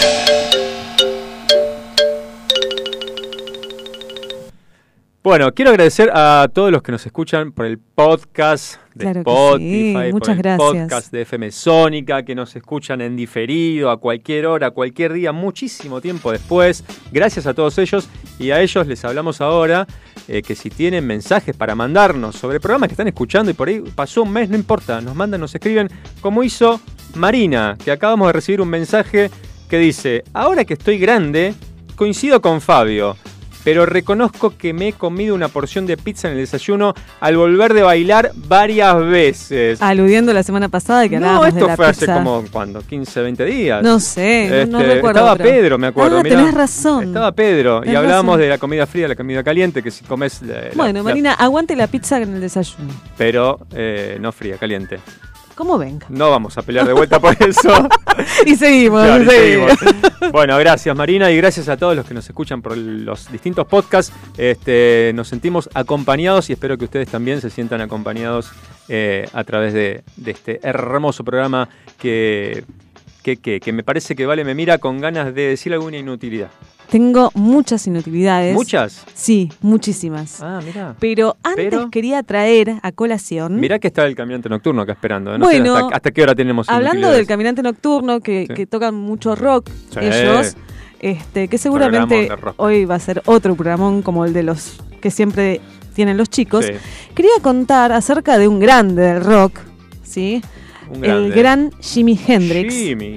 Bueno, quiero agradecer a todos los que nos escuchan por el podcast de Spotify, sí. Muchas por el gracias. podcast de FM Sónica, que nos escuchan en diferido, a cualquier hora, a cualquier día, muchísimo tiempo después. Gracias a todos ellos, y a ellos les hablamos ahora que si tienen mensajes para mandarnos sobre programas que están escuchando y por ahí pasó un mes, no importa, nos mandan, nos escriben, como hizo Marina, que acabamos de recibir un mensaje que dice: ahora que estoy grande, coincido con Fabio, pero reconozco que me he comido una porción de pizza en el desayuno al volver de bailar varias veces. Aludiendo la semana pasada que hablábamos de la esto fue hace pizza. como, ¿cuándo? 15, 20 días. No sé, no recuerdo. Estaba pero... Pedro, me acuerdo. Mirá, tenés razón. Estaba Pedro, Tenés y hablábamos razón. de la comida fría, la comida caliente, que si comes... Bueno, Marina, aguante la pizza en el desayuno. Pero no fría, caliente. ¿Cómo venga? No vamos a pelear de vuelta por eso. Y seguimos, Claro, y seguimos. Bueno, gracias Marina, y gracias a todos los que nos escuchan por los distintos podcasts. Nos sentimos acompañados y espero que ustedes también se sientan acompañados a través de este hermoso programa que me parece que Vale me mira con ganas de decir alguna inutilidad. Tengo muchas inutilidades. ¿Muchas? Sí, muchísimas. Ah, mirá. Pero antes quería traer a colación... Mirá que está el caminante nocturno acá esperando. No Bueno, sé hasta qué hora tenemos hablando inutilidades. del caminante nocturno, que tocan mucho rock, Sí. ellos, que seguramente Programón de rock. hoy va a ser otro programón como el de los que siempre tienen los chicos. Sí. Quería contar acerca de un grande del rock, ¿sí? Un grande. El gran Jimi Hendrix. Jimi.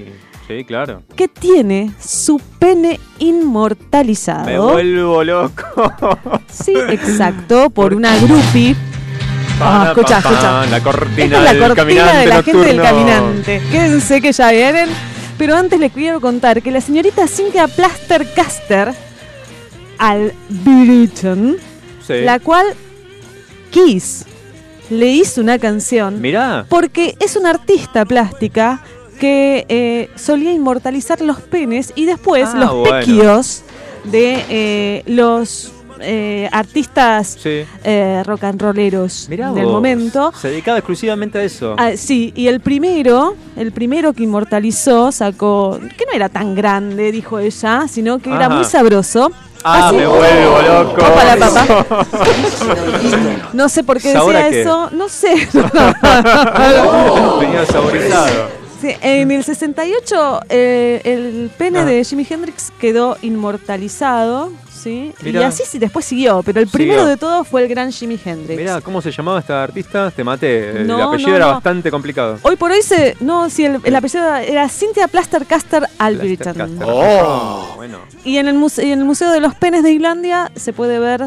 Sí, claro. que tiene su pene inmortalizado. Me vuelvo loco. Sí, exacto, por una groupie. Escucha. La cortina Esta es la del cortina caminante de la gente del nocturno. caminante. Quédense que ya vienen. Pero antes les quiero contar que la señorita Cynthia Plaster-Caster Albritton, Sí. la cual Kiss le hizo una canción. Mirá. Porque es una artista plástica que solía inmortalizar los penes y después los bueno. pequios de los artistas rock and rolleros Mirá del vos. momento. Se dedicaba exclusivamente a eso. Ah, sí, y el primero que inmortalizó sacó, que no era tan grande, dijo ella, sino que era Ajá. muy sabroso. Así- Me vuelvo loco. Opa la papa. No sé por qué ¿Sabor decía a qué? eso, no sé. Venía saborizado. Sí, en el 68 el pene de Jimi Hendrix quedó inmortalizado, ¿sí? Y Mirá. así sí, después siguió, pero el primero de todos fue el gran Jimi Hendrix. Mirá, ¿cómo se llamaba esta artista? Te maté. El No, apellido no, era no. bastante complicado. Hoy por hoy el apellido era Cynthia Plaster-Caster Albritton. Bueno. Y en el Museo de los Penes de Islandia se puede ver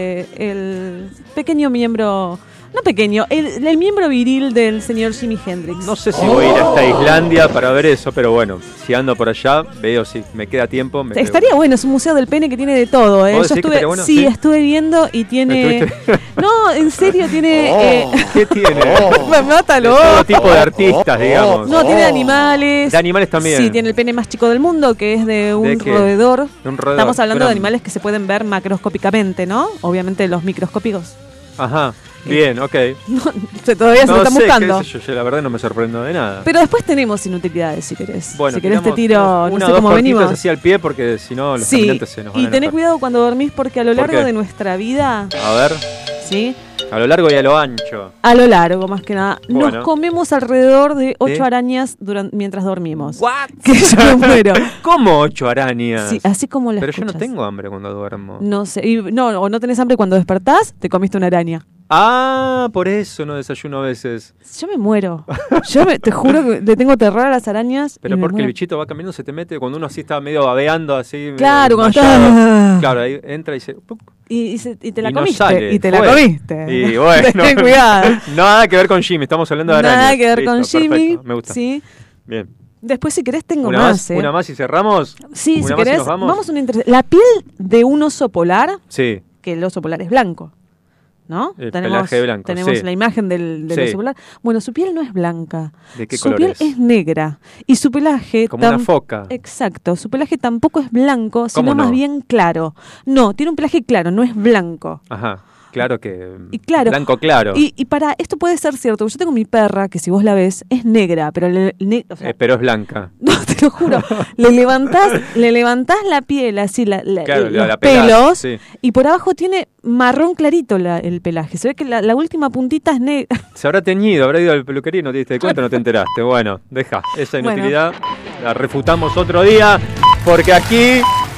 el pequeño miembro, no pequeño, el miembro viril del señor Jimi Hendrix. No sé si voy a ir hasta Islandia para ver eso, pero bueno, si ando por allá, veo si me queda tiempo. Estaría bueno, es un museo del pene que tiene de todo. ¿Vos Yo decís que estuve, estaría bueno? sí, ¿Sí? estuve viendo y tiene... No, en serio, tiene... ¿Qué tiene? Mátalo. De todo tipo de artistas, digamos. No, tiene animales. De animales también. Sí, tiene el pene más chico del mundo, que es de un ¿De qué? roedor. De un roedor. Estamos hablando Pero- de animales que se pueden ver macroscópicamente, ¿no? Obviamente los microscópicos. Ajá, bien, ok. Todavía se lo están sé, buscando. qué sé yo la verdad no me sorprendo de nada. Pero después tenemos inutilidades, si querés. Bueno, si querés te tiramos tiro, no una sé o dos cómo cortitas venimos. así al pie porque si no los Sí, caminantes se nos van y a tenés enojar. cuidado cuando dormís porque a lo ¿Por largo qué? de nuestra vida, A ver, ¿sí? a lo largo y a lo ancho. A lo largo, más que nada, Bueno. nos comemos alrededor de 8 ¿Sí? arañas mientras dormimos. Que yo me muero. ¿Cómo 8 arañas? Sí, así como la Pero yo no escuchas. tengo hambre cuando duermo. No sé, o no tenés hambre cuando despertás, te comiste una araña. Ah, por eso no desayuno a veces. Yo me muero. Te juro que le tengo terror a las arañas. Pero y me porque el muero. bichito va caminando, se te mete cuando uno así está medio babeando, así. medio Claro, cuando desmayado. está- Claro, ahí entra y se. ¡puc! Y te la Y no comiste. sale. Y te la Fue. comiste. Y bueno. Ten cuidado. Nada que ver con Jimmy, estamos hablando de arañas. Nada que ver Listo, con Jimmy. perfecto, me gusta. Sí. Bien. Después, si querés, tengo ¿Una más. ¿Una más y cerramos? Sí, ¿Una si más y querés, nos vamos? a una la piel de un oso polar, Sí. que el oso polar es blanco, ¿no? El pelaje blanco, Tenemos sí. la imagen del Sí. oso polar. Bueno, su piel no es blanca. ¿De qué su color piel es? negra. Y su pelaje... Como una foca. Exacto. Su pelaje tampoco es blanco, sino ¿Cómo no? más bien claro. No, tiene un pelaje claro, no es blanco. Ajá. Claro que. Y claro. Blanco claro. Y para esto puede ser cierto. Yo tengo mi perra, que si vos la ves, es negra, pero o sea, Pero es blanca. no, te lo juro. le levantás la piel, así, Claro, los la pelás, pelos, sí. y por abajo tiene marrón clarito el pelaje. Se ve que la última puntita es negra. Se habrá teñido, habrá ido al peluquería y no te diste cuenta, no te enteraste. Bueno, deja. Esa Bueno. inutilidad la refutamos otro día porque aquí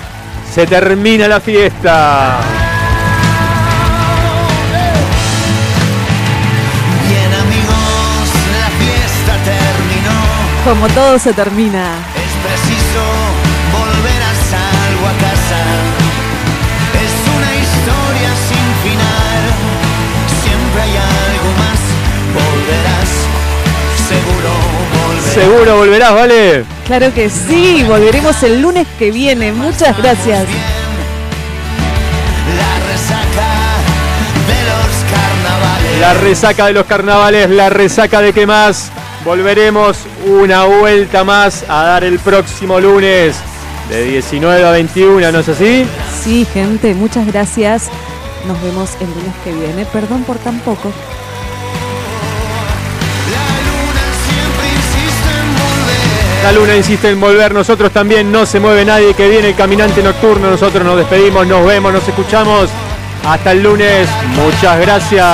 se termina la fiesta. Bien amigos, la fiesta terminó. Como todo se termina. Es preciso volver a salvo a casa. Es una historia sin final. Siempre hay algo más. Volverás, seguro volverás. Seguro volverás, ¿vale? Claro que sí, volveremos el lunes que viene. Muchas gracias. La resaca de los carnavales. La resaca de los carnavales, la resaca de qué más. Volveremos una vuelta más a dar el próximo lunes de 19 a 21, ¿no es así? Sí, gente, muchas gracias. Nos vemos el lunes que viene. Perdón por tan poco. La luna insiste en volver, nosotros también, no se mueve nadie, que viene el caminante nocturno, nosotros nos despedimos, nos vemos, nos escuchamos. Hasta el lunes, muchas gracias.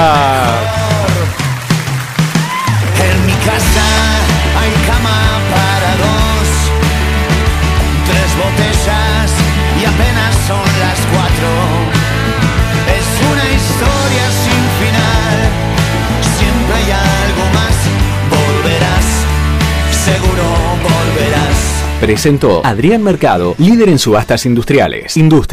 En mi casa hay cama para dos, 3 botellas y apenas son las 4. Es una historia sin final, siempre hay algo más. Volverás, seguro volverás. Presentó Adrián Mercado, líder en subastas industriales.